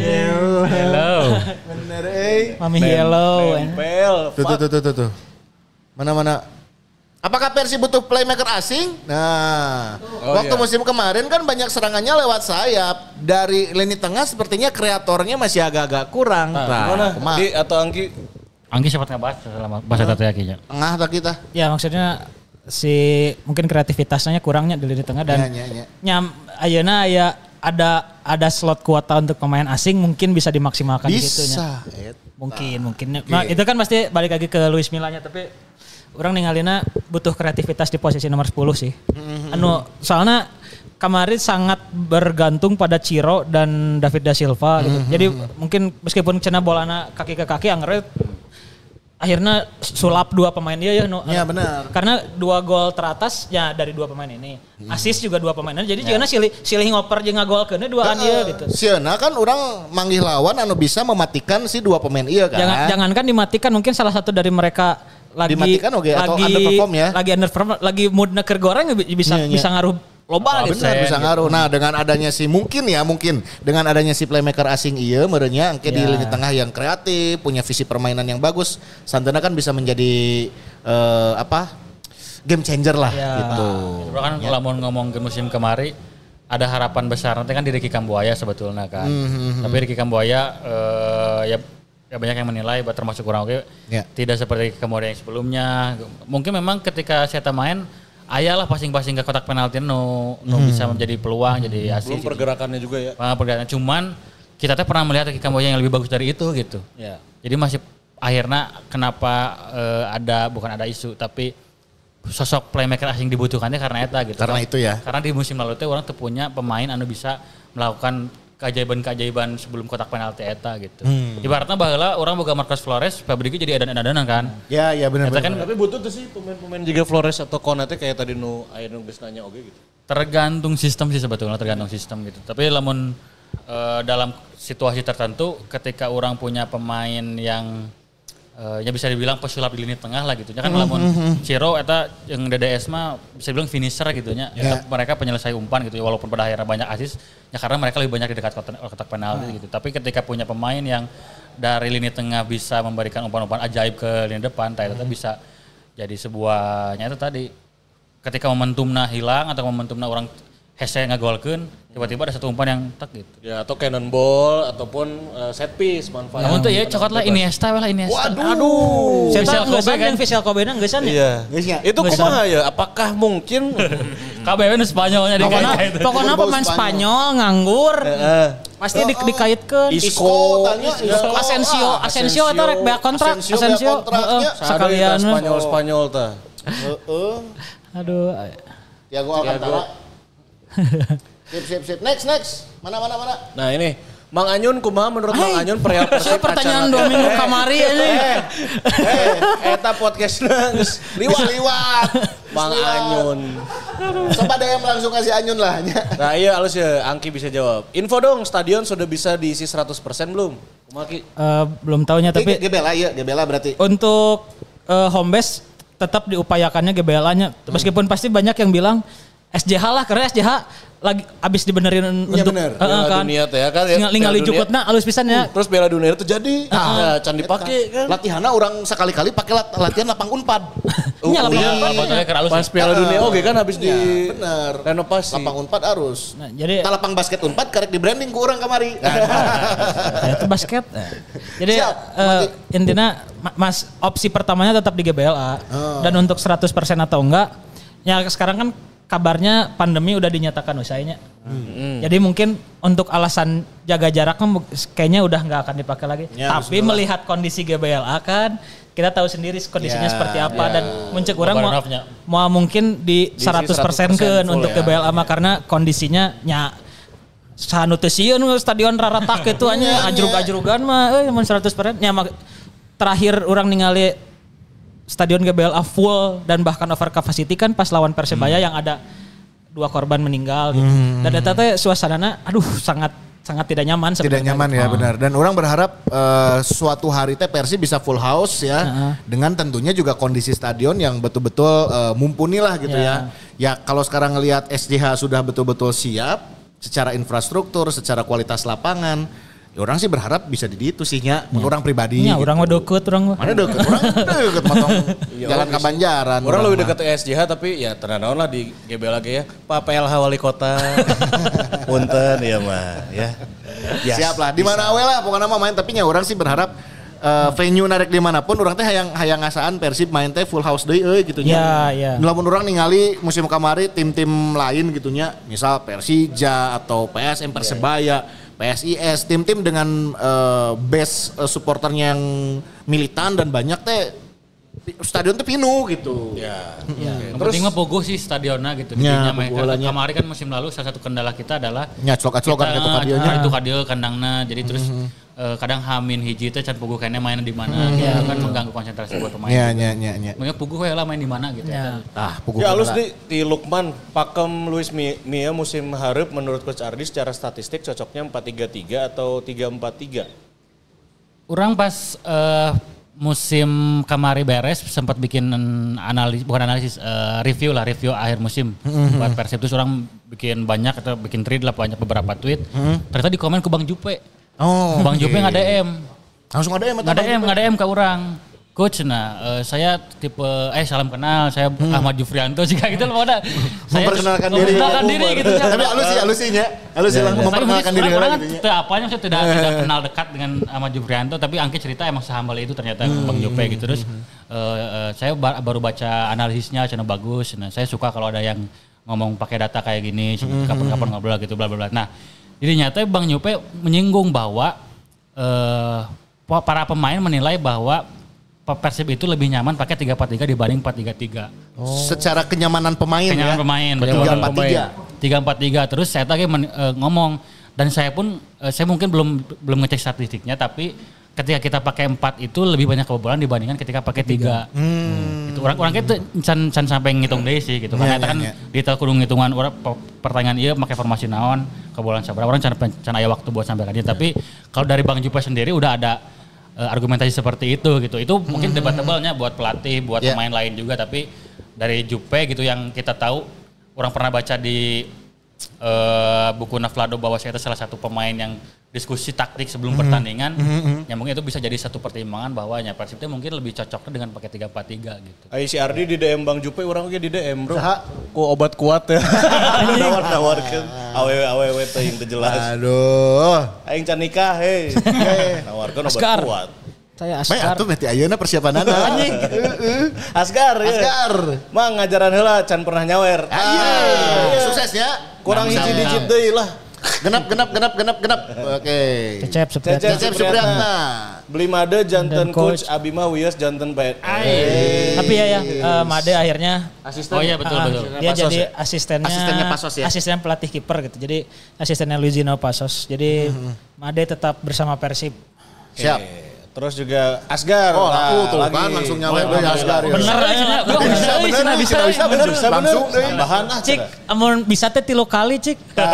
Yellow.
Bener eh.
Mami yellow.
Nempel.
Tuh tuh tuh tuh tuh tuh. Mana mana. Apakah Persib butuh playmaker asing? Nah,
oh,
waktu
iya.
musim kemarin kan banyak serangannya lewat sayap. Dari lini tengah sepertinya kreatornya masih agak-agak kurang.
Nah,
nah,
gimana?
kema-
Di atau Angki?
Anggi sempat ngebahas selama bahasa tatu yakinya.
Tengah tak kita.
Ya maksudnya si mungkin kreativitasnya kurangnya di lini tengah dan
Ya, ya, ya.
nyam ayeuna aya ada ada slot kuota untuk pemain asing mungkin bisa dimaksimalkan gitu nya.
Bisa.
Mungkin mungkin. Nah, itu kan pasti balik lagi ke Luis Millanya tapi orang ningalina butuh kreativitas di posisi nomor sepuluh sih. Mm-hmm. Anu soalnya kemarin sangat bergantung pada Ciro dan David da Silva gitu. Mm-hmm. Jadi mungkin meskipun cenah bolana kaki ke kaki angeret akhirnya sulap dua pemain dia ya. No,
Ya benar.
Karena dua gol teratas ya dari dua pemain ini. Assist juga dua pemain ini. Jadi ya. Jika silih silih ngoper jeung ngagolkeun duaan
Uh,
ieu gitu.
Sieuna kan orang manggih lawan anu bisa mematikan si dua pemain iya kan.
Jangan jangankan dimatikan mungkin salah satu dari mereka lagi
dimatikan oke atau
lagi
underperform ya.
Lagi underperform, lagi mood keur goreng bisa
Iya, iya.
bisa ngaruh loba
Oh,
gitu.
benar, bisa ngaruh. Nah, dengan adanya si mungkin ya, mungkin dengan adanya si playmaker asing iya merenya engke di
Ya.
lini tengah yang kreatif, punya visi permainan yang bagus, Santana kan bisa menjadi eh, apa? game changer lah
Ya.
gitu.
Bro kan kalau mau ngomong ke musim kemari ada harapan besar nanti kan di Ricky Kambuaya sebetulnya kan.
Mm-hmm.
Tapi Ricky Kambuaya eh, ya ya banyak yang menilai termasuk kurang oke.
Ya.
Tidak seperti Kambuaya yang sebelumnya. Mungkin memang ketika saya main ayalah passing-passing ke kotak penalti no, no hmm. bisa menjadi peluang jadi asik.
Belum pergerakannya juga ya.
Gitu. Pergerakan cuman kita teh pernah melihat Ricky Kambuaya yang lebih bagus dari itu gitu.
Ya.
Jadi masih akhirnya kenapa uh, ada bukan ada isu tapi sosok playmaker asing dibutuhkannya karena eta gitu.
Karena itu ya.
Karena di musim lalu teh orang tuh punya pemain anu bisa melakukan keajaiban-keajaiban sebelum kotak penalti eta gitu. Hmm. Ibaratnya baheula orang boga Marcos Flores, Fabrizio jadi edan-edanan kan.
Ya, ya benar
Eta
benar.
kan
Tapi butuh tuh sih pemain-pemain juga Flores atau Konate kayak tadi nu aya nu geus nanya oge gitu.
tergantung sistem sih sebetulnya, tergantung sistem gitu. Tapi lamun uh, dalam situasi tertentu ketika orang punya pemain yang uh, ya bisa dibilang pesulap di lini tengah lah gitu. Ya kan lamun Ciro eta yang D D S mah bisa dibilang finisher gitu nya.
Ya.
Mereka penyelesai umpan gitu ya walaupun pada akhirnya banyak assist ya karena mereka lebih banyak di dekat kotak, kotak penalti gitu. Tapi ketika punya pemain yang dari lini tengah bisa memberikan umpan-umpan ajaib ke lini depan, itu hmm. bisa jadi sebuahnya itu tadi ketika momentumnya hilang atau momentumnya orang hese ngagolkeun tiba-tiba ada satu umpan yang tak gitu.
Ya atau cannonball ataupun uh, set piece manfaat.
Namun tuh ya cokot lah Iniesta lah Iniesta.
Waduh.
Aduh.
Saya
Vissel
tahu
Kobe kan.
yang Vissel Kobe na geusan ya.
Iya.
Geusnya.
Itu kumaha ya? Apakah mungkin
K B W nu Spanyolnya di
Pokoknya
kana itu.
pokoknya
Berbau
pemain
Spanyol.
Spanyol nganggur.
Heeh.
Pasti di, dikaitkeun.
Isco tanya Isco.
Asensio,
Ah,
Asensio eta rek bea kontrak.
Asensio bea
Asensio.
kontraknya.
heeh, sekalian.
Spanyol-Spanyol tah.
Heeh.
Aduh.
Thiago Alcantara. Sip sip sip. Next next. Mana mana mana.
Nah ini Mang Anyun kumaha menurut Mang
Hai.
Anyun perihal Persib
Pertanyaan
acan-
dua minggu kamari ini.
Eh,
Eta podcastna geus liwat.
liwat.
Mang Anyun.
Coba deh yang langsung kasih Anyun lah.
Nah iya halus ya Angki bisa jawab. Info dong stadion sudah bisa diisi seratus persen belum? Kumaha Ki?
Eh, belum tahunya tapi
G B L A ya, G B L A berarti.
untuk eh, home base tetap diupayakannya G B L A-nya. Meskipun pasti banyak yang bilang S J H lah karena S J H lagi abis dibenerin
Iya,
untuk
bener.
Heeh,
Piala
kan.
dunia teh ya kan ya.
Tinggal ningali
Piala dunia.
jukutna alus pisan ya.
Terus Piala Dunia itu jadi. Nah, can dipake kan.
Latihannya orang sekali-kali pakai lat- latihan lapang unpad.
Iya, lapang
Iya.
unpad.
Fotonya ke halus.
Pas Piala Dunia oke kan habis di
Iya, bener.
renovasi.
Lapang unpad harus.
Nah, jadi
Nah, lapang basket unpad karek di branding ke orang kamari.
ya, itu basket. Jadi
Siap,
eh, intinya ma- Mas opsi pertamanya tetap di G B L A.
Oh.
Dan untuk seratus persen atau enggak ya sekarang kan kabarnya pandemi udah dinyatakan usainya. Hmm. Jadi mungkin untuk alasan jaga jarak kayaknya udah nggak akan dipakai lagi. Ya, tapi melihat kondisi G B L A kan kita tahu sendiri kondisinya ya, seperti apa ya. Dan muncul orang mau, mau mungkin di, di seratus persen kan untuk ya. G B L A mah karena kondisinya nya sanu teu sieun stadion raratak itu hanya ajrug-ajrugan mah euy mun seratus persen nya terakhir orang ningali stadion G B L A full dan bahkan over capacity kan pas lawan Persebaya hmm. yang ada dua korban meninggal gitu. Hmm. Dan eta teh suasanana aduh sangat sangat tidak nyaman
sebenarnya. Tidak nyaman ya oh. benar. Dan orang berharap uh, suatu hari teh Persib bisa full house ya uh-huh. dengan tentunya juga kondisi stadion yang betul-betul uh, mumpuni lah gitu yeah. ya. Ya kalau sekarang ngelihat S J H sudah betul-betul siap secara infrastruktur, secara kualitas lapangan. Ya orang sih berharap bisa di itu sih nya, menurut orang pribadi.
Ya,
gitu.
Orang mah deket orang mah.
Mana deket? Orang deket motong jalan ke Banjaran.
Orang lebih dekat S J H tapi ya tenan lah di G B L lagi ya. Pak P L H wali kota. Punten ya mah ya.
Yes, siap lah. Di mana we lah pokoknya mah main tapi nya orang sih berharap uh, venue narek dimanapun orang teh hayang hayang ngasaan Persib main teh full house deui euy gitu nya.
Ya, ya.
Lamun orang ningali musim kamari tim-tim lain gitu nya, misal Persija atau P S M Persebaya, P S I S, tim-tim dengan uh, base uh, supporternya yang militan dan banyak teh stadion teh penuh gitu.
Ya. ya. Yang penting mah pogo sih stadionnya gitu. Ya, kemarin kan musim lalu salah satu kendala kita adalah
nyaclok-aclokan gitu kadieunya.
Itu kadieu kandangna jadi terus mm-hmm. uh, kadang hamin hiji teh can pogo kene main di mana mm-hmm. gitu kan mengganggu konsentrasi buat pemain.
Iya iya iya iya.
Mungkin pogo we lah main di mana gitu ya.
Ah, pogo. Ya alus di, di Lukman Pakem Luis Mia musim hareup menurut Coach Ardi secara statistik cocoknya empat tiga tiga atau tiga empat tiga.
Orang pas uh, musim kemarin beres sempat bikin analisis bukan analisis uh, review lah review akhir musim mm-hmm. buat Persib terus orang bikin banyak atau bikin thread lah banyak beberapa tweet mm-hmm. ternyata di komen ke Bang Jupe oh Bang okay. Jupe nggak D M
langsung nggak D M
nggak D M nggak D M ke orang coach nah uh, saya tipe eh salam kenal saya hmm. Ahmad Jufrianto jika gitu loh ada saya
memperkenalkan diri
memperkenalkan diri gitu
tapi halus sih halusinya halus sih langsung memperkenalkan diri
orang kan tidak apanya saya tidak tidak kenal dekat dengan Ahmad Jufrianto tapi angke cerita emang sehambal itu ternyata hmm. Bang Jupe gitu terus uh, uh, saya baru baca analisisnya channel bagus nah saya suka kalau ada yang ngomong pakai data kayak gini kapan-kapan ngobrol gitu bla bla bla nah jadi nyata Bang Jupe menyinggung bahwa uh, para pemain menilai bahwa Persib itu lebih nyaman pakai tiga empat tiga dibanding empat tiga tiga.
Oh. Secara kenyamanan pemain
kenyamanan
ya.
pemain.
tiga empat tiga.
tiga empat tiga terus saya tadi men, uh, ngomong dan saya pun uh, saya mungkin belum belum ngecek statistiknya tapi ketika kita pakai empat itu lebih banyak kebobolan dibandingkan ketika pakai tiga. Hmm. Itu orang-orang itu can can sampai ngitung deh sih gitu. Karena ya, kan ya. Di kudu ngitungan orang pertanyaan ieu pakai formasi naon, kebobolan sabar orang can can aya waktu buat sampai kan. Tapi kalau dari Bang Jupe sendiri udah ada Uh, argumentasi seperti itu gitu. Itu mungkin debatable-nya buat pelatih, buat yeah. pemain lain juga tapi dari Jupe gitu yang kita tahu orang pernah baca di uh, buku Navlado bahwa saya itu salah satu pemain yang diskusi taktik sebelum mm-hmm. pertandingan mm-hmm. yang mungkin itu bisa jadi satu pertimbangan bahwa ya Persib itu mungkin lebih cocoknya dengan pakai tiga empat tiga gitu.
Ai si Ardi di D M Bang Jupe orang ge di D M bro. Ku obat kuat ya. Nawar-nawarkeun awewe-awewe teh yang jelas.
Aduh.
Aing can nikah hei. Nawarkeun obat kuat.
Saya Asgar.
Bae atuh meh ti ayeuna persiapanana anjing.
Asgar ya.
Asgar.
Mang ngajaran heula can pernah nyawer.
Ah, suksesnya.
Kurang hiji digit deui lah.
Genap, genap, genap, genap, genap. Oke.
Cecep Supriyatna.
Cecep Supriyatna.
Beli Made janten coach, coach Abima Wias janten Pet.
Tapi ya ya uh, Made akhirnya
asisten. Oh iya betul uh, betul.
Dia jadi ya? asistennya
asistennya Pasos ya.
Asisten pelatih kiper gitu. Jadi asistennya Luizino Pasos. Jadi mm-hmm. Made tetap bersama Persib.
Siap.
Okay. Terus juga Asgar.
Oh, nah, tuh lagi. Kan langsung nyawer oh, ya Asgar.
Bener ya.
Bisa, bisa, bisa, bisa, bener. Langsung
tambahan ah.
Cik, amun bisa teh tilu kali, Cik.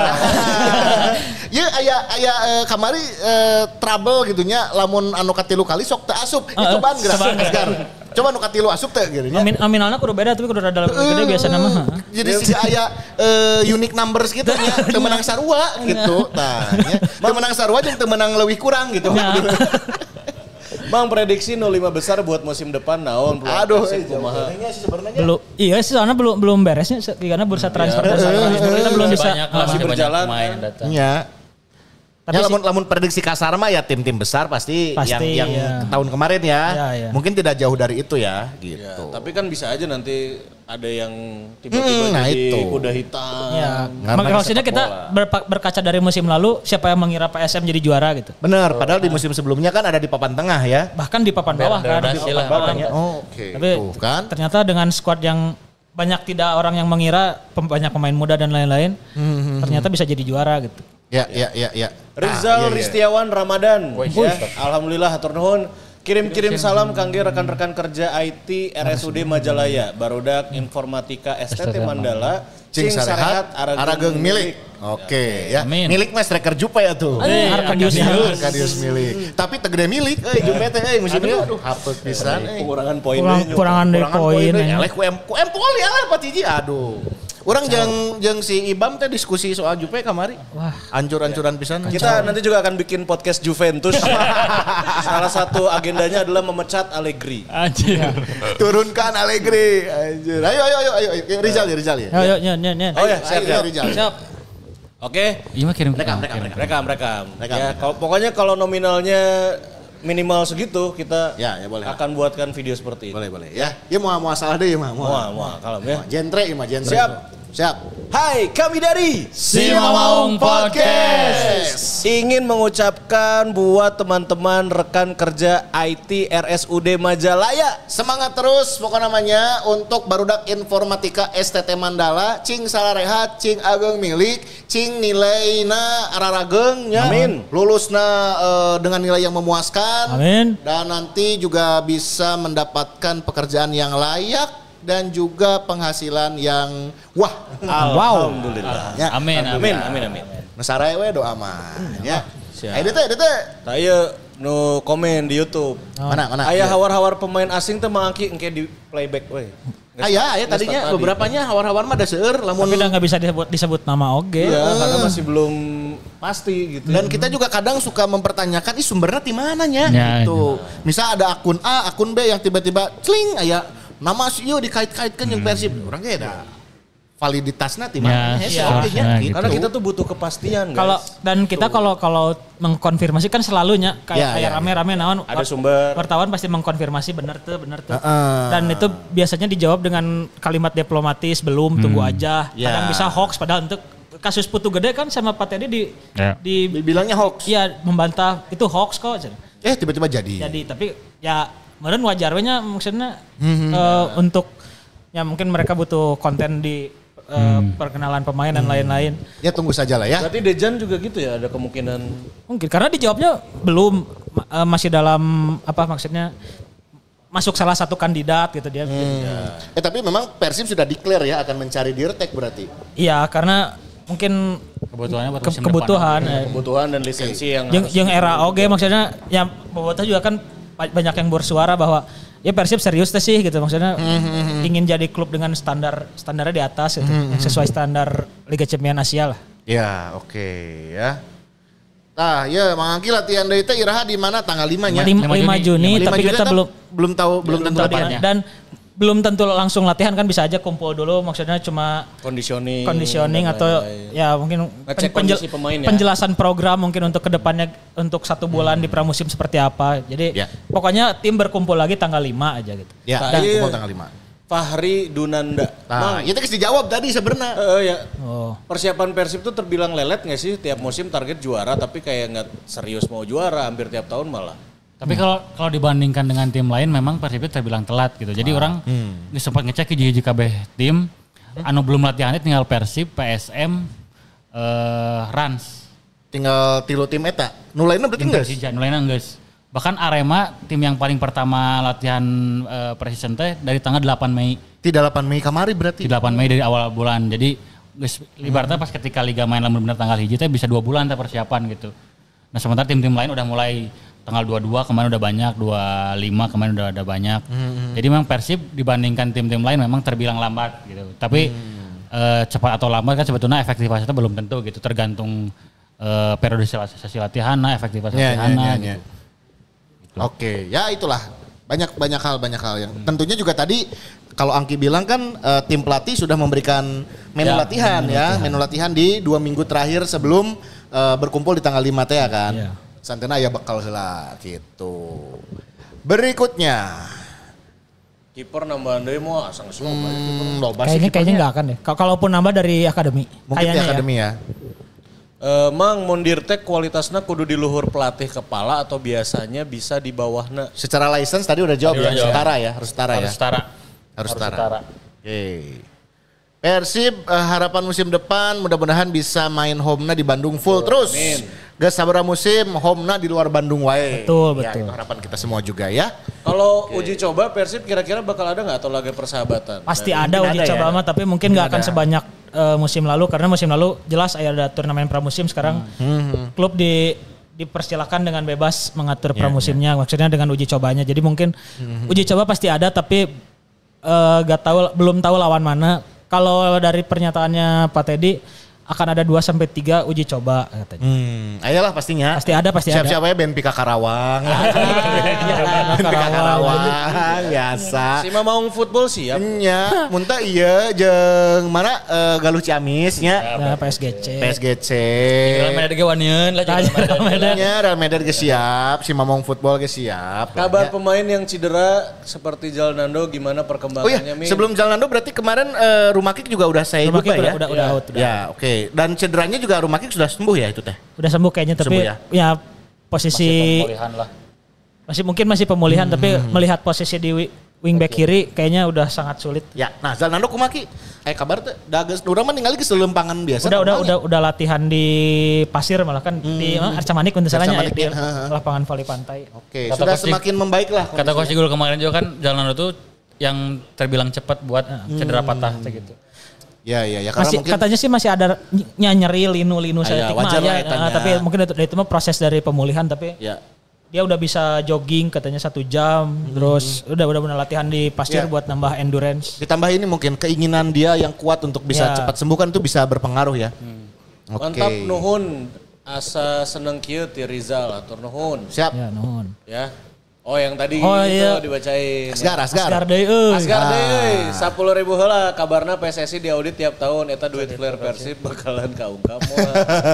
Ya aya aya kamari trouble gitu nya lamun anu katilu kali sok teu asup. Cobaan geus Asgar. Coba nu katilu asup teh gitu nya.
Amin aminalna kudu beda tapi kudu rada gede biasa nama.
Jadi si aya unique numbers gitu nya, teu menang sarua gitu. Tah, nya. Teu menang sarua jeung teu menang leuwih kurang gitu.
Bang prediksi nol lima besar buat musim depan naon?
Aduh, kumaha?
Belum, iya sih soalnya belum belum beresnya karena bursa transfer kita belum bisa
masih berjalan.
Iya. Tapi ya, lamun lamun prediksi kasar mah ya tim-tim besar pasti, pasti yang yang ya. tahun kemarin ya. Ya, ya. Mungkin tidak jauh dari itu ya, gitu. Ya,
tapi kan bisa aja nanti ada yang tiba-tiba
Hmm, nah
jadi
itu.
kuda hitam.
Ya,
Karena
maksudnya
sepak
kita
bola.
berpa- berkaca dari musim lalu siapa yang mengira P S M jadi juara gitu.
Benar, padahal di musim sebelumnya kan ada di papan tengah ya.
Bahkan di papan bawah kan.
Berdasi lah.
Papan-
Oh, oke.
Tapi
Tuh kan.
ternyata dengan skuad yang banyak tidak orang yang mengira pem- banyak pemain muda dan lain-lain, ternyata bisa jadi juara gitu.
Ya, ya, ya, ya.
Rizal
Ah, iya, iya.
Ristiawan Ramadan. Ya, alhamdulillah hatur nuhun. Kirim-kirim salam kangge rekan-rekan kerja I T R S U D Majalaya, Barudak Informatika S T T Mandala,
Cing Sarehat, Arageng milik. Oke, ya.
Amin.
Milik Mas Reker Jupe ya tuh.
Eh, Arkadius Milik.
Arkadius milik. Tapi tegede milik, eh Jupe teh euy musim ieu aduh hapus pisan euy.
Pengurangan poin
Kurang
deh.
kurangan dari
Kurangan
poin.
deui.
ya.
Eleh ku M ku M poli lah patiji aduh. Urang jeung jeung si Ibam teh diskusi soal Jupe kamari.
Wah.
Ancur-ancuran pisan.
Kita nanti juga akan bikin podcast Juventus. Salah satu agendanya adalah memecat Allegri.
Anjir.
Turunkan Allegri. Anjir. Ayo ayo ayo ayo ayo. Rizal ya Rizal ya.
Ayo, yuk, yuk, yuk.
Oh ya, siap,
Ayo,
siap.
Rizal.
Siap.
Oke.
Iya mah kirim
Rekam, rekam,
kirim.
rekam.
Rekam, rekam.
Rekam,
Ya,
rekam.
kalau pokoknya kalau nominalnya minimal segitu kita
Ya, ya boleh.
akan buatkan video seperti ini.
Boleh boleh ya. Ya mau mau salah deh ya mau.
Wah, wah, kalau ya.
Genre ya mah genre.
Siap.
Siap.
Hai, kami dari
Si Mamaung Podcast.
ingin mengucapkan buat teman-teman rekan kerja I T R S U D Majalaya.
Semangat terus pokoknya namanya untuk Barudak Informatika S T T Mandala, Cing Salarehat, Cing Ageng milik, Cing nilainya Ararageng nya.
Amin.
Lulusna eh, dengan nilai yang memuaskan.
Amin.
Dan nanti juga bisa mendapatkan pekerjaan yang layak dan juga penghasilan yang wah.
Alhamdulillah.
Ya.
Amin,
Amin,
amin.
amin, amin.
Nusarae we doa mah. Ya.
Siap.
Eh dete dete.
Saya nu komen di YouTube.
Mana mana.
Ayah
Iya.
hawar-hawar pemain asing teh mangki engke di playback we.
Ah ya, ya tadinya beberapanya hawar-hawar mah ada seueur lamun
Tapi udah nggak bisa disebut disebut nama oge.
Iya, karena masih belum pasti gitu.
dan kita juga kadang suka mempertanyakan ih sumbernya di mananya
Ya,
gitu. Misal ada akun A, akun B yang tiba-tiba cling aya nama si ieu dikait-kaitkan yang Persib. Urang ge da validitasna di mana?
Ya,
Hese
ya,
oge nya
ya,
gitu.
Karena kita tuh butuh kepastian, guys.
Kalau dan kita kalau kalau mengkonfirmasi kan selalunya kayak
Ya,
kayak
ya,
rame-rame naon
Ada
war-
sumber.
wartawan pasti mengkonfirmasi benar tuh benar tuh.
Heeh.
Dan itu biasanya dijawab dengan kalimat diplomatis belum tunggu aja.
Ya.
Kadang bisa hoax padahal untuk kasus Putu Gede kan sama Pak Teddy di
Ya.
di
bilangnya hoax.
ya membantah itu hoax kok. Cenah.
Eh tiba-tiba jadi.
Jadi tapi ya meureun wajar we nya maksudnya eh, untuk ya mungkin mereka butuh konten di eh, perkenalan pemain dan lain-lain.
Ya tunggu saja lah ya.
Berarti Dejan juga gitu ya, ada kemungkinan.
Mungkin karena dijawabnya belum ma- eh, masih dalam apa maksudnya masuk salah satu kandidat gitu dia.
Eh tapi memang Persib sudah declare ya akan mencari Dirtek berarti.
Iya karena mungkin
Kebutuhannya buat
ke-
musim
kebutuhan
depan.
eh.
Kebutuhan dan lisensi yang
yang,
harus
yang era oge maksudnya ya Bobotoh juga kan ba- banyak yang bersuara bahwa ya Persib serius tuh sih gitu maksudnya ingin jadi klub dengan standar standarnya di atas gitu yang sesuai standar Liga Champions Asia lah.
Ya oke ya. Nah ya Mang Angki latihan dari teh Iraha di mana tanggal lima nya?
Lima- lima Juni,
lima
tapi
Juni
kita
kan
belum
belum tahu belum tentu
tahu
apa.
dia. Dan belum tentu langsung latihan kan bisa aja kumpul dulu maksudnya cuma
conditioning,
conditioning
dan
atau
lain-lain.
ya mungkin
Ngecek
penjel-
kondisi pemain ya.
penjelasan program mungkin untuk kedepannya untuk satu bulan di pramusim seperti apa. Jadi
Ya.
pokoknya tim berkumpul lagi tanggal lima aja gitu.
Ya,
Nah,
dan
iya.
kumpul tanggal lima.
Fahri Dunanda.
Nah, itu harus dijawab tadi sebenarnya.
Eh, ya.
Oh.
Persiapan Persib tuh terbilang lelet nggak sih? Tiap musim target juara tapi kayak nggak serius mau juara hampir tiap tahun malah.
Tapi kalau kalau dibandingkan dengan tim lain memang Persib itu terbilang telat gitu. Jadi orang geus sempat ngecek hiji-hiji kabeh tim anu belum latihannya tinggal Persib, P S M, eh Rans.
Tinggal tilu tim eta. Nu lainna berarti
Tim
enggak?
Persija, nu lainna geus. Bahkan Arema tim yang paling pertama latihan eh, pre-season teh dari tanggal delapan Mei.
Di delapan Mei kamari berarti.
Di delapan Mei dari awal bulan. Jadi geus ibaratnya pas ketika liga main lamun bener tanggal hiji teh bisa dua bulan teh persiapan gitu. Nah sementara tim-tim lain udah mulai tanggal dua puluh dua kemarin udah banyak, dua puluh lima kemarin udah ada banyak. Jadi memang Persib dibandingkan tim-tim lain memang terbilang lambat gitu. Tapi eh, cepat atau lambat kan sebetulnya efektivitasnya belum tentu gitu. Tergantung eh, periodisasi latihan, nah, efektivitas
Ya,
latihan
ya, ya,
gitu.
ya. Oke, ya itulah banyak banyak hal banyak hal yang tentunya juga tadi kalau Angki bilang kan eh, tim pelatih sudah memberikan menu
Ya,
latihan
menu
ya,
latihan.
menu latihan di dua minggu terakhir sebelum eh, berkumpul di tanggal lima teh ya kan.
Iya.
Santena ya bakal heula gitu. Berikutnya
Kiper nambahan deui mah asal geus loba.
Hmm, loba sih
Kayaknya kayaknya
kipernya.
nggak akan deh. Ka- Kalaupun nambah dari akademi.
Mungkin di
Kayaknya ya.
akademi ya.
Eh, Mang Mondir teh kualitasna kudu di luhur pelatih kepala atau biasanya bisa di bawahna?
Secara license tadi udah jawab
Tadi
ya,
udah jawab.
setara ya, harus setara
Harus
ya.
setara.
Harus setara.
setara.
Oke. Persib eh, harapan musim depan mudah-mudahan bisa main home-na di Bandung full terus. Gak sabar musim home-na di luar Bandung wae.
Betul,
Ya,
betul.
itu harapan kita semua juga ya.
Kalau uji coba Persib kira-kira bakal ada nggak atau laga persahabatan?
Pasti
Dari-
ada uji
ada
coba
ya.
mah, tapi mungkin nggak akan sebanyak eh, musim lalu karena musim lalu jelas ada turnamen pramusim, sekarang klub di dipersilakan dengan bebas mengatur pramusimnya, maksudnya dengan uji cobanya. Jadi mungkin uji coba pasti ada, tapi eh, nggak tahu belum tahu lawan mana. Kalau dari pernyataannya Pak Teddy akan ada dua sampai tiga uji coba katanya.
Hmm, ayolah pastinya.
Pasti ada, pasti ada.
Siap-siap aja band Pika Karawang. Band Pika Karawang biasa.
Si Mamaung Football siap.
Nya, muntah iya jeung mana eh, Galuh Ciamis nya.
Nah, P S G C.
P S G C.
Real Madrid ge wanian lah
Nah,
juga.
Real Madrid.
Nya Real Madrid ge siap, si Mamong Football ge siap.
Kabar
Ya.
pemain yang cedera seperti Jalnando gimana
Oh
perkembangannya
iya,
Min?
sebelum Jalnando berarti kemarin eh, Rumah Kick juga udah saya
Rumah
goodbye
Kick
ya?
udah- udah
Ya.
out, udah
Ya, oke. Dan cederanya juga Rumah Kick sudah sembuh ya itu teh?
Udah sembuh kayaknya, tapi
Sembuh
ya,
ya?
posisi
Pemulihan lah.
masih mungkin masih pemulihan, tapi melihat posisi di wi- wingback kiri kayaknya udah sangat sulit.
Ya, nah Jalnando kumaha Ki? Eh kabar teh dages urang mah ningali geus lempangan biasa.
Udah udah
normalnya.
udah udah latihan di pasir, malah kan di eh, Arca Manik untuk salahnya
Arca Manik,
di
ya. Ha, ha.
lapangan voli pantai.
Oke,
Kata
sudah
Coach
semakin membaik lah.
Kata Coach Igul kemarin juga kan Jalnando tuh yang terbilang cepat buat cedera patah kayak gitu.
Ya, ya, ya karena
Masih
mungkin
katanya sih masih ada ny- nyeri linu-linu
Ah,
saya
ya, wajar lah etanya.
tapi mungkin itu, itu mah proses dari pemulihan, tapi
ya.
dia udah bisa jogging katanya satu jam, terus udah udah benar latihan di pasir
Ya.
buat nambah endurance.
Ditambah ini mungkin keinginan dia yang kuat untuk bisa
Ya.
cepat sembuh kan itu bisa berpengaruh ya. Oke.
Mantap nuhun asa seneng kieu ti Rizal atur nuhun
Siap.
Ya, nuhun.
ya. Oh yang tadi
Oh,
itu
iya.
dibacain.
Asgar, asgar.
Asgar deui euy.
Asgar
Ah.
deui, sepuluh ribu heula kabarna P S S I diaudit tiap tahun eta duit flare Persib bakalan kaungkap moal.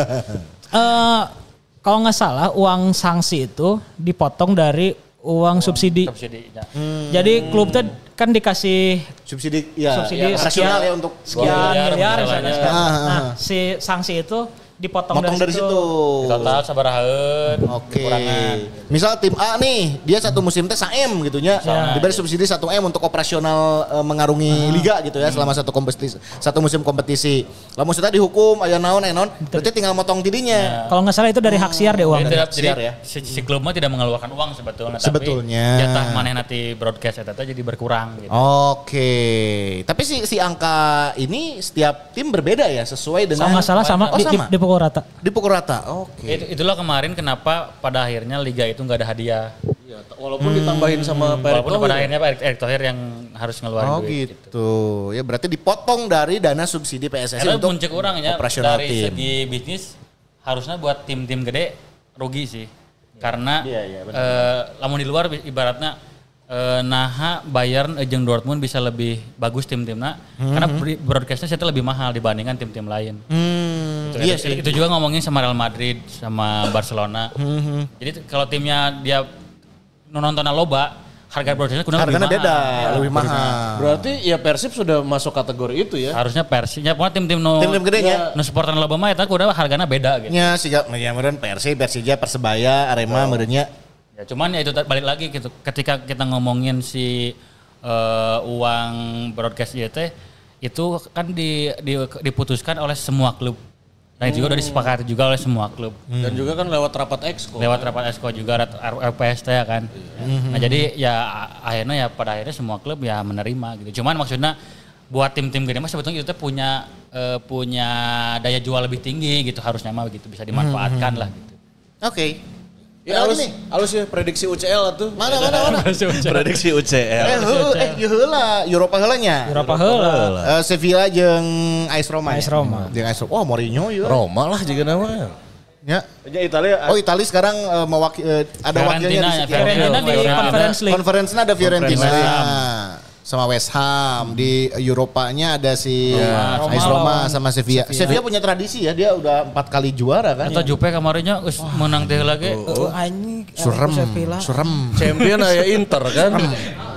Eh, kalau nggak salah uang sanksi itu dipotong dari uang subsidi.
Subsidi. Ya.
Jadi klub tuh kan dikasih
Subsidi ya,
subsidi
ya, rasional
sekian,
ya untuk
sekian
miliar
miliar,
misalnya.
misalnya.
Ah, ah,
Nah,
ah.
si sanksi itu dipotong
Potong dari situ.
Total sabaraheun.
Oke.
Kekurangan.
Misal tim A nih, dia satu musim teh satu M gitu nya.
Ya.
Diberi subsidi satu M untuk operasional eh, mengarungi liga gitu ya selama satu kompetisi, satu musim kompetisi. Lah maksudnya dihukum aya naon aya naon, berarti tinggal motong tidinya.
Kalau nggak salah itu dari hak siar deh
Jadi,
uangnya.
tidak,
Siar
jadi
ya.
si, si klub mah tidak mengeluarkan uang sebetulnya.
Sebetulnya.
Tapi jatah maneh nanti broadcast eta teh jadi berkurang gitu.
Oke. Tapi si si angka ini setiap tim berbeda ya sesuai dengan
Sama salah sama,
Oh,
di, di,
sama.
di pukul rata.
Dipukul rata. Oke.
Itu, itulah kemarin kenapa pada akhirnya liga itu nggak ada hadiah.
Ya, walaupun ditambahin sama Pak Erick
Walaupun pada
Thohir.
akhirnya Pak Erick, Erick Thohir yang harus ngeluarin
Oh
duit.
gitu. Ya berarti dipotong dari dana subsidi P S S I
Karena
untuk
muncul orang ya
operasional
dari
tim.
segi bisnis harusnya buat tim-tim gede rugi sih. Karena
Iya, iya, benar.
eh, lamun di luar ibaratnya eh, naha Bayern eh, jeung Dortmund bisa lebih bagus tim-timna karena bri- broadcastnya itu lebih mahal dibandingkan tim-tim lain.
Hmm,
Itu,
iya
itu,
sih.
itu juga ngomongin sama Real Madrid sama Barcelona. Jadi t- kalau timnya dia nontonnya loba, harga broadcastnya kudu
Harganya
lebih
beda,
mahal.
lebih mahal.
Berarti ya Persib sudah masuk kategori itu ya.
Harusnya Persinya pokoknya tim-tim no
Tim-tim gedenya.
no supportan loba mah eta kudu harganya beda gitu.
Nya siga ya meureun Persib, Persija, Persebaya, Arema meureunnya.
Ya cuman ya itu ta- balik lagi gitu. Ketika kita ngomongin si eh, uang broadcast I T itu kan di, di- diputuskan oleh semua klub. Nah itu juga udah disepakati juga oleh semua klub.
Dan juga kan lewat rapat exco.
Lewat rapat esko juga rat- R- R P S T ya kan. Nah jadi ya a- akhirnya ya pada akhirnya semua klub ya menerima gitu. Cuman maksudnya buat tim-tim gede mah sebetulnya itu teh punya eh, punya daya jual lebih tinggi gitu harusnya mah gitu bisa dimanfaatkan lah gitu.
Oke.
Ya
Nah,
halus,
ini.
halus ya prediksi U C L tuh.
Mana mana mana.
Prediksi U C L.
Eh heuh eh ieu heula, Eropa heula nya.
Eropa heula.
Eh, Sevilla jeung AS Roma.
AS
ya?
Roma.
Jeung AS Roma. Oh, Mourinho ieu.
Roma lah juga namanya.
Ya.
Ya Italia.
Oh, Italia sekarang eh, mewaki- eh, ada wakilnya
Fiorentina
di
ya,
situ.
Fiorentina di
Fiorentina.
Conference League.
Conference-nya ada Fiorentina.
West Ham.
Sama West Ham. Di Eropanya ada si
Roma.
AS
Roma
Roma
lawan
sama Sevilla. Sevilla punya tradisi ya, dia udah empat kali juara kan.
Atau Jupe kemarinnya us menang teh lagi.
Oh, anjing.
Surem, surem.
Champion aya Inter kan.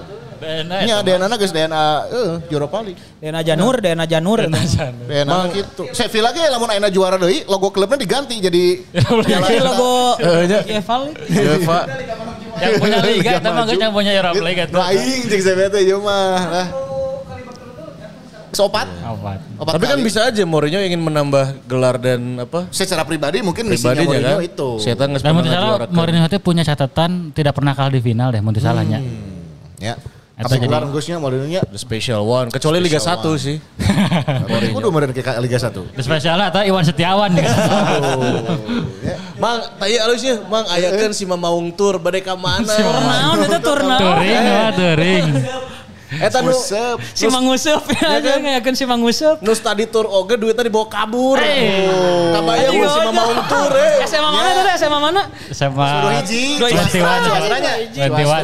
Nya D N A-na geus D N A eh Europa League.
D N A Janur, D N A Janur.
D N A gitu. Sevilla ge lamun ayeuna juara deui, logo klubnya diganti jadi
Jadi logo UEFA League.
UEFA.
Yang punya liga eta mah geus yang punya Europa League eta.
Aing jeung Sevilla teh ieu mah lah. Sopat.
Opat.
Tapi kan bisa aja Mourinho ingin menambah gelar dan apa?
Secara pribadi mungkin misinya
Pribadinya
Mourinho
kan.
itu.
Setan geus
Dan
pernah
mun salah
ngajuarakeun.
Mourinho teh punya catatan tidak pernah kalah di final deh mun salahnya.
Ya.
Eta
Tapi
jadi-
gelar geusnya Mourinho nya.
The special one, kecuali Liga
Special
satu
one.
sih.
Kudu meureun ke Liga satu.
Spesialnya eta Iwan Setiawan.
Mang, tanya alusnya, Mang ayakeun si Mamaung Tour bade ka mana?
Naon eta turnaon?
Touring, wah touring.
Eta nu
Usep.
Si Mangusup ya, ngayakeun si Mangusup.
nu study tour oge duitnya dibawa kabur.
Hey.
Kabayang mun si Mamaung Tour eh.
S M A mana tadi? S M A mana?
Sama
Suruh hiji.
Dua hiji.
Twenty-one.
Swastanya.
Twenty-one.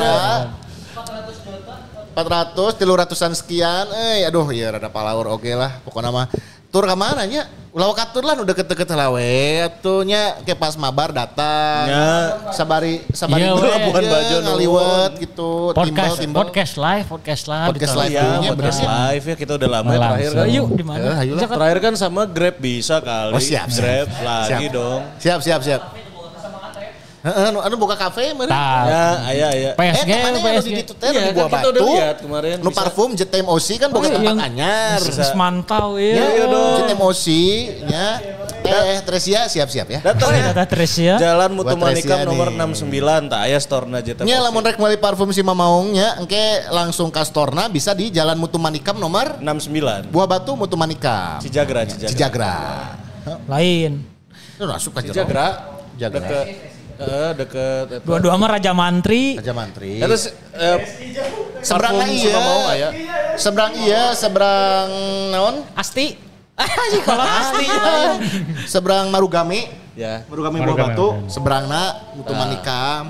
empat ratus, tiga ratusan sekian. Eh, aduh ya rada palaur oke lah. Pokoknya mah tur ke mana nya? Ulah ka tur lah nu deket-deket lah we. Atunya ke pas mabar datang.
Ya.
Sabari sabari
Iya, we.
Labuhan
Bajo
Bajo ngaliwet gitu.
Podcast,
timbal-timbal.
podcast live, podcast live.
Podcast
gitu.
live.
Iya,
Iya,
podcast
bener.
live ya kita udah lama ya
Langsung.
terakhir kan.
Yuk di mana?
Eh, ayolah.
Terakhir kan sama Grab bisa kali.
Oh, siap, siap.
Grab lagi
Siap.
dong.
Siap, siap, siap. Heeh, anu, anu buka kafe meureun.
Tah,
Ya, aya aya.
P S G,
eh, temannya
P
anu
S
di
G.
ditu teh
Iya,
di Buah
kan kita udah
Batu.
lihat kemarin.
Nu
Bisa.
parfum Jetem O C kan boga
Oh,
tempat
yang-
anyar.
Terus mantau
Ya,
ya.
Iya dong.
Jetem O C nya. Eh, Tresia siap-siap ya.
Datang
Oh,
ya.
eta Tres ya.
Jalan
Buat
Mutumanikam
Tresia
nomor
nih.
enam puluh sembilan tak aya store-na J T
Nya lamun rek meuli parfum si Mamaungnya engke langsung ka store-na bisa di Jalan Mutumanikam nomor
enam puluh sembilan.
Buah Batu Mutumanikam.
Cijagra, Cijagra.
Cijagra.
Lain.
Itu masuk ka jero.
Cijagra.
Cijagra.
Deket eh deket eta.
Dua-dua mah Raja Mantri.
Raja Mantri.
Eta si- eh,
Seberangna
parfum si
iya.
Mamaung aya.
Seberang iya, seberang naon?
Asti. Anjing kalau Asti.
Seberang Marugame.
Ya.
Marugame Buah
Marugame,
Batu,
Marugame.
seberangna Mutumanikam.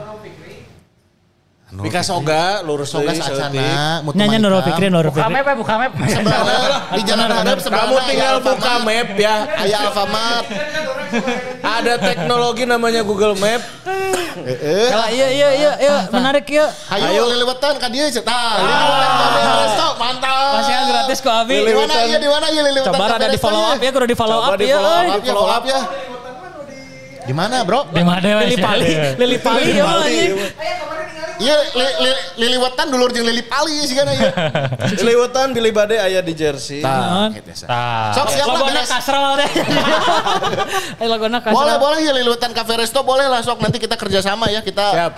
Pika Soga lurus
Soga
deui
saacana
seutik.
Nyanyi Nurul Fikri, Nurul
Buka
Fikri.
map, ya, buka map.
Seberangna di Jalan Hadap seberangna
Kamu tinggal buka map ya.
Aya Alfamart.
Ada teknologi namanya Google Map.
Heeh.
Kalau iya iya iya iya menarik ya.
Hayu liliwetan ka dieu ceuk. Tah, liliwetan kafe resto mantap.
Masih gratis kok Abi.
Di mana ieu di mana ieu liliwetan?
Coba ada di follow up ya, kudu di follow
Coba
up
di
ya.
follow
euy.
up.
Up ya, follow up ya. Di mana, Bro?
Di mana ya?
Lili Pali, Lili Pali ya mah anjing.
Iya, li- li- liliwetan dulur jeung lili pali sih kana ieu.
Liliwetan Billy Bade aya di Jersey.
Tah, gitu sa.
Tah.
Sok siap lah
Lagona
beres.
kasral deh. Ayo lagona kasral.
Boleh, boleh ya liliwetan kafe resto boleh lah sok nanti kita kerjasama ya kita.
Siap.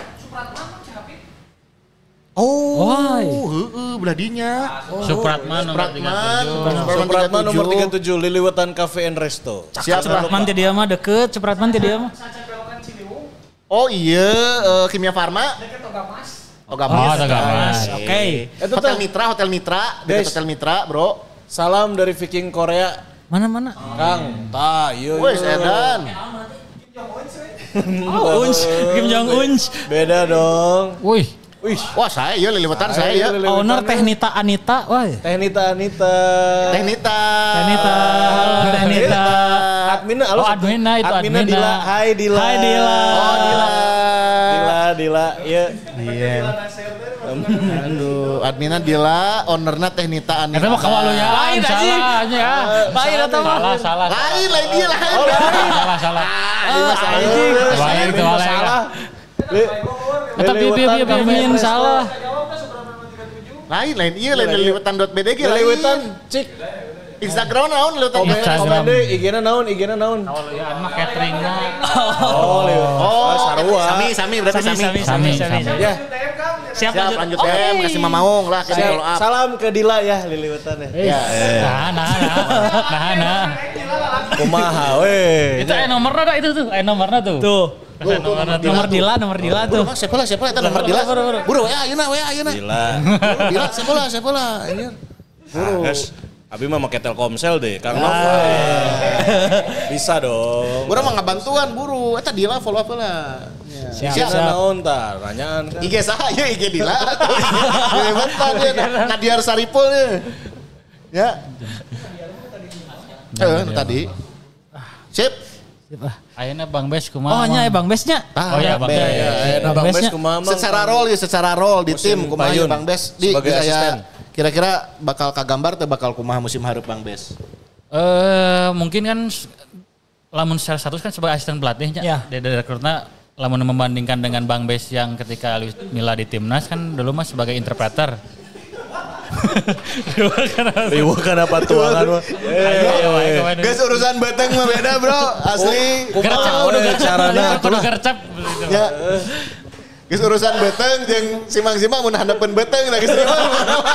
Oh,
Why?
heeh, belah dinya.
Supratman nomor tiga
Supratman.
puluh tujuh.
Supratman nomor tiga puluh tujuh Liliwetan Cafe and Resto.
Siap lah.
Cepratman ti dia mah deket, Cepratman ti dia mah.
Oh iya, eh, Kimia Farma. Oga Mas.
Oh, Oga Mas.
Oke.
Itu
Hotel
tuh
Mitra, Hotel Mitra, dekat
Guys.
Hotel Mitra, Bro.
salam dari Viking Korea.
Mana mana?
Kang, ta ieu.
Wes edan.
Oh, Uns, Kim Jong Uns.
Beda dong.
Wih,
Wih,
Wah, saya ya liliwetan saya ya.
Owner Tehnita Anita, wah.
Tehnita Anita.
Tehnita.
Tehnita, halo Tehnita.
Adminnya halo.
Oh, adminnya itu,
Adminnya
adminnya.
Dila. Hai Dila.
Hai Dila.
Oh, Dila.
Dila, Dila. Iya.
Iya. Aduh, adminnya Dila, ownernya Tehnita Anita.
eta mah kawalunya
Lain, anjing.
salah aja ya.
Lain atau mah?
Salah, salah.
Lain lah dia lain.
Salah, salah.
Anjing.
Lain itu malah.
Salah.
Eta bibi bibi bibi salah.
Lain lain iya lain liliwetan.bd ge lain.
Liliwetan cik.
Instagram naon liliwetan.
Instagram.
Komen deh, I G-na naon, I G-na naon.
Kawaluyan mah cateringna.
Oh, Liliwetan.
Oh,
sarua.
Sami sami berarti
Sami,
sami.
sami,
Sami,
sami,
sami.
sami.
Ya,
Siap
Siap
lanjut.
lanjut ya, kasih Mamaung lah kasih
siap.
follow up.
Salam ke Dila ya, Liliwetan ya.
Ya.
Nah, nah, nah. Nah, nah.
Kumaha weh.
Itu eh nomornya dah itu tuh, eh nomornya tuh.
Tuh.
Eh, nomornya tuh.
Nomor Dila, nomor Dila tuh.
Buru, siapa lah siapa lah itu nomor Dila. Buru ya ayeuna we ayeuna.
Dila.
Dila siapa lah siapa lah ini.
Guys, Abi mah make Telkomsel deh, Kang Nova. Bisa dong.
Buru mah ngabantuan buru, eta Dila follow up lah.
I G-na naon tah? Ranyaan kan.
I G saha ya I G Dila. Liliwetan dia Nadiar Saripul ya. Ya. Eh, tadi. Sip.
Siapa?
Ayeuna Bang Bes kumaha?
Oh nya Bang Besnya.
Oh iya Bang
Bes.
Bes.
Ayeuna Bang Bes kumaha Mang?
Secara role ya, secara role di
Musim
tim kumaha
Payun
Bang Bes di
sebagai
saya
asisten.
kira-kira bakal kagambar teh bakal kumaha musim hareup Bang Bes.
Eh mungkin kan lamun secara status kan sebagai asisten pelatihnya.
Ya.
Dari rekrutna lamun membandingkan dengan Bang Bes yang ketika Luis Milla di timnas kan dulu mah sebagai interpreter.
Riweuh kana patuangan mah.
Guys urusan beteng mah beda bro, asli.
Gercep
Kumaha
kudu
we carana
kudu gercep.
Ya. Guys urusan beteng jeung simang-simang mun handapeun beteng lagi geus mah.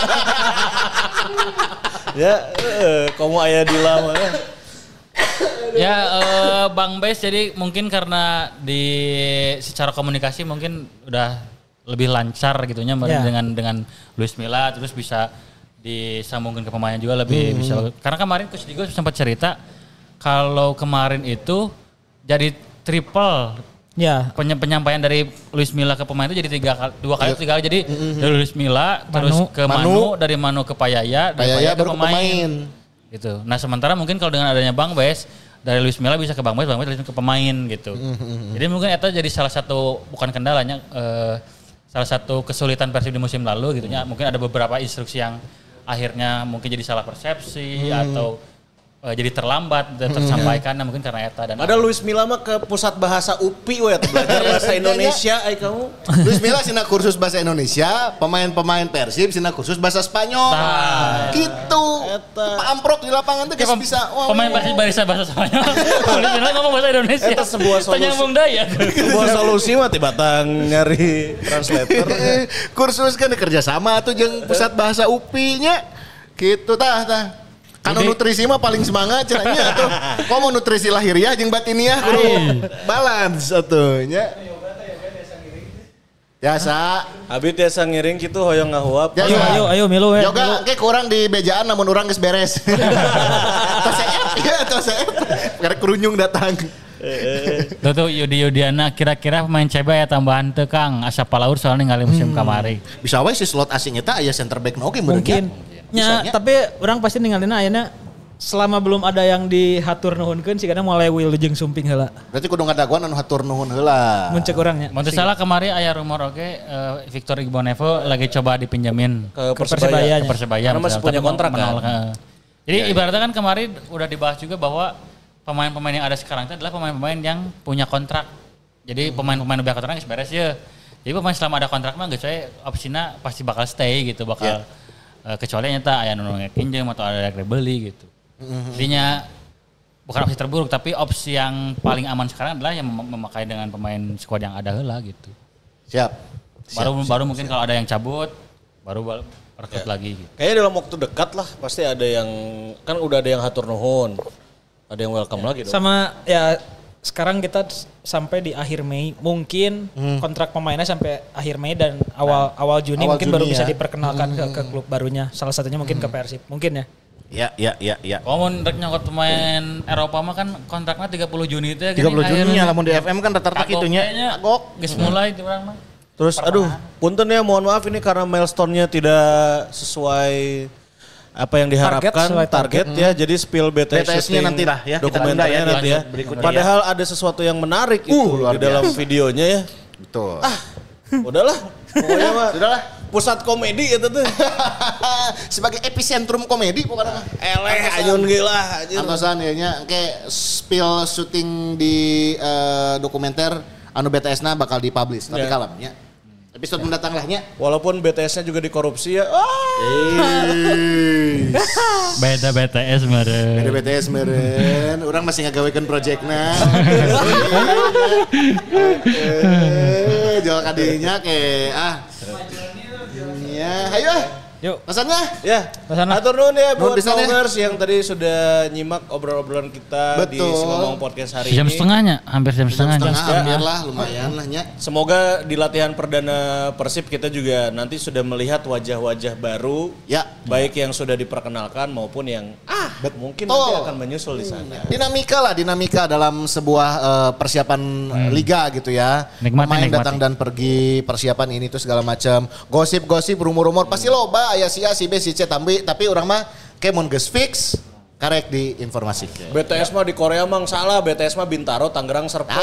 Ya, eh, komo aya di lama.
Ya eh, Bang Bes jadi mungkin karena di secara komunikasi mungkin udah lebih lancar gitunya
Ya.
dengan dengan Luis Milla terus bisa disambungkan ke pemain juga lebih bisa bagus. Karena kemarin Coach Diego sempat cerita kalau kemarin itu jadi triple
Ya.
Peny- penyampaian dari Luis Milla ke pemain itu jadi tiga kali, dua kali tiga kali jadi dari Luis Milla terus
Manu.
ke Manu,
Manu.
dari Manu ke Payaya dari
Payaya
Payaya ke
baru ke
pemain.
pemain.
Gitu. Nah sementara mungkin kalau dengan adanya Bang Bes dari Luis Milla bisa ke Bang Bes, Bang Bes langsung ke pemain gitu. Jadi mungkin itu jadi salah satu bukan kendalanya eh, salah satu kesulitan Persib di musim lalu gitu ya. Mungkin ada beberapa instruksi yang akhirnya mungkin jadi salah persepsi atau eh, jadi terlambat dan tersampaikan nah, mungkin karena eta dan
Ada Luis Milla mah ke pusat bahasa U P I we atuh belajar bahasa Indonesia ai kamu.
Luis Milla sina kursus bahasa Indonesia, pemain-pemain Persib sina kursus bahasa Spanyol.
Nah.
Gitu. Pak Amprok di lapangan tuh
Ya,
geus
pem-
bisa. Wah,
pemain
wah.
Persib barisa bahasa Spanyol. Luis Milla ngomong bahasa Indonesia.
Eta sebuah solusi.
Tanyambung daya.
Sebuah solusi mah tibatang nyari translator.
Kursus kan kerja sama tuh jeung pusat bahasa U P I-nya. Gitu tah tah. Karena
Jadi-
nutrisi mah paling semangat cenanya tuh. Kok mau nutrisi lahiriah jeung batiniah kudu balance atuh nya. Biasa.
Abi tiasa ngiring kitu hoyong ngahuap.
Ya,
Ayo
ya.
ayo ayo milu we.
Yoga ke kurang di bejaan namun orang geus beres. Tos seep ya tos seep. Karena kerunyung datang.
Tuh tuh Yudi Yudiana kira-kira pemain C B ya tambahan teu Kang asa palaur soalnya ngali musim kamari.
Bisa we si slot asing eta aya center back oge
Mungkin. Ya, tapi orang pasti ninggalina ayeuna selama belum ada yang dihatur nuhunkeun sih karena mulai Wilujeng Sumping heula.
Berarti kudu ngadaguan anu hatur nuhun heula.
Mun cek urangnya.
Mau salah kemarin aya rumor oke eh, Victor Igbonevo lagi coba dipinjemin
Ke
Ke
Persebaya.
Persebaya.
ke Persebaya.
Karena masih
Tapi
punya kontrak, kan?
menolak, eh. Jadi ibaratnya kan kemarin udah dibahas juga bahwa pemain-pemain yang ada sekarang itu adalah pemain-pemain yang punya kontrak. Jadi pemain-pemain udah kontrak geus beres ya. Jadi pemain selama ada kontrak mah geus we opsina pasti bakal stay gitu, bakal eh, kecuali nyata aya nu ngekinjem atau ada yang beli gitu. Intinya bukan opsi terburuk tapi opsi yang paling aman sekarang adalah yang mem- memakai dengan pemain squad yang ada heula gitu.
Siap.
Baru baru mungkin kalau ada yang cabut baru bal- rekrut lagi gitu.
Kayaknya dalam waktu dekat lah pasti ada yang kan udah ada yang hatur nuhun. Ada yang welcome lagi dong.
Sama ya sekarang kita s- sampai di akhir Mei mungkin kontrak pemainnya sampai akhir Mei dan awal awal Juni
Awal
mungkin baru
Juni
bisa
ya.
diperkenalkan ke, ke klub barunya. Salah satunya mungkin ke Persib. Mungkin ya.
Ya, ya, ya, ya.
Kalau mau rek nyokot pemain Eropa mah kan kontraknya tiga puluh Juni itu ya.
tiga puluh Juni ya lamun di F M kan rata-rata kitunya.
Kagok. Geus mulai di urang mah.
Terus aduh, punten ya mohon maaf ini karena milestone-nya tidak sesuai apa yang diharapkan
Target, sesuai
target,
target.
ya. Jadi spill B T S
B T S-nya
syuting
nanti lah ya, kita tunda
dokumenternya
ya,
nanti ya.
lanjut berikutnya
Padahal ada sesuatu yang menarik itu
Uh, luar
di dalam videonya ya.
Betul.
Udahlah, pokoknya mah
Sudahlah.
pusat komedi itu tuh.
Sebagai epicentrum komedi pokoknya mah.
Eleh anyun gila anjir.
Antosan ya nya kayak spill syuting di eh, dokumenter anu B T S-na bakal dipublish tapi
Ya.
kalem nya. Episode mendatang lah nya.
Walaupun B T S-nya juga dikorupsi ya. Ah.
Eh.
Beda B T S meureun.
Ada B T S meren, orang masih ngagawekeun projectna. Eh, jual kadinya ke ah. Ya, ayo ah.
Yuk.
Pesannya?
Ya,
Kesana.
atur nuhun ya buat
Nuhun pisan ya.
followers yang tadi sudah nyimak obrolan-obrolan kita di
Betul.
Si Ngomong Podcast hari
Jam
ini.
setengahnya, hampir jam setengah.
Setengah
Jam
hampir lah, lumayan lah nya.
Semoga di latihan perdana Persib kita juga nanti sudah melihat wajah-wajah baru,
Ya.
baik yang sudah diperkenalkan maupun yang ah mungkin
Betul.
nanti akan menyusul di sana.
Dinamika lah, dinamika dalam sebuah eh, persiapan eh, liga gitu ya.
Nikmati,
Pemain
nikmati.
datang dan pergi, persiapan ini tuh segala macam. Gosip-gosip, rumor-rumor pasti loba aya si A, si B, si C, tapi tapi orang mah kayak mun geus fix karek diinformasikan.
B T S mah di Korea mah salah, B T S mah Bintaro, Tangerang, Serpong.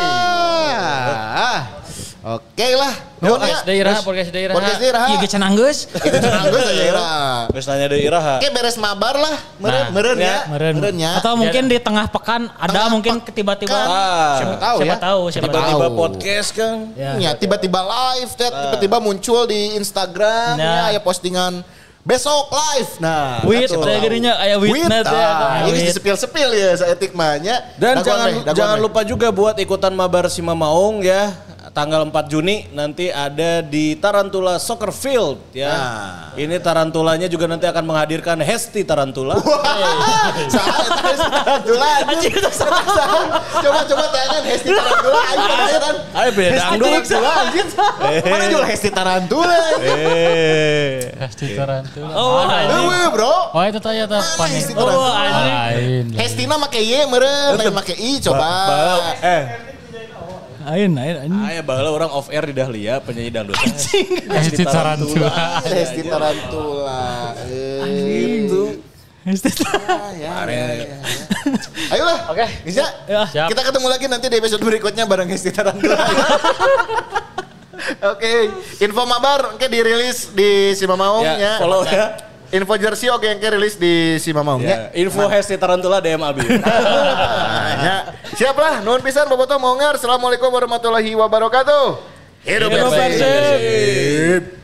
Ah. Oke lah.
Podcast daerah, podcast daerah.
Podcast daerah.
Iya geus cenah geus.
Itu tenanggeus aja Iraha.
Geus nanya deui Iraha.
Oke beres mabar lah. Meureun
Nah,
meureun ya.
Meren.
Meureun ya.
Atau mungkin di tengah pekan ada
Tengah
mungkin
pekan.
tiba-tiba
Ah,
Siapa tahu
siapa
ya.
tahu siapa tahu.
tiba-tiba
tahu.
podcast kan.
Ya.
Ya, tiba-tiba live, Ted. tiba-tiba muncul di Instagram
Nah.
ya, ya postingan besok live. Nah,
Wit
atuh.
teh geunya aya
Wit,
witnet ya.
ah, ini disepil-sepil ya saeutik mah nya.
Dan
Daguan
jangan
weh, daguan
jangan
weh.
lupa juga buat ikutan mabar Sima Maung ya. Tanggal empat Juni nanti ada di Tarantula Soccer Field ya.
Nah.
Ini Tarantulanya juga nanti akan menghadirkan Hesti Tarantula.
Saha eta Hesti Tarantula? Anjing itu saha? Coba-coba tanyakan Hesti Tarantula aing pemasaran.
Ayo beda dangdut.
Tarantula anjing. Mana jual Hesti Tarantula?
Eh.
Pasti tarantula.
Oh, anjing.
Eueuh, Bro.
Oh itu tanya apa nih?
Hesti
Oh,
Tarantula.
anjing.
Lain.
Hestina make Y meureun, lain make I coba.
Eh,
Ain, ain, ain.
aya baheula orang off air di Dahlia penyanyi dangdut.
Pasti tarantula.
Hesti Tarantula. Eh, Itu. Ya, ya, ya, ya. Ayolah.
Oke.
Bisa?
Ya.
Siap.
Kita ketemu lagi nanti di episode berikutnya bareng Hesti Tarantula. Oke, info mabar oke dirilis di Sima Maung
Ya,
ya.
follow ya.
Info jersey oke yang rilis di Sima Maung ya.
Ya, info Hesti Tarantula D M Abi.
Nah, ya. Siap lah, nuhun pisan bobotoh maungar. Assalamualaikum warahmatullahi wabarakatuh. Hidup
Hidup
Persib.
Persib.